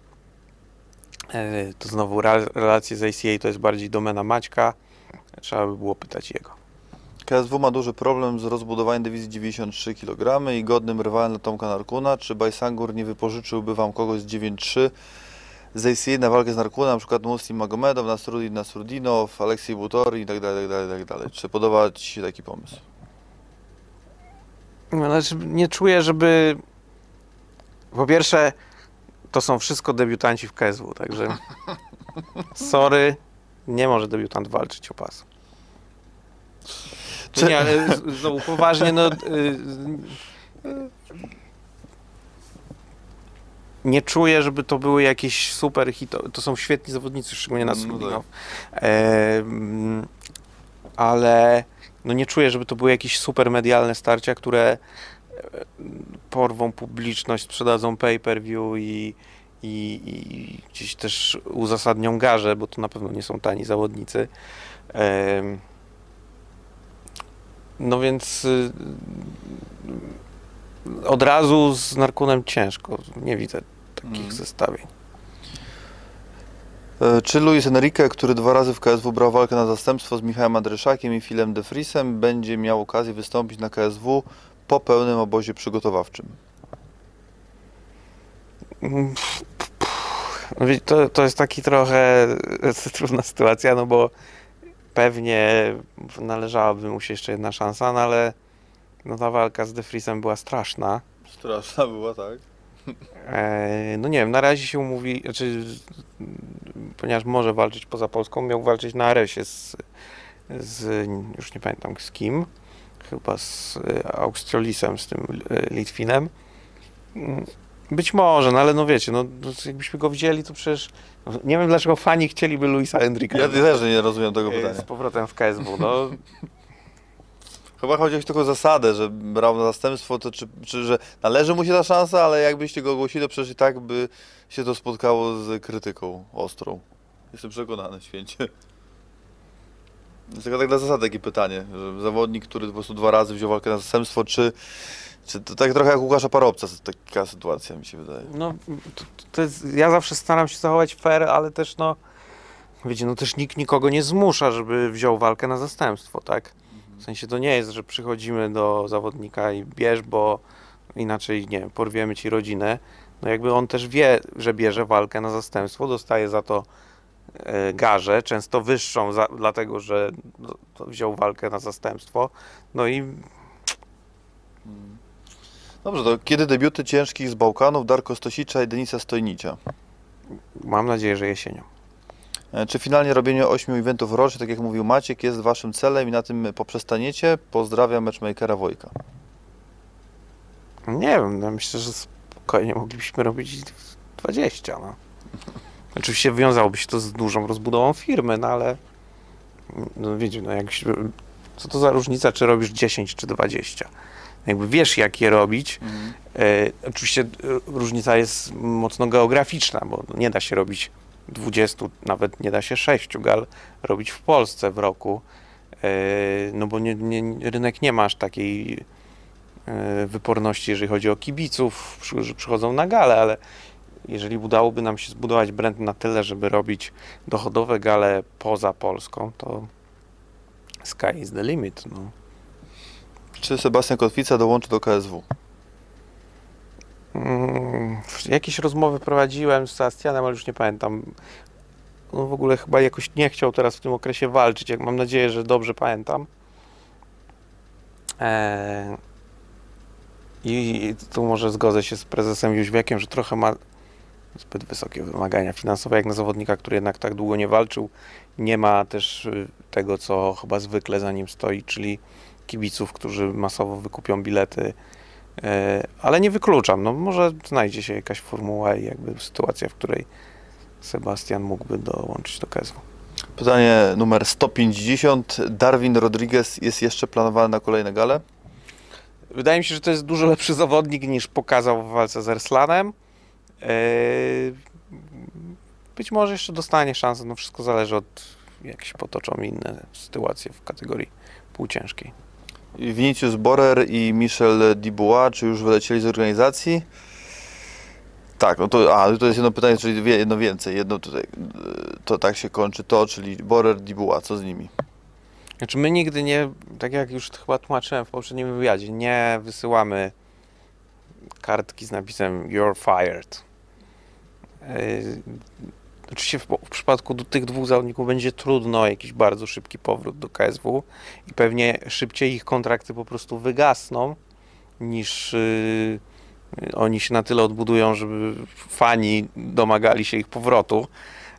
S2: to znowu relacje z ACA to jest bardziej domena Maćka. Trzeba by było pytać jego.
S1: KSW ma duży problem z rozbudowaniem dywizji 93 kg i godnym rywalem dla Tomka Narkuna. Czy Bajsangur nie wypożyczyłby wam kogoś z 9-3 z ACA na walkę z Narkunem, na przykład Muslim Magomedow, Nasrudinow, Aleksiej Butori i tak dalej. Czy podoba ci się taki pomysł?
S2: Znaczy, nie czuję, żeby... Po pierwsze, to są wszystko debiutanci w KSW, także sorry, nie może debiutant walczyć o pas. Nie, ale znowu poważnie, no... Nie czuję, żeby to były jakieś super hity. To są świetni zawodnicy, szczególnie Nasrudinow. Ale no nie czuję, żeby to były jakieś super medialne starcia, które porwą publiczność, sprzedadzą pay-per-view i gdzieś też uzasadnią garze, bo to na pewno nie są tani zawodnicy. No więc od razu z Narkunem ciężko. Nie widzę takich zestawień.
S1: Czy Luis Enrique, który 2 razy w KSW brał walkę na zastępstwo z Michałem Andryszakiem i Philem de Vriesem, będzie miał okazję wystąpić na KSW po pełnym obozie przygotowawczym?
S2: To jest taki trochę trudna sytuacja, no bo pewnie należałaby mu się jeszcze jedna szansa, no ale no ta walka z de Vriesem była straszna.
S1: Straszna była, tak?
S2: No nie wiem, na razie się umówi, znaczy, ponieważ może walczyć poza Polską, miał walczyć na Aresie z już nie pamiętam z kim, chyba z Australisem, z tym Litwinem. Być może, no ale no wiecie, no jakbyśmy go widzieli, to przecież nie wiem, dlaczego fani chcieliby Luisa Enrique'a.
S1: Ja też nie rozumiem tego pytania.
S2: Z powrotem w KSW, no.
S1: Chyba chodzi o taką zasadę, że brał na zastępstwo, to czy że należy mu się ta szansa, ale jakbyście go ogłosili, to przecież i tak by się to spotkało z krytyką ostrą. Jestem przekonany, święcie. Jest tylko tak dla zasady takie pytanie, że zawodnik, który po prostu 2 razy wziął walkę na zastępstwo, czy to tak trochę jak Łukasza Parobca, taka sytuacja mi się wydaje.
S2: No, to jest, ja zawsze staram się zachować fair, ale też no, wiecie, no też nikt nikogo nie zmusza, żeby wziął walkę na zastępstwo, tak? W sensie to nie jest, że przychodzimy do zawodnika i bierz, bo inaczej, nie wiem, porwiemy ci rodzinę. No jakby on też wie, że bierze walkę na zastępstwo, dostaje za to garzę, często wyższą, dlatego że wziął walkę na zastępstwo. No i...
S1: Dobrze, to kiedy debiuty ciężkich z Bałkanów Darko Stosicza i Denisa Stojnicia?
S2: Mam nadzieję, że jesienią.
S1: Czy finalnie robienie 8 eventów rocznie, tak jak mówił Maciek, jest waszym celem i na tym poprzestaniecie? Pozdrawiam matchmakera Wojka.
S2: Nie wiem, no myślę, że spokojnie moglibyśmy robić 20, no. Oczywiście wiązałoby się to z dużą rozbudową firmy, no ale no wiecie, no jak co to za różnica, czy robisz 10 czy 20? Jakby wiesz, jak je robić. Oczywiście różnica jest mocno geograficzna, bo nie da się robić 20, nawet nie da się 6 gal robić w Polsce w roku, no bo rynek nie ma aż takiej wyporności, jeżeli chodzi o kibiców, że przychodzą na gale, ale jeżeli udałoby nam się zbudować brand na tyle, żeby robić dochodowe gale poza Polską, to sky is the limit. No.
S1: Czy Sebastian Kotwica dołączy do KSW?
S2: Jakieś rozmowy prowadziłem z Sebastianem, ale już nie pamiętam. on w ogóle chyba jakoś nie chciał teraz w tym okresie walczyć, jak mam nadzieję, że dobrze pamiętam. I tu może zgodzę się z prezesem Jóźwiakiem, że trochę ma zbyt wysokie wymagania finansowe, jak na zawodnika, który jednak tak długo nie walczył. Nie ma też tego, co chyba zwykle za nim stoi, czyli kibiców, którzy masowo wykupią bilety. Ale nie wykluczam, no może znajdzie się jakaś formuła i jakby sytuacja, w której Sebastian mógłby dołączyć do KSW.
S1: Pytanie numer 150. Darwin Rodriguez jest jeszcze planowany na kolejne gale?
S2: Wydaje mi się, że to jest dużo lepszy zawodnik niż pokazał w walce z Erslanem. Być może jeszcze dostanie szansę, no wszystko zależy od jak się potoczą inne sytuacje w kategorii półciężkiej.
S1: Vinicius Borer i Michel Dubois, czy już wylecieli z organizacji? Tak, no to jest jedno pytanie, czyli jedno więcej. Jedno tutaj, to tak się kończy to, czyli Borer, Dubois, co z nimi?
S2: Znaczy my nigdy nie, tak jak już chyba tłumaczyłem w poprzednim wywiadzie, nie wysyłamy kartki z napisem "You're fired". Oczywiście w przypadku tych dwóch zawodników będzie trudno jakiś bardzo szybki powrót do KSW i pewnie szybciej ich kontrakty po prostu wygasną, niż oni się na tyle odbudują, żeby fani domagali się ich powrotu.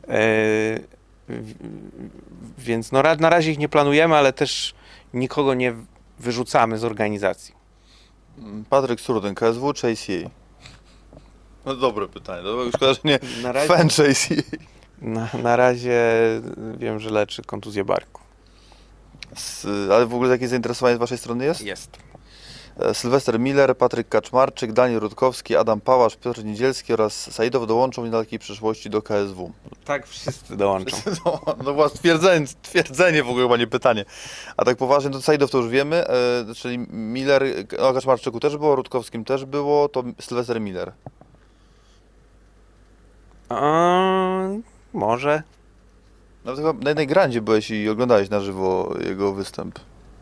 S2: Więc no, na razie ich nie planujemy, ale też nikogo nie wyrzucamy z organizacji.
S1: Patryk Surden, KSW czy ACA? No dobre pytanie, szkoda, że nie
S2: Na razie,
S1: fan czy ACA.
S2: na razie wiem, że leczy kontuzję barku.
S1: Ale w ogóle jakieś zainteresowanie z waszej strony jest?
S2: Jest.
S1: Sylwester Miller, Patryk Kaczmarczyk, Daniel Rutkowski, Adam Pałasz, Piotr Niedzielski oraz Saidow dołączą w niedalekiej przyszłości do KSW.
S2: Tak, wszyscy dołączą.
S1: No właśnie, twierdzenie w ogóle, chyba nie pytanie. A tak poważnie, to Saidow to już wiemy, czyli Miller, o Kaczmarczyku też było, Rutkowskim też było, to Sylwester Miller.
S2: Może.
S1: Nawet chyba na jednej grandzie byłeś i oglądałeś na żywo jego występ.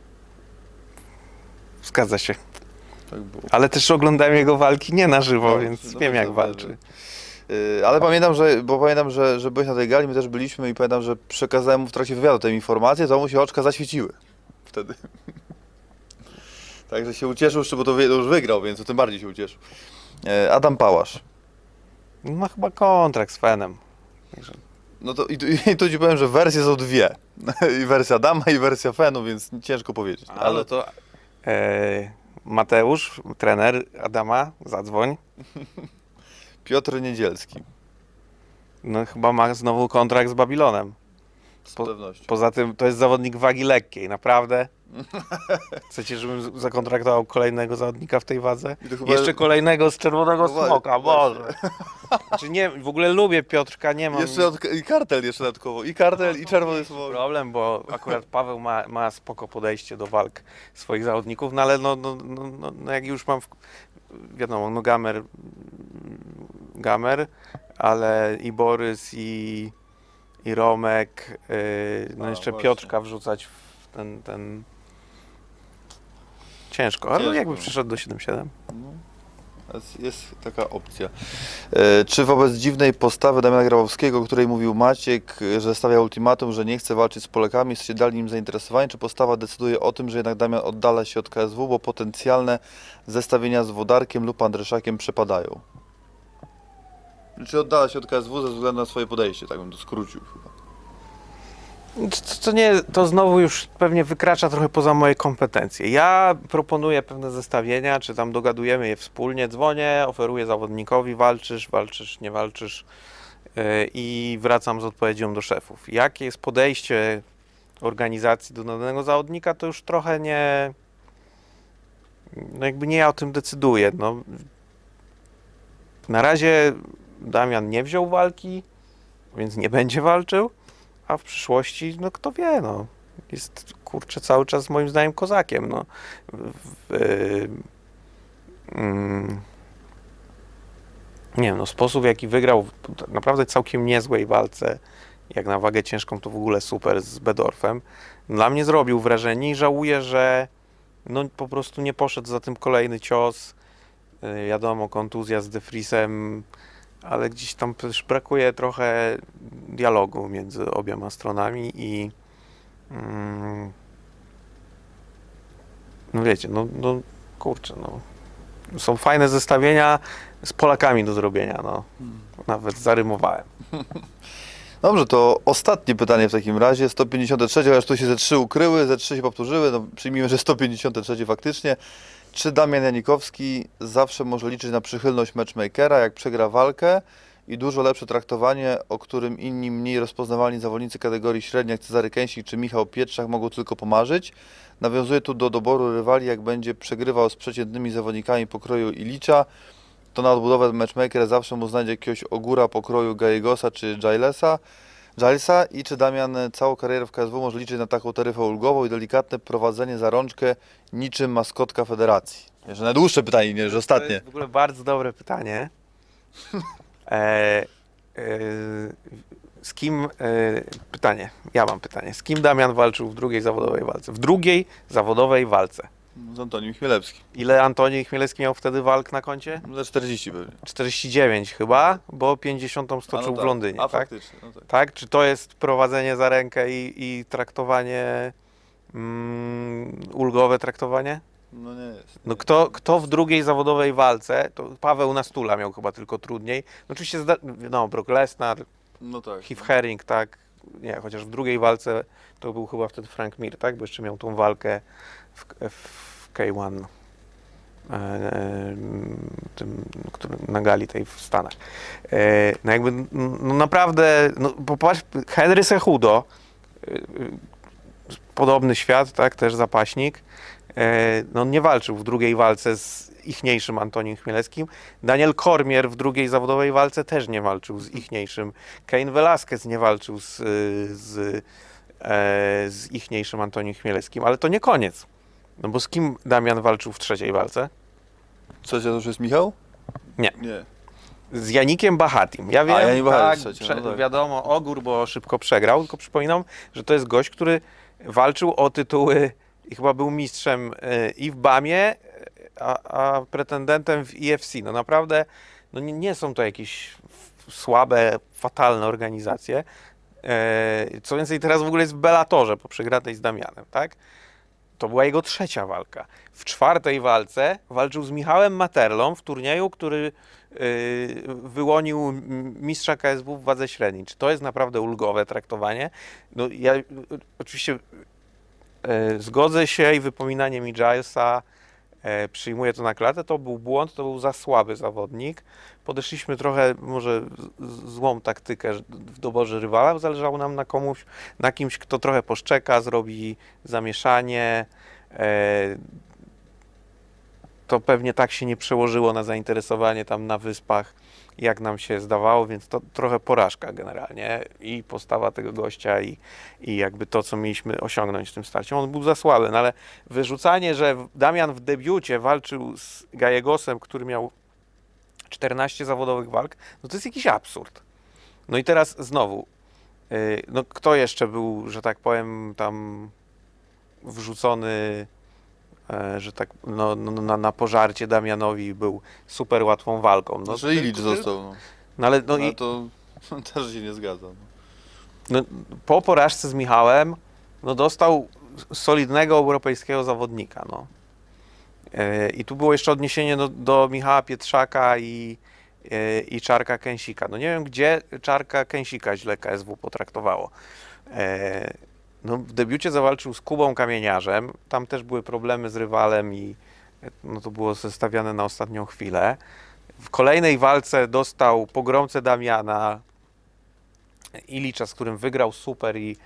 S2: Zgadza się.
S1: Tak było.
S2: Ale też oglądałem jego walki nie na żywo,
S1: No,
S2: więc
S1: no
S2: wiem jak
S1: myślę,
S2: walczy.
S1: Ale pamiętam, że byłeś na tej gali, my też byliśmy i pamiętam, że przekazałem mu w trakcie wywiadu tę informację, to mu się oczka zaświeciły wtedy. Także się ucieszył, bo to już wygrał, więc to tym bardziej się ucieszył. Adam Pałasz.
S2: Ma chyba kontrakt z Fenem. Także
S1: No to i tu ci powiem, że wersje są dwie. I wersja Adama, i wersja Fenu, więc ciężko powiedzieć.
S2: ale to Mateusz, trener Adama, zadzwoń.
S1: Piotr Niedzielski.
S2: No chyba ma znowu kontrakt z Babilonem.
S1: Z pewnością.
S2: Poza tym to jest zawodnik wagi lekkiej, naprawdę. Chcecie, żebym zakontraktował kolejnego zawodnika w tej wadze?
S1: I to chyba...
S2: Jeszcze kolejnego z czerwonego
S1: No
S2: smoka,
S1: właśnie.
S2: Boże. Znaczy nie, w ogóle lubię Piotrka, nie mam
S1: I kartel jeszcze dodatkowo. I kartel, i czerwony smok.
S2: problem, bo akurat Paweł ma spoko podejście do walk swoich zawodników, no ale no jak już mam, wiadomo, no Gamer, ale i Borys, i Romek, no jeszcze
S1: właśnie.
S2: Piotrka wrzucać w ten... Ciężko, ale
S1: Ciężko.
S2: jakby przyszedł do 7-7.
S1: Jest taka opcja. Czy wobec dziwnej postawy Damiana Grabowskiego, o której mówił Maciek, że stawia ultimatum, że nie chce walczyć z Polakami, jesteście dalej nim zainteresowani, czy postawa decyduje o tym, że jednak Damian oddala się od KSW, bo potencjalne zestawienia z Wodarkiem lub Andryszakiem przepadają? Czy oddala się od KSW ze względu na swoje podejście, tak bym to skrócił chyba.
S2: To znowu już pewnie wykracza trochę poza moje kompetencje. Ja proponuję pewne zestawienia, czy tam dogadujemy je wspólnie, dzwonię, oferuję zawodnikowi, walczysz, nie walczysz i wracam z odpowiedzią do szefów. Jakie jest podejście organizacji do danego zawodnika, to już trochę nie, no jakby nie ja o tym decyduję. No. Na razie Damian nie wziął walki, więc nie będzie walczył. A w przyszłości, no kto wie, no. Jest, kurczę, cały czas moim zdaniem kozakiem, no. Nie wiem, no sposób w jaki wygrał w naprawdę całkiem niezłej walce, jak na wagę ciężką, to w ogóle super z Bedorfem. Dla mnie zrobił wrażenie i żałuję, że no po prostu nie poszedł za tym kolejny cios. Wiadomo, kontuzja z De Vriesem, ale gdzieś tam też brakuje trochę dialogu między obiema stronami i no wiecie, kurczę, są fajne zestawienia z Polakami do zrobienia, nawet zarymowałem.
S1: Dobrze, to ostatnie pytanie w takim razie, 153, chociaż tu się ze 3 ukryły, ze 3 się powtórzyły, przyjmijmy, że 153 faktycznie. Czy Damian Janikowski zawsze może liczyć na przychylność matchmakera, jak przegra walkę i dużo lepsze traktowanie, o którym inni mniej rozpoznawalni zawodnicy kategorii średniej, jak Cezary Kęsik czy Michał Pietrzak, mogą tylko pomarzyć? Nawiązuje tu do doboru rywali, jak będzie przegrywał z przeciętnymi zawodnikami pokroju Ilicza, to na odbudowę matchmaker zawsze mu znajdzie jakiegoś ogóra pokroju Gallegosa czy Gilesa i czy Damian całą karierę w KSW może liczyć na taką taryfę ulgową i delikatne prowadzenie za rączkę niczym maskotka federacji? Jeszcze najdłuższe pytanie niż ostatnie.
S2: To jest w ogóle bardzo dobre pytanie. Z kim, ja mam pytanie. Z kim Damian walczył w drugiej zawodowej walce? W drugiej zawodowej walce.
S1: Z Antonim Chmielewskim.
S2: Ile Antoni Chmielewski miał wtedy walk na koncie?
S1: Za 40 pewnie.
S2: 49 chyba, bo 50 stoczył w Londynie, tak?
S1: Faktycznie.
S2: Tak? Czy to jest prowadzenie za rękę i traktowanie, ulgowe traktowanie?
S1: No nie jest.
S2: No kto w drugiej zawodowej walce, to Paweł Nastula miał chyba tylko trudniej. No oczywiście, Brock Lesnar,
S1: No tak.
S2: Heath Herring, tak? Nie, chociaż w drugiej walce to był chyba wtedy Frank Mir, tak? Bo jeszcze miał tą walkę w K1, na gali tej w Stanach. Naprawdę, popatrz, Henry Cejudo, podobny świat, tak? Też zapaśnik. On nie walczył w drugiej walce z ichniejszym Antonim Chmielewskim. Daniel Cormier w drugiej zawodowej walce też nie walczył z ichniejszym. Cain Velasquez nie walczył z ichniejszym Antonim Chmielewskim, ale to nie koniec. No bo z kim Damian walczył w trzeciej walce?
S1: Trzecia to już jest Michał?
S2: Nie.
S1: Nie.
S2: Z Janikiem Bahatim. Ja wiem,
S1: Janik Bahatim trzecia, tak.
S2: Wiadomo, ogór, bo szybko przegrał, tylko przypominam, że to jest gość, który walczył o tytuły i chyba był mistrzem i w BAM-ie, a pretendentem w EFC. No naprawdę, nie są to jakieś słabe, fatalne organizacje. Co więcej, teraz w ogóle jest w Bellatorze po przegranej z Damianem, tak? To była jego trzecia walka. W czwartej walce walczył z Michałem Materlą w turnieju, który wyłonił mistrza KSW w wadze średniej. Czy to jest naprawdę ulgowe traktowanie? No ja oczywiście zgodzę się i wypominanie mi Gilesa, przyjmuję to na klatę, to był błąd, to był za słaby zawodnik. Podeszliśmy trochę, może złą taktykę w doborze rywala, bo zależało nam na kimś, kto trochę poszczeka, zrobi zamieszanie. To pewnie tak się nie przełożyło na zainteresowanie tam na wyspach, jak nam się zdawało, więc to trochę porażka generalnie i postawa tego gościa i jakby to, co mieliśmy osiągnąć w tym starciu. On był za słaby, no ale wyrzucanie, że Damian w debiucie walczył z Gallegosem, który miał 14 zawodowych walk, no to jest jakiś absurd. No i teraz znowu, kto jeszcze był, że tak powiem, tam wrzucony, że tak, na pożarcie Damianowi był super łatwą walką.
S1: Że Ilicz został.
S2: Ale
S1: to też się nie zgadza.
S2: Po porażce z Michałem, dostał solidnego europejskiego zawodnika. I tu było jeszcze odniesienie do Michała Pietrzaka i Czarka Kęsika. Nie wiem, gdzie Czarka Kęsika źle KSW potraktowało. W debiucie zawalczył z Kubą Kamieniarzem. Tam też były problemy z rywalem i to było zestawiane na ostatnią chwilę. W kolejnej walce dostał pogromcę Damiana Ilicza, z którym wygrał super i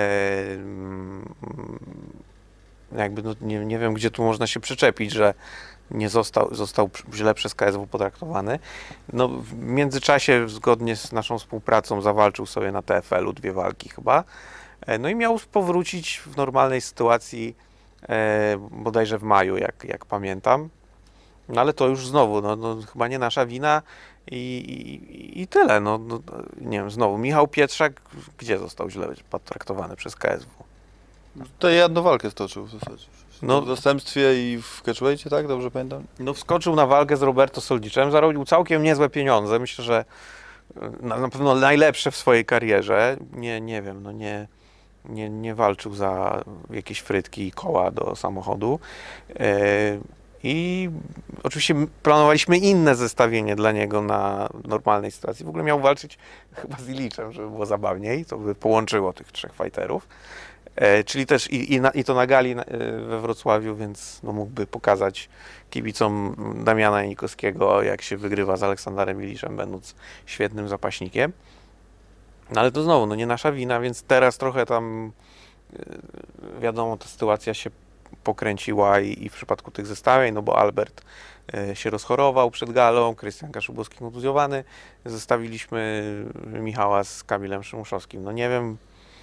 S2: jakby nie wiem, gdzie tu można się przyczepić, że nie został źle przez KSW potraktowany. W międzyczasie, zgodnie z naszą współpracą, zawalczył sobie na TFL-u 2 walki chyba. I miał powrócić w normalnej sytuacji bodajże w maju, jak pamiętam. Ale to już znowu, chyba nie nasza wina i tyle. Nie wiem, znowu Michał Pietrzak, gdzie został źle potraktowany przez KSW?
S1: To jedną walkę stoczył w zasadzie.
S2: No.
S1: W zastępstwie i w catchweightie, tak? Dobrze pamiętam?
S2: No wskoczył na walkę z Roberto Soldiczem, zarobił całkiem niezłe pieniądze. Myślę, że na pewno najlepsze w swojej karierze. Nie wiem, no nie walczył za jakieś frytki i koła do samochodu. I oczywiście planowaliśmy inne zestawienie dla niego na normalnej sytuacji. W ogóle miał walczyć chyba z Iliczem, żeby było zabawniej. To by połączyło tych trzech fighterów. Czyli też i to na gali we Wrocławiu, więc no mógłby pokazać kibicom Damiana Janikowskiego, jak się wygrywa z Aleksanderem Iliczem, będąc świetnym zapaśnikiem. No ale to znowu, no nie nasza wina, więc teraz trochę tam wiadomo, ta sytuacja się pokręciła i w przypadku tych zestawień, no bo Albert się rozchorował przed galą, Krystian Kaszubowski kontuzjowany, zestawiliśmy Michała z Kamilem Szymuszowskim. No nie wiem,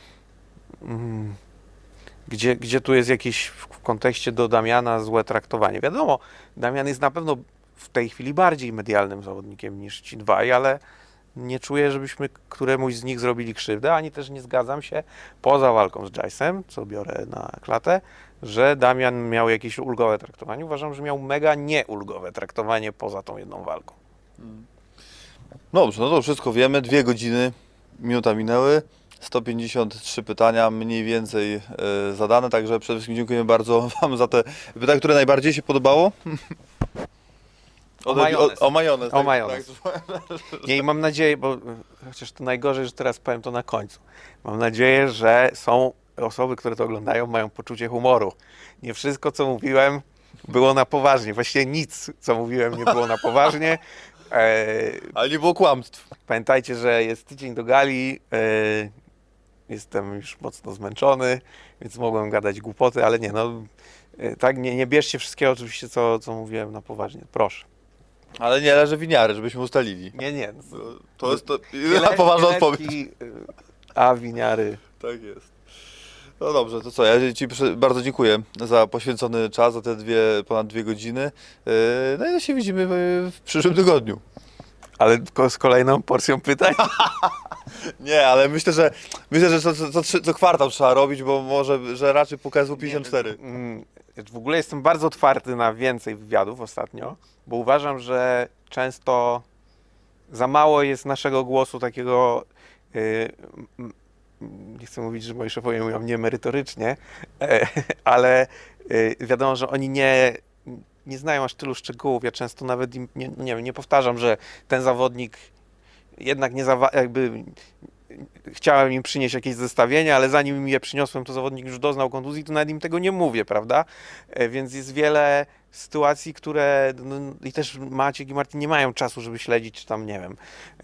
S2: gdzie tu jest jakieś w kontekście do Damiana złe traktowanie. Wiadomo, Damian jest na pewno w tej chwili bardziej medialnym zawodnikiem niż ci dwaj, ale nie czuję, żebyśmy któremuś z nich zrobili krzywdę, ani też nie zgadzam się, poza walką z Jace'em, co biorę na klatę, że Damian miał jakieś ulgowe traktowanie. Uważam, że miał mega nieulgowe traktowanie poza tą jedną walką.
S1: Dobrze, no to wszystko wiemy. 2 godziny, minuta minęły. 153 pytania, mniej więcej zadane, także przede wszystkim dziękujemy bardzo Wam za te pytania, które najbardziej się podobało. O majonez.
S2: O majonez. Nie, i mam nadzieję, bo chociaż to najgorzej, że teraz powiem to na końcu. Mam nadzieję, że są osoby, które to oglądają, mają poczucie humoru. Nie wszystko, co mówiłem, było na poważnie. Właściwie nic, co mówiłem, nie było na poważnie.
S1: Ale nie było kłamstw.
S2: Pamiętajcie, że jest tydzień do gali. Jestem już mocno zmęczony, więc mogłem gadać głupoty, ale nie, no tak, nie bierzcie wszystkiego oczywiście, co mówiłem na poważnie. Proszę.
S1: Ale nie leży winiary, żebyśmy ustalili.
S2: Nie.
S1: To jest to jedyna poważna odpowiedź.
S2: A winiary.
S1: Tak jest. No dobrze, to co, ja Ci bardzo dziękuję za poświęcony czas, za te ponad 2 godziny. No i to się widzimy w przyszłym tygodniu.
S2: Ale z kolejną porcją pytań?
S1: Nie, ale myślę, że co kwartał trzeba robić, bo może, że raczej po KSW 54.
S2: W ogóle jestem bardzo otwarty na więcej wywiadów ostatnio, bo uważam, że często za mało jest naszego głosu takiego, nie chcę mówić, że moi szefowie mówią niemerytorycznie, ale wiadomo, że oni nie znają aż tylu szczegółów. Ja często nawet im nie powtarzam, że ten zawodnik jednak chciałem im przynieść jakieś zestawienie, ale zanim im je przyniosłem, to zawodnik już doznał kontuzji, to nawet im tego nie mówię, prawda? Więc jest wiele sytuacji, które i też Maciek i Martin nie mają czasu, żeby śledzić, czy tam, nie wiem,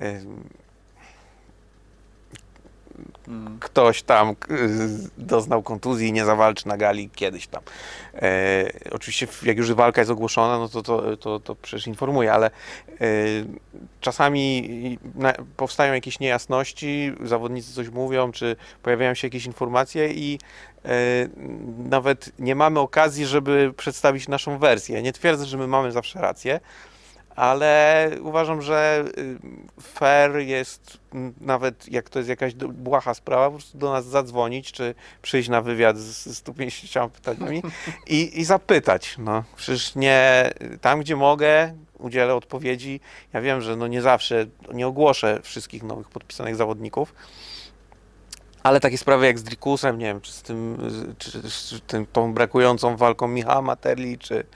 S2: ktoś tam doznał kontuzji i nie zawalczy na gali kiedyś tam. Oczywiście jak już walka jest ogłoszona, no to przecież informuję, ale czasami powstają jakieś niejasności, zawodnicy coś mówią, czy pojawiają się jakieś informacje i nawet nie mamy okazji, żeby przedstawić naszą wersję. Nie twierdzę, że my mamy zawsze rację, ale uważam, że fair jest, nawet jak to jest jakaś błaha sprawa, po prostu do nas zadzwonić, czy przyjść na wywiad z 150 pytaniami i zapytać. No, przecież tam, gdzie mogę, udzielę odpowiedzi. Ja wiem, że nie zawsze, nie ogłoszę wszystkich nowych podpisanych zawodników, ale takie sprawy jak z Drikusem, nie wiem, czy tą brakującą walką Michała Materli,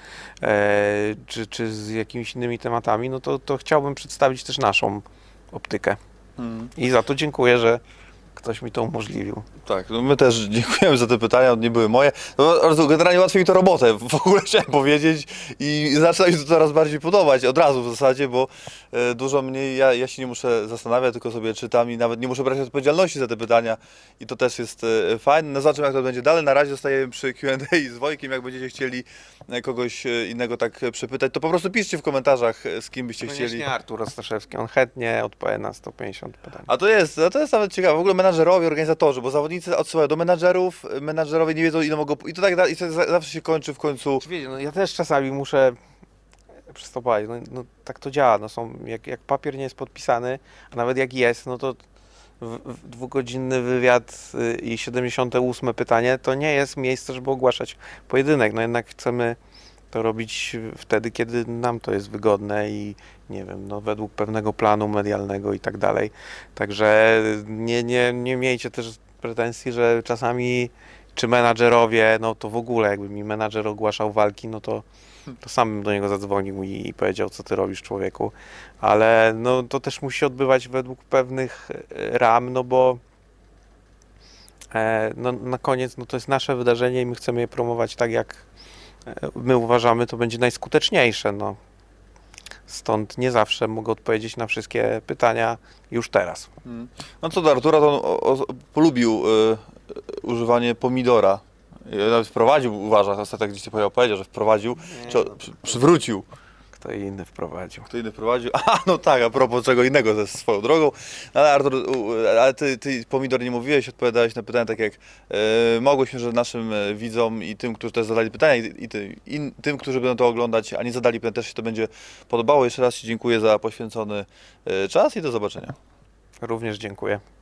S2: czy z jakimiś innymi tematami, no to chciałbym przedstawić też naszą optykę. I za to dziękuję, że ktoś mi to umożliwił.
S1: Tak, no my też dziękujemy za te pytania, nie były moje. No, generalnie łatwiej mi to robotę, w ogóle chciałem powiedzieć i zaczyna mi się to coraz bardziej podobać, od razu w zasadzie, bo dużo mniej, ja się nie muszę zastanawiać, tylko sobie czytam i nawet nie muszę brać odpowiedzialności za te pytania i to też jest fajne. No zobaczymy, jak to będzie dalej. Na razie zostajemy przy Q&A z Wojkiem. Jak będziecie chcieli kogoś innego tak przepytać, to po prostu piszcie w komentarzach, z kim byście chcieli.
S2: Koniecznie Artur Ostaszewski, on chętnie odpowie na 150 pytań.
S1: A to jest nawet ciekawe, w ogóle menadżerowie, organizatorzy, bo zawodnicy odsyłają do menadżerów, menadżerowie nie wiedzą, ile mogą, i to tak dalej, i to zawsze się kończy w końcu.
S2: Wiecie, ja też czasami muszę przystopować, tak to działa, jak papier nie jest podpisany, a nawet jak jest, no to dwugodzinny wywiad i 78 pytanie to nie jest miejsce, żeby ogłaszać pojedynek. No jednak chcemy to robić wtedy, kiedy nam to jest wygodne i nie wiem, no według pewnego planu medialnego i tak dalej. Także nie miejcie też pretensji, że czasami czy menadżerowie, no to w ogóle jakby mi menadżer ogłaszał walki, no to sam bym do niego zadzwonił i powiedział, co ty robisz, człowieku. Ale no to też musi się odbywać według pewnych ram, no bo no, na koniec no to jest nasze wydarzenie i my chcemy je promować tak, jak my uważamy, to będzie najskuteczniejsze. No. Stąd nie zawsze mogę odpowiedzieć na wszystkie pytania już teraz.
S1: No co do Artura, to on polubił używanie pomidora. Nawet wprowadził, uważa, ostatnio gdzieś powiedział, że wprowadził, czy przywrócił.
S2: Kto inny wprowadził.
S1: Kto inny wprowadził? A, no tak, a propos czego innego ze swoją drogą. Ale Artur, ale ty pomidor nie mówiłeś, odpowiadałeś na pytania tak jak mogłeś, że naszym widzom i tym, którzy też zadali pytania i tym, którzy będą to oglądać, a nie zadali pytań, też się to będzie podobało. Jeszcze raz Ci dziękuję za poświęcony czas i do zobaczenia.
S2: Również dziękuję.